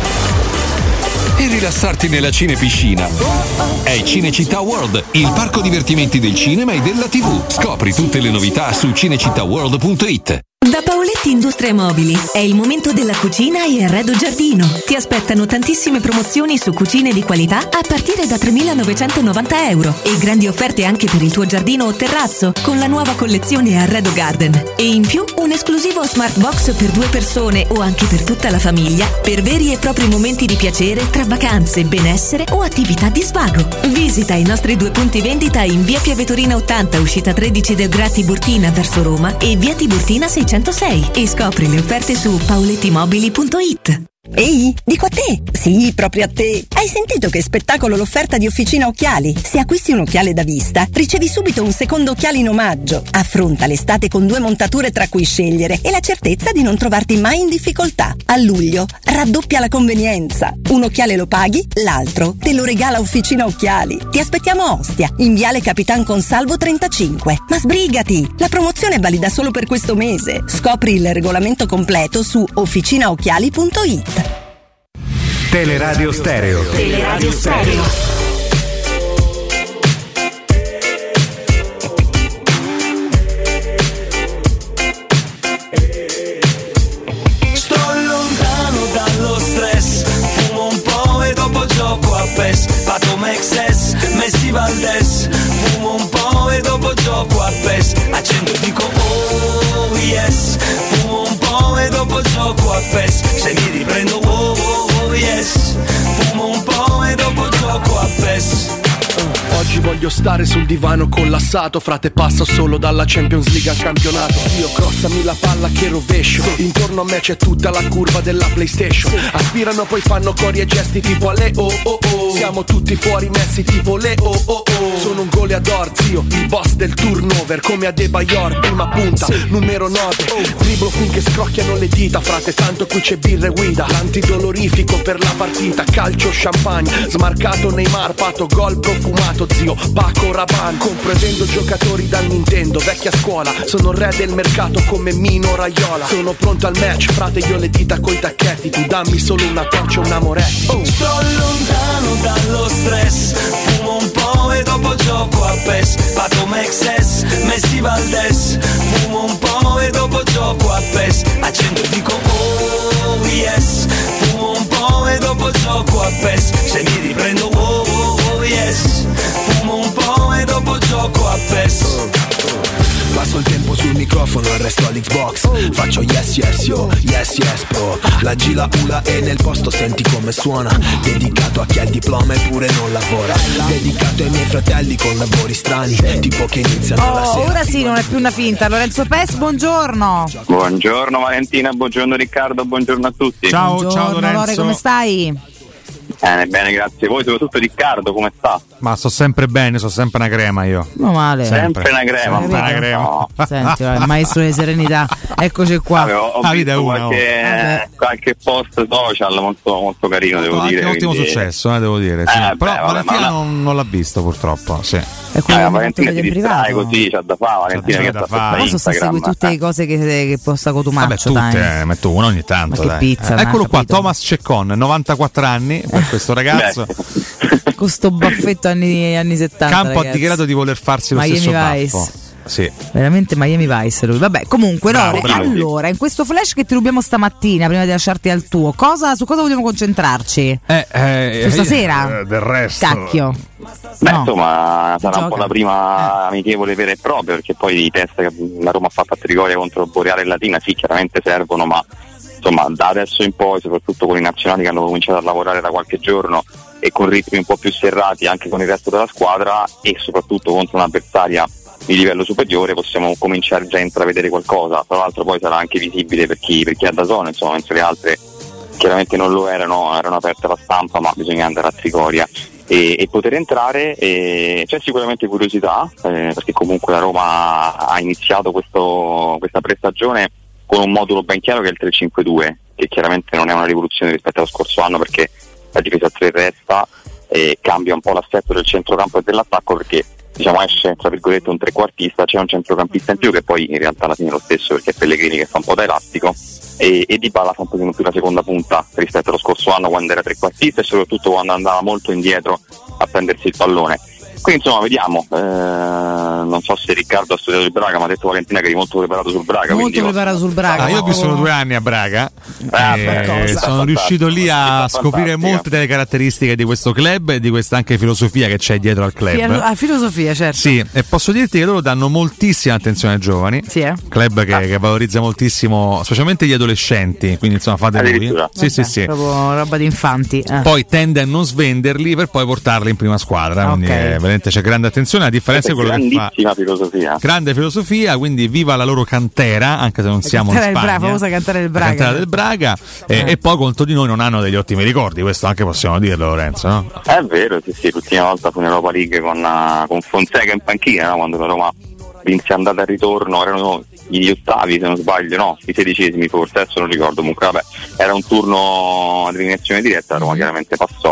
e rilassarti nella cinepiscina. È Cinecittà World, il parco divertimenti del cinema e della tivù. Scopri tutte le novità su cinecittà world punto it. Da Paoletti Industrie Mobili è il momento della cucina e arredo giardino. Ti aspettano tantissime promozioni su cucine di qualità a partire da tremilanovecentonovanta euro e grandi offerte anche per il tuo giardino o terrazzo con la nuova collezione Arredo Garden. E in più un esclusivo smart box per due persone o anche per tutta la famiglia per veri e propri momenti di piacere tra vacanze, benessere o attività di svago. Visita i nostri due punti vendita in via Piavetorina ottanta, uscita tredici del Gra Tiburtina verso Roma e via Tiburtina seicentosei e scopri le offerte su paolettimobili punto it. Ehi, dico a te! Sì, proprio a te! Hai sentito che spettacolo l'offerta di Officina Occhiali? Se acquisti un occhiale da vista, ricevi subito un secondo occhiale in omaggio. Affronta l'estate con due montature tra cui scegliere e la certezza di non trovarti mai in difficoltà. A luglio raddoppia la convenienza. Un occhiale lo paghi, l'altro te lo regala Officina Occhiali. Ti aspettiamo a Ostia, in viale Capitan Consalvo trentacinque. Ma sbrigati! La promozione è valida solo per questo mese. Scopri il regolamento completo su officinaocchiali punto it. Teleradio Stereo. Teleradio Stereo. Sto lontano dallo stress, fumo un po' e dopo gioco a P E S. Pato Mexes, Messi Valdes, fumo un po' e dopo gioco a P E S. Accendo e dico oh yes, fumo un po' e dopo gioco a P E S. Se mi riprendo oh oh oh yes, fumo un po' e dopo gioco a P E S. Oggi voglio stare sul divano collassato, frate, passo solo dalla Champions League al campionato. Io crossami la palla che rovescio, intorno a me c'è tutta la curva della PlayStation. Aspirano poi fanno cori e gesti tipo alle oh oh oh. Siamo tutti fuori messi tipo le oh oh oh. Sono un goleador, zio, il boss del turnover, come a Adebayor, prima punta, numero nove. Dribblo finché scrocchiano le dita, frate, tanto qui c'è birra e guida. L'antidolorifico per la partita, calcio champagne, smarcato Neymar, pato gol profumato, zio, Paco Rabanne. Compro e vendo giocatori dal Nintendo, vecchia scuola, sono re del mercato come Mino Raiola. Sono pronto al match, frate, io le dita coi tacchetti, tu dammi solo una torcia e una Moretti. Oh. Sto lontano dallo stress, fumo un po' e dopo gioco a P E S. Pato Mexes, Messi Valdes, fumo un po' e dopo gioco a P E S. Accendo e dico oh yes, fumo un po' e dopo gioco a P E S. Se mi riprendo oh oh oh yes, fumo un po' e dopo gioco a P E S. Passo il tempo sul microfono microfono e resto all'Xbox. Faccio yes yes yo, yes yes bro. La gila ula e nel posto senti come suona. Dedicato a chi ha il diploma eppure non lavora. Dedicato ai miei fratelli con lavori strani, tipo che iniziano oh, la sera. Ora sì, non è più una finta. Lorenzo Pes, buongiorno. Buongiorno Valentina, buongiorno Riccardo, buongiorno a tutti. Ciao, buongiorno, ciao Lorenzo. Lore, come stai? Bene, bene, grazie. Voi, soprattutto Riccardo, come sta? Ma sto sempre bene, sto sempre una crema io. Non male. Sempre, sempre una crema. Sempre una crema. No. Senti, il maestro di serenità, eccoci qua. Vabbè, ho ho La vita visto è una, qualche, oh. qualche post social molto, molto carino, devo Anche dire. un ottimo quindi... successo, eh, devo dire. Sì. Eh, Però beh, Valentina vabbè, non, non l'ha visto purtroppo. Sì. È quello eh, che Valentina mi ti distrae così, c'ha da fare. Valentina che da sta fare. su Adesso sta segui tutte le cose che, che posta Cotumaccio. Vabbè, tutte, dai. eh, metto una ogni tanto. Ma che dai. pizza, Eh, eccolo non qua, capito. Thomas Ceccon, novantaquattro anni per questo ragazzo. Con sto baffetto anni, anni settanta. Campo ragazzi. ha dichiarato di voler farsi lo Miami stesso Vice. baffo. Sì. Veramente Miami Vice lui. Vabbè, comunque Bravo, Lore, bravo. allora, in questo flash che ti rubiamo stamattina, prima di lasciarti al tuo, cosa, su cosa vogliamo concentrarci? Eh, eh, Su stasera? eh, del resto. Cacchio. Beh, No. insomma, sarà Gioca. un po' la prima amichevole vera e propria, perché poi i test che la Roma ha fatto a Trigoria contro Boreale e Latina sì, chiaramente servono, ma insomma da adesso in poi, soprattutto con i nazionali che hanno cominciato a lavorare da qualche giorno e con ritmi un po' più serrati anche con il resto della squadra e soprattutto contro un'avversaria di livello superiore, possiamo cominciare già a intravedere qualcosa. Tra l'altro poi sarà anche visibile per chi, per chi ha DAZN, insomma, mentre le altre chiaramente non lo erano, erano aperte alla stampa, ma bisogna andare a Trigoria e, e poter entrare. E c'è sicuramente curiosità, eh, perché comunque la Roma ha iniziato questo, questa prestagione con un modulo ben chiaro che è il tre cinque due, che chiaramente non è una rivoluzione rispetto allo scorso anno, perché la difesa a tre resta e cambia un po' l'assetto del centrocampo e dell'attacco, perché diciamo esce tra virgolette un trequartista, c'è un centrocampista in più che poi in realtà alla fine è lo stesso, perché è Pellegrini che fa un po' da elastico e, e Dybala fa un pochino più la seconda punta rispetto allo scorso anno quando era trequartista e soprattutto quando andava molto indietro a prendersi il pallone. Quindi insomma vediamo, eh, non so se Riccardo ha studiato il Braga, ma ha detto Valentina che eri molto preparato sul Braga. Molto quindi preparato sul Braga. Ah, io ho vissuto due anni a Braga Ah, e beh, cosa? sono riuscito lì a Fantastica. scoprire molte delle caratteristiche di questo club e di questa anche filosofia che c'è dietro al club. Filo- ah, filosofia, certo. Sì, e posso dirti che loro danno moltissima attenzione ai giovani. Sì, eh? Club che, che valorizza moltissimo, specialmente gli adolescenti. Quindi, insomma, fate voi. Addirittura. Sì, sì, Vabbè, sì. Proprio roba di infanti. eh. Poi tende a non svenderli per poi portarli in prima squadra. Ok. Quindi, eh, veramente c'è grande attenzione. A differenza di quello che fa. grandissima filosofia. Grande filosofia, quindi viva la loro cantera, anche se non siamo in Cantare del Spagna. Braga, famosa cantare del La Braga. cantera del Braga eh, Eh. e poi contro di noi non hanno degli ottimi ricordi, questo anche possiamo dirlo, Lorenzo, no? È vero, sì, sì, l'ultima volta fu in Europa League con, uh, con Fonseca in panchina, no? Quando la Roma vinse andata e ritorno, erano gli ottavi se non sbaglio, no, i sedicesimi forse, adesso non ricordo, comunque vabbè, era un turno ad eliminazione diretta, la Roma chiaramente passò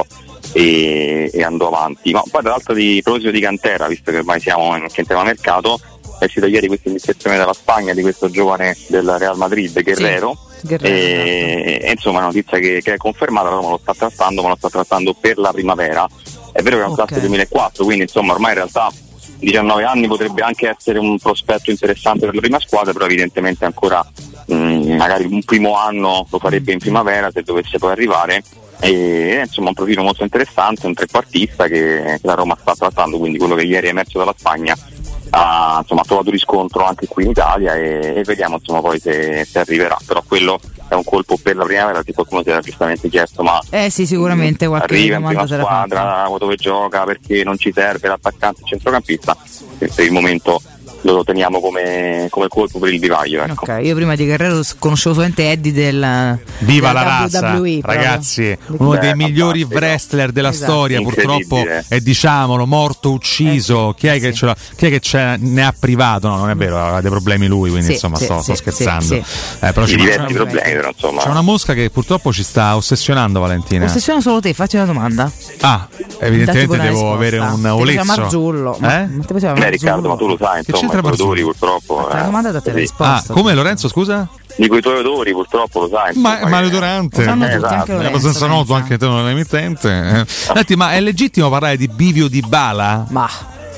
e, e andò avanti. Ma poi tra l'altro di proposito di cantera, visto che ormai siamo in, che entriamo a mercato, è uscita ieri questa indicazione dalla Spagna di questo giovane del Real Madrid, Guerrero. Sì, Guerrero, e, e insomma è una notizia che, che è confermata, la Roma lo sta trattando, ma lo sta trattando per la primavera. È vero che è un Ok. classe duemilaquattro, quindi insomma ormai in realtà diciannove anni potrebbe anche essere un prospetto interessante per la prima squadra, però evidentemente ancora mh, magari un primo anno lo farebbe in primavera se dovesse poi arrivare. E insomma un profilo molto interessante, un trequartista che, che la Roma sta trattando, quindi quello che ieri è emerso dalla Spagna ha, insomma, ha trovato riscontro anche qui in Italia e, e vediamo insomma poi se, se arriverà, però quello è un colpo per la primavera, che qualcuno si era giustamente chiesto ma Eh sì, sicuramente qualche arriva in domanda prima se la fa. squadra, dove gioca, perché non ci serve l'attaccante il centrocampista, e per il momento lo teniamo come, come colpo per il vivaio, ecco. Ok, io prima di Guerrero conoscevo solamente Eddie del Viva della la razza, W W E, proprio. ragazzi, uno Beh, dei migliori fantastico. wrestler della Esatto. storia, purtroppo è, diciamolo, morto, ucciso. Chi è che, ce l'ha- chi è che ce ne ha privato? No, non è vero, ha dei problemi lui, quindi Sì, insomma sì, sto, sto sì, scherzando. sì, Eh, però Di ci diversi c'è, problemi, però insomma c'è una mosca che purtroppo ci sta ossessionando, Valentina. Ossessiona solo te, facci una domanda. Ah, Datti evidentemente pure una devo risposta. avere un Ti faceva olezzo. Marzullo. Ma, Eh? ma ti faceva Beh Riccardo, Marzullo. ma tu lo sai, Che insomma, c'entra i tuoi odori Marzullo? purtroppo La eh, domanda da te la sì. risposta. Ah, come Lorenzo, scusa? Dico i tuoi odori purtroppo lo sai, Ma insomma, è che- maleodorante. Lo sanno Eh, tutti, esatto. anche È Lorenzo. abbastanza noto pensa. anche te nell'emittente. Eh. Senti, ma è legittimo parlare di bivio di Bala? Ma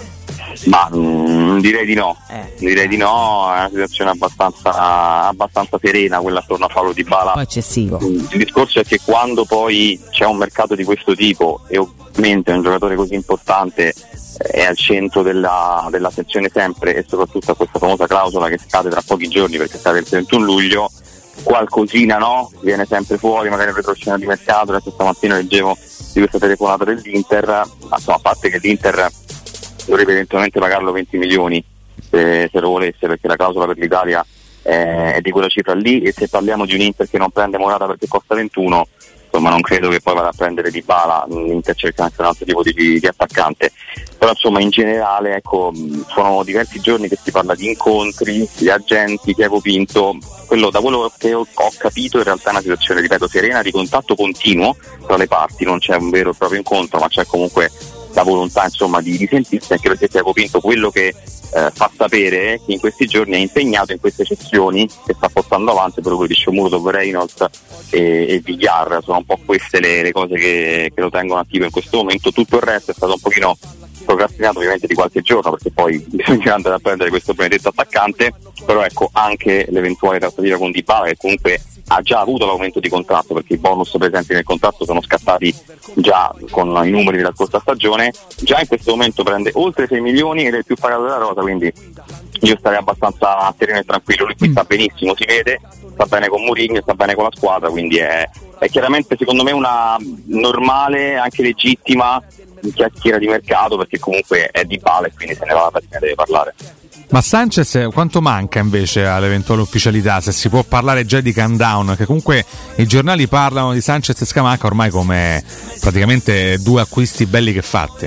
Ma mm, direi di no, Eh. direi di no, è una situazione abbastanza, abbastanza serena quella attorno a Paolo Dybala. poi eccessivo. Il discorso è che quando poi c'è un mercato di questo tipo e ovviamente un giocatore così importante è al centro della, dell'attenzione sempre, e soprattutto a questa famosa clausola che scade tra pochi giorni perché scade il trentuno luglio, qualcosina no? Viene sempre fuori, magari il retroscena di mercato. Adesso stamattina leggevo di questa telefonata dell'Inter, ma insomma, a parte che l'Inter dovrebbe eventualmente pagarlo venti milioni se, se lo volesse, perché la clausola per l'Italia è, è di quella cifra lì, e se parliamo di un Inter che non prende Morata perché costa ventuno, insomma non credo che poi vada a prendere Dybala. L'Inter cerca anche un altro tipo di, di attaccante, però insomma in generale ecco, sono diversi giorni che si parla di incontri, di agenti, Tiago Pinto. Quello, da quello che ho, ho capito, in realtà è una situazione, ripeto, serena, di contatto continuo tra le parti, non c'è un vero e proprio incontro, ma c'è comunque la volontà insomma di, di sentirsi, anche perché Tiago Pinto quello che eh, fa sapere è che in questi giorni è impegnato in queste cessioni che sta portando avanti, proprio di Sciomuro, Reynolds e, e Villar. Sono un po' queste le, le cose che, che lo tengono attivo in questo momento. Tutto il resto è stato un pochino procrastinato ovviamente di qualche giorno, perché poi bisogna andare a prendere questo benedetto attaccante, però ecco anche l'eventuale trattativa con Dybala, che comunque ha già avuto l'aumento di contratto, perché i bonus presenti nel contratto sono scattati già con i numeri della scorsa stagione. Già in questo momento prende oltre sei milioni ed è il più pagato della rosa, quindi io starei abbastanza sereno e tranquillo. Lui qui sta benissimo, si vede, sta bene con Mourinho, sta bene con la squadra, quindi è, è chiaramente secondo me una normale, anche legittima chiacchiera di mercato, perché comunque è Dybala e quindi se ne va, perché ne deve parlare. Ma Sanchez quanto manca invece all'eventuale ufficialità, se si può parlare già di countdown, che comunque i giornali parlano di Sanchez e Scamacca ormai come praticamente due acquisti belli che fatti?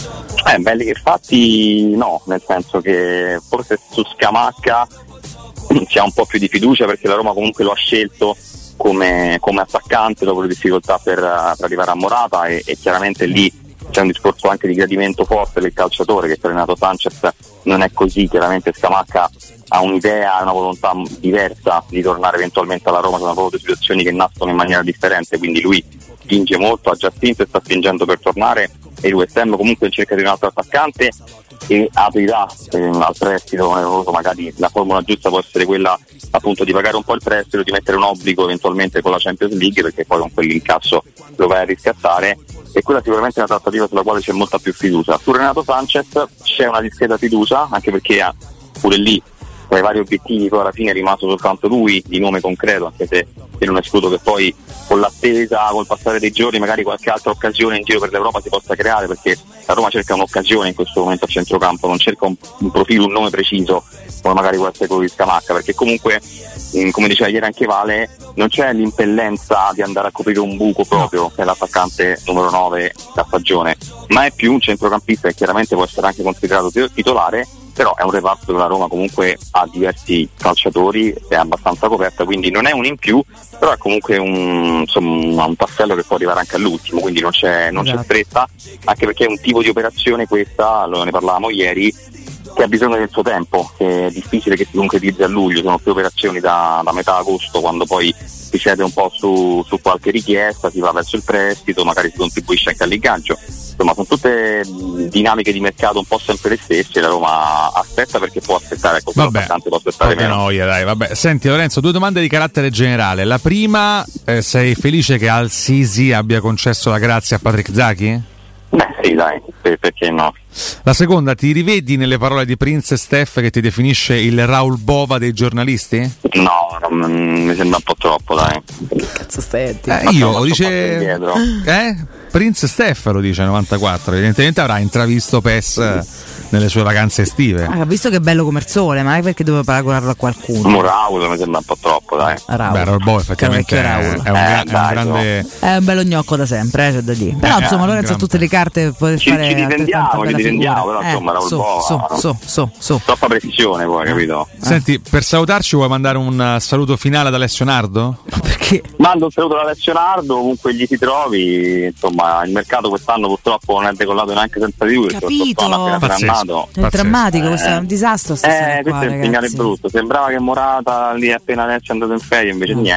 Eh, belli che fatti no, nel senso che forse su Scamacca si ha un po' più di fiducia, perché la Roma comunque lo ha scelto come, come attaccante dopo le difficoltà per, per arrivare a Morata, e, e chiaramente lì c'è un discorso anche di gradimento forte del calciatore, che per Renato Sanchez non è così. Chiaramente Scamacca ha un'idea, una volontà diversa di tornare eventualmente alla Roma, sono proprio due situazioni che nascono in maniera differente, quindi lui spinge molto, ha già spinto e sta spingendo per tornare, e lui essendo comunque in cerca di un altro attaccante e aprirà eh, al prestito, magari la formula giusta può essere quella appunto di pagare un po' il prestito, di mettere un obbligo eventualmente con la Champions League, perché poi con quell'incasso lo vai a riscattare, e quella sicuramente è una trattativa sulla quale c'è molta più fiducia. Su Renato Sanchez c'è una discreta fiducia, anche perché ha pure lì tra i vari obiettivi poi alla fine è rimasto soltanto lui di nome concreto, anche se io non escludo che poi con l'attesa, col passare dei giorni, magari qualche altra occasione in giro per l'Europa si possa creare, perché la Roma cerca un'occasione in questo momento a centrocampo, non cerca un, un profilo, un nome preciso come magari può essere quello di Scamacca, perché comunque mh, come diceva ieri anche Vale, non c'è l'impellenza di andare a coprire un buco proprio, che è l'attaccante numero nove da stagione, ma è più un centrocampista che chiaramente può essere anche considerato titolare, però è un reparto dove la Roma comunque ha diversi calciatori, è abbastanza coperta, quindi non è un in più, però è comunque un, insomma, un tassello che può arrivare anche all'ultimo, quindi non c'è, non esatto. c'è fretta, anche perché è un tipo di operazione questa, lo ne parlavamo ieri, che ha bisogno del suo tempo, che è difficile che si concretizzi a luglio, sono più operazioni da, da metà agosto, quando poi si cede un po' su, su qualche richiesta, si va verso il prestito, magari si contribuisce anche all'ingaggio. Insomma, sono tutte dinamiche di mercato un po' sempre le stesse. La Roma aspetta perché può aspettare, ecco, vabbè, può aspettare meno. Noia, dai, vabbè. Senti Lorenzo, due domande di carattere generale. La prima, eh, sei felice che Al Sisi abbia concesso la grazia a Patrick Zaki? Beh sì, dai, perché no? La seconda, ti rivedi nelle parole di Prince Steph che ti definisce il Raul Bova dei giornalisti? No, non, mi sembra un po' troppo, dai. Che cazzo stai? Eh, io lo dice eh? Prince Steph lo dice novantaquattro, evidentemente avrà intravisto P E S nelle sue vacanze estive. Ha visto che è bello come il sole, ma è perché doveva paragonarlo a qualcuno. Raul mi sembra un po' troppo, dai. Raul. Beh, Raul Bova effettivamente è, è, un, eh, gra- dai, è un grande no. È un bello gnocco da sempre, eh, c'è da dire. Però eh, insomma Lorenzo ha tutte le carte per poter ci, fare ci difendiamo, ci difendiamo, però eh, insomma Raul so, Bova so, so, so, so. troppa precisione poi, capito? Senti, per salutarci vuoi mandare un saluto finale ad Alessio Nardo? Perché? Mando un saluto ad Alessio Nardo, ovunque gli si trovi, insomma il mercato quest'anno purtroppo non è decollato neanche senza di lui, capito, appena andato. È drammatico, eh. questo è un disastro. Eh, questo qua, è un segnale brutto, sembrava che Morata lì appena adesso è andato in ferie, invece mm. niente.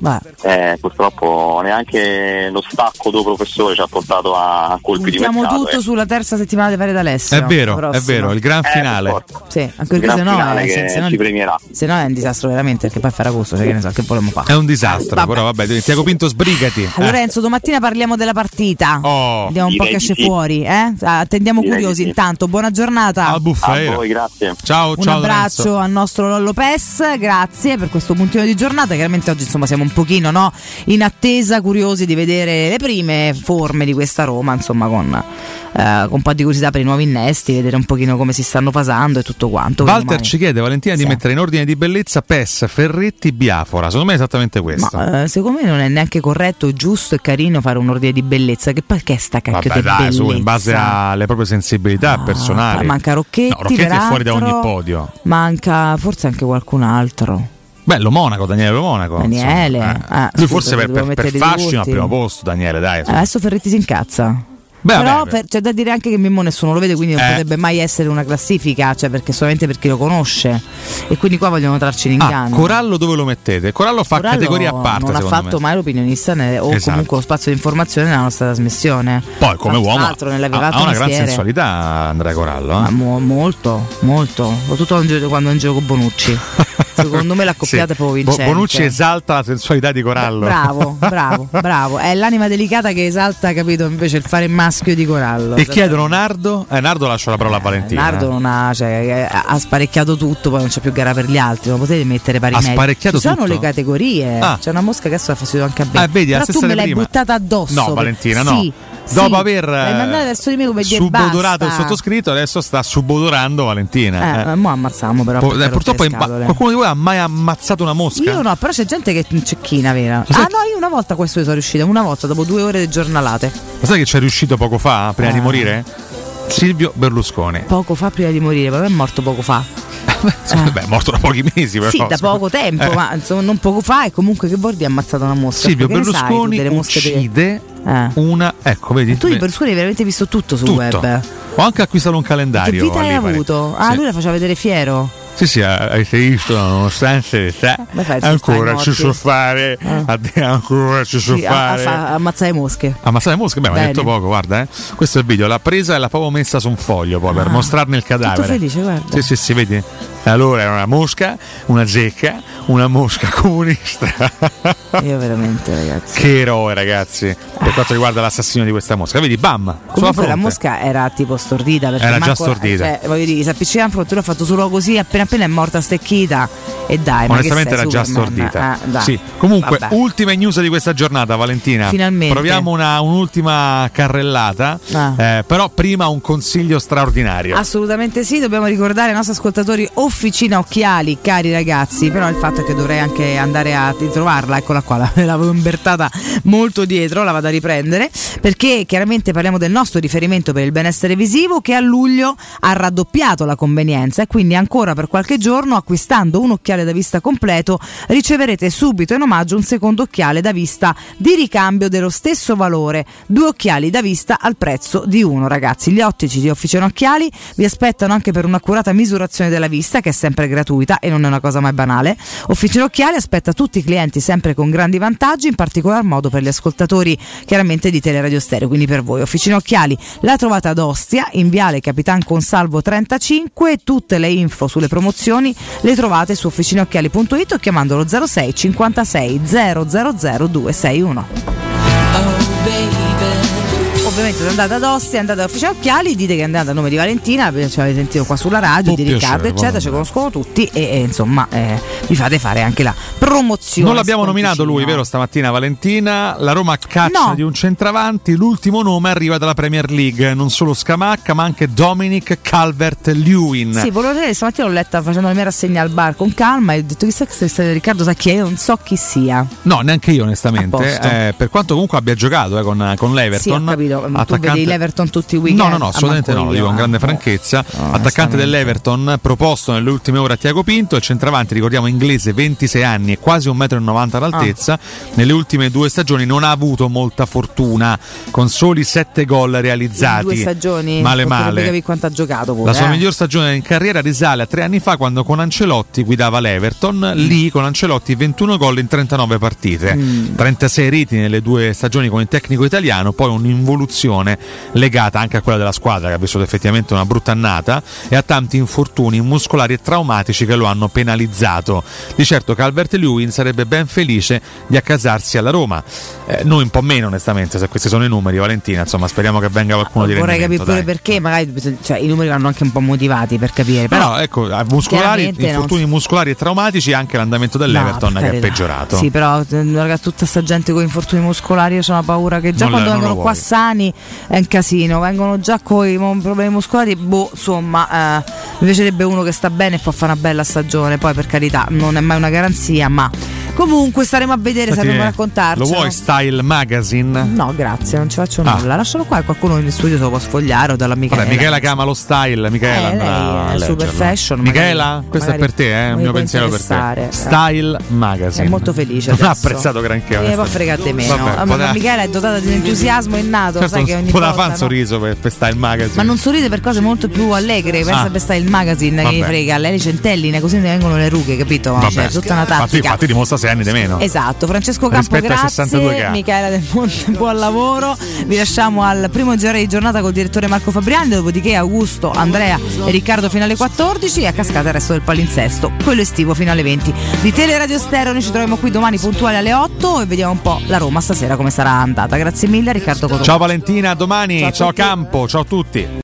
eh, purtroppo neanche lo stacco do professore ci ha portato a colpi di mercato. Mettiamo tutto eh. sulla terza settimana di Fare d'Alessio. È vero, prossimo. è vero, il gran Eh, finale. per forza. Sì, anche Il perché gran se no, finale eh, che se, se no ci premierà. se no è un disastro veramente, perché poi a Ferragosto, cioè che ne so, che volevamo fare. È un disastro, Vabbè. però vabbè, Tiago Pinto sbrigati. Eh. Lorenzo, domattina parliamo della partita. Oh, Vediamo un po' direi che esce di sì. fuori, eh? Attendiamo Direi curiosi di sì. intanto. Buona giornata. Al buffaera. A voi, grazie. Ciao, Un ciao abbraccio Lorenzo. al nostro Lollo Pes, grazie per questo puntino di giornata. Chiaramente oggi insomma siamo un pochino, no, in attesa, curiosi di vedere le prime forme di questa Roma, insomma con, eh, con un po' di curiosità per i nuovi innesti, vedere un pochino come si stanno fasando e tutto quanto. Walter Domani- ci chiede, Valentina, Sì. di mettere in ordine di bellezza Pes, Ferretti, Biafora. Secondo me è esattamente questo. Ma eh, secondo me non è neanche corretto, giusto e carino fare un ordine di bellezza. Che poi che è sta cacchio Vabbè, di dai, bellezza? su, in base alle proprie sensibilità personali. Manca Rocchetti, No, Rocchetti è fuori da ogni peraltro. podio. Manca forse anche qualcun altro. Bello Monaco, Daniele Monaco. Daniele. insomma, eh. Ah, Lui scusa, forse per, dovevo per, per metterli fascino al tutti. primo posto, Daniele, dai. su. Adesso Ferretti si incazza. Beh, Però vabbè, per- c'è da dire anche che Mimmo nessuno lo vede, quindi non Eh. potrebbe mai essere una classifica, cioè perché solamente per chi lo conosce. E quindi qua vogliono trarci in Ah, inganno. Corallo dove lo mettete? Corallo fa Corallo categoria a parte, non ha secondo fatto me. mai l'opinionista né- o Esatto. comunque lo spazio di informazione nella nostra trasmissione. Poi come Tra uomo l'altro nella ha, vivato ha una gran mestiere. sensualità Andrea Corallo. Ma Eh? mo- molto, molto. Soprattutto quando gio- quando è in gioco con Bonucci. Secondo me l'accoppiata Sì. è proprio Bo- vincente. Bonucci esalta la sensualità di Corallo. Bravo, bravo, bravo. È l'anima delicata che esalta, capito, invece il fare maschio di Corallo. E chiedono Nardo? Eh, Nardo lascia la parola a Valentina. Nardo non ha, cioè, ha ha sparecchiato tutto, poi non c'è più gara per gli altri, non potete mettere pari Ha mezzi. sparecchiato Ci sono tutto? le categorie. Ah. C'è una mosca che adesso ha fastidio anche a me. Ah, vedi, la Però stessa tu me di l'hai prima. buttata addosso. No, per- Valentina, no. Sì, Dopo sì. aver l'hai mandata verso di me come dire subodorato il basta. sottoscritto, adesso sta subodorando Valentina. Eh, eh. mo ammazziamo però. Po- per eh, purtroppo rotte le imma- scatole. qualcuno di voi ha mai ammazzato una mosca? Io no, però c'è gente che è cecchina, vera. sai- Ah no, io una volta questo sono riuscita, una volta dopo due ore di giornalate. Ma sai che ci è riuscito poco fa, prima Eh. di morire? Silvio Berlusconi. Poco fa prima di morire, ma è morto poco fa. Beh, è morto da pochi mesi, però. Sì, da poco tempo, Eh. ma insomma non poco fa e comunque che vuol dire ammazzato una mosca? Silvio Che ne sai tu Berlusconi delle mosche de- uccide Eh. una. Ecco, vedi? Tu di Berlusconi hai veramente visto tutto sul Tutto. web. Ho anche acquistato un Che calendario. vita hai all'Ipari. avuto? Ah, Sì. lui la faceva vedere fiero. Sì, sì, avete visto, nonostante l'età, Come fai a ancora surfare ci i so morti? fare, Eh. ancora ci so Sì, a, a fare. fa- ammazzare mosche. Ammazzare mosche, beh, mi ha Bene. detto poco, guarda, eh. Questo è il video, l'ha presa e l'ha proprio messa su un foglio poi per Ah. mostrarne il cadavere. Tutto felice, guarda. Sì, sì, sì, vedi? E allora era una mosca, una zecca, una mosca comunista. Io veramente, ragazzi. Che eroe, ragazzi, per quanto riguarda l'assassino di questa mosca. Vedi, bam, sulla Comunque la fronte. mosca era tipo stordita perché Era già manco- stordita. Cioè, voglio dire, si appiccicava in fronte, lui ha fatto solo così, appena appena è morta stecchita. E dai, ma Onestamente che sei, era già Superman? stordita. Ah, dai. Sì. Comunque, Vabbè. ultime news di questa giornata, Valentina. Finalmente. Proviamo una, un'ultima carrellata. Ah. Eh, però prima un consiglio straordinario. Assolutamente sì, dobbiamo ricordare ai nostri ascoltatori Officina Occhiali, cari ragazzi, però il fatto è che dovrei anche andare a ritrovarla, eccola qua, l'avevo imbertata molto dietro, la vado a riprendere, perché chiaramente parliamo del nostro riferimento per il benessere visivo che a luglio ha raddoppiato la convenienza e quindi ancora per qualche giorno acquistando un occhiale da vista completo riceverete subito in omaggio un secondo occhiale da vista di ricambio dello stesso valore, due occhiali da vista al prezzo di uno, ragazzi. Gli ottici di Officina Occhiali vi aspettano anche per un'accurata misurazione della vista che è sempre gratuita e non è una cosa mai banale. Officina Occhiali aspetta tutti i clienti sempre con grandi vantaggi, in particolar modo per gli ascoltatori chiaramente di Teleradio Stereo, quindi per voi. Officina Occhiali la trovate ad Ostia in viale Capitan Consalvo trentacinque, tutte le info sulle promozioni le trovate su officinaocchiali punto it o chiamandolo zero sei cinquantasei zero zero zero due sei uno. Ovviamente se andate ad Ostia, andate ad Officina Occhiali, dite che andate a nome di Valentina, ci avete sentito qua sulla radio, Può di Riccardo piacere, eccetera, va ci conoscono tutti e, e insomma eh, vi fate fare anche la promozione. Non l'abbiamo nominato sconticino. lui, vero, stamattina Valentina? La Roma caccia No. di un centravanti, l'ultimo nome arriva dalla Premier League, non solo Scamacca ma anche Dominic Calvert-Lewin. Sì, volevo dire, stamattina l'ho letta facendo la mia rassegna al bar con calma e ho detto chissà che se Riccardo sa chi è, io non so chi sia. No, neanche io A onestamente, posto. eh, per quanto comunque abbia giocato eh, con, con Sì, ho l'Everton. capito. tu attaccante... vedi l'Everton tutti i weekend? No, no, no, assolutamente no, lo dico con grande franchezza. No, attaccante dell'Everton, proposto nelle ultime ore a Tiago Pinto, il centravanti, ricordiamo, inglese, ventisei anni e quasi un metro e novanta d'altezza. Ah. Nelle ultime due stagioni non ha avuto molta fortuna, con soli sette gol realizzati. In due stagioni? Male male. Capi quanto ha giocato pure, La sua eh? miglior stagione in carriera risale a tre anni fa, quando con Ancelotti guidava l'Everton. Lì con Ancelotti ventuno gol in trentanove partite, mm. trentasei reti nelle due stagioni con il tecnico italiano, poi un'involuzione legata anche a quella della squadra, che ha vissuto effettivamente una brutta annata, e a tanti infortuni muscolari e traumatici che lo hanno penalizzato. Di certo Calvert-Lewin sarebbe ben felice di accasarsi alla Roma, eh, noi un po' meno onestamente, se questi sono i numeri, Valentina, insomma speriamo che venga qualcuno di vorrei rendimento. Vorrei capire pure dai. perché, magari cioè, i numeri vanno anche un po' motivati per capire, però no, ecco, muscolari, infortuni non... muscolari e traumatici, anche l'andamento dell'Everton no, che è peggiorato. Sì, però ragazzi, tutta sta gente con infortuni muscolari, io ho una paura che già non quando le, vengono qua sani è un casino, vengono già con i problemi muscolari, boh, insomma, eh, mi piacerebbe uno che sta bene e fa fare una bella stagione, poi per carità non è mai una garanzia, ma comunque staremo a vedere, Senti, sapremo raccontarci. Lo vuoi Style Magazine? No, grazie, non ci faccio ah. nulla. Lascialo qua, qualcuno in studio se lo può sfogliare o dalla Michela. Vabbè, Michela che ama lo style, Michela eh, lei è super fashion. Michela, magari, questo magari è per te, eh, il mio pensiero per te. Style Magazine. È molto felice non adesso. ha apprezzato granché. Mi può fregare di meno. Vabbè, ma da... Michela è dotata di un entusiasmo innato, certo, sai che ogni volta volta fa un sorriso per, per Style Magazine. Ma non sorride per cose molto più allegre, pensa ah. per Style Magazine, che gli frega, lei le centelline, così ne vengono le rughe, capito? Vabbè. Cioè, tutta una tattica. Infatti, infatti dimostra sei anni di meno. Esatto, Francesco Campo, grazie, Michela Del Monte, buon lavoro. Vi lasciamo al primo giro di giornata col direttore Marco Fabriani, dopodiché Augusto, Andrea e Riccardo fino alle quattordici e a cascata il resto del palinsesto, quello estivo fino alle venti di Teleradio Stereo. Noi ci troviamo qui domani puntuali alle otto e vediamo un po' la Roma stasera come sarà andata. Grazie mille a Riccardo Cotone. Ciao Valentina, a domani. Ciao, ciao Campo, ciao a tutti.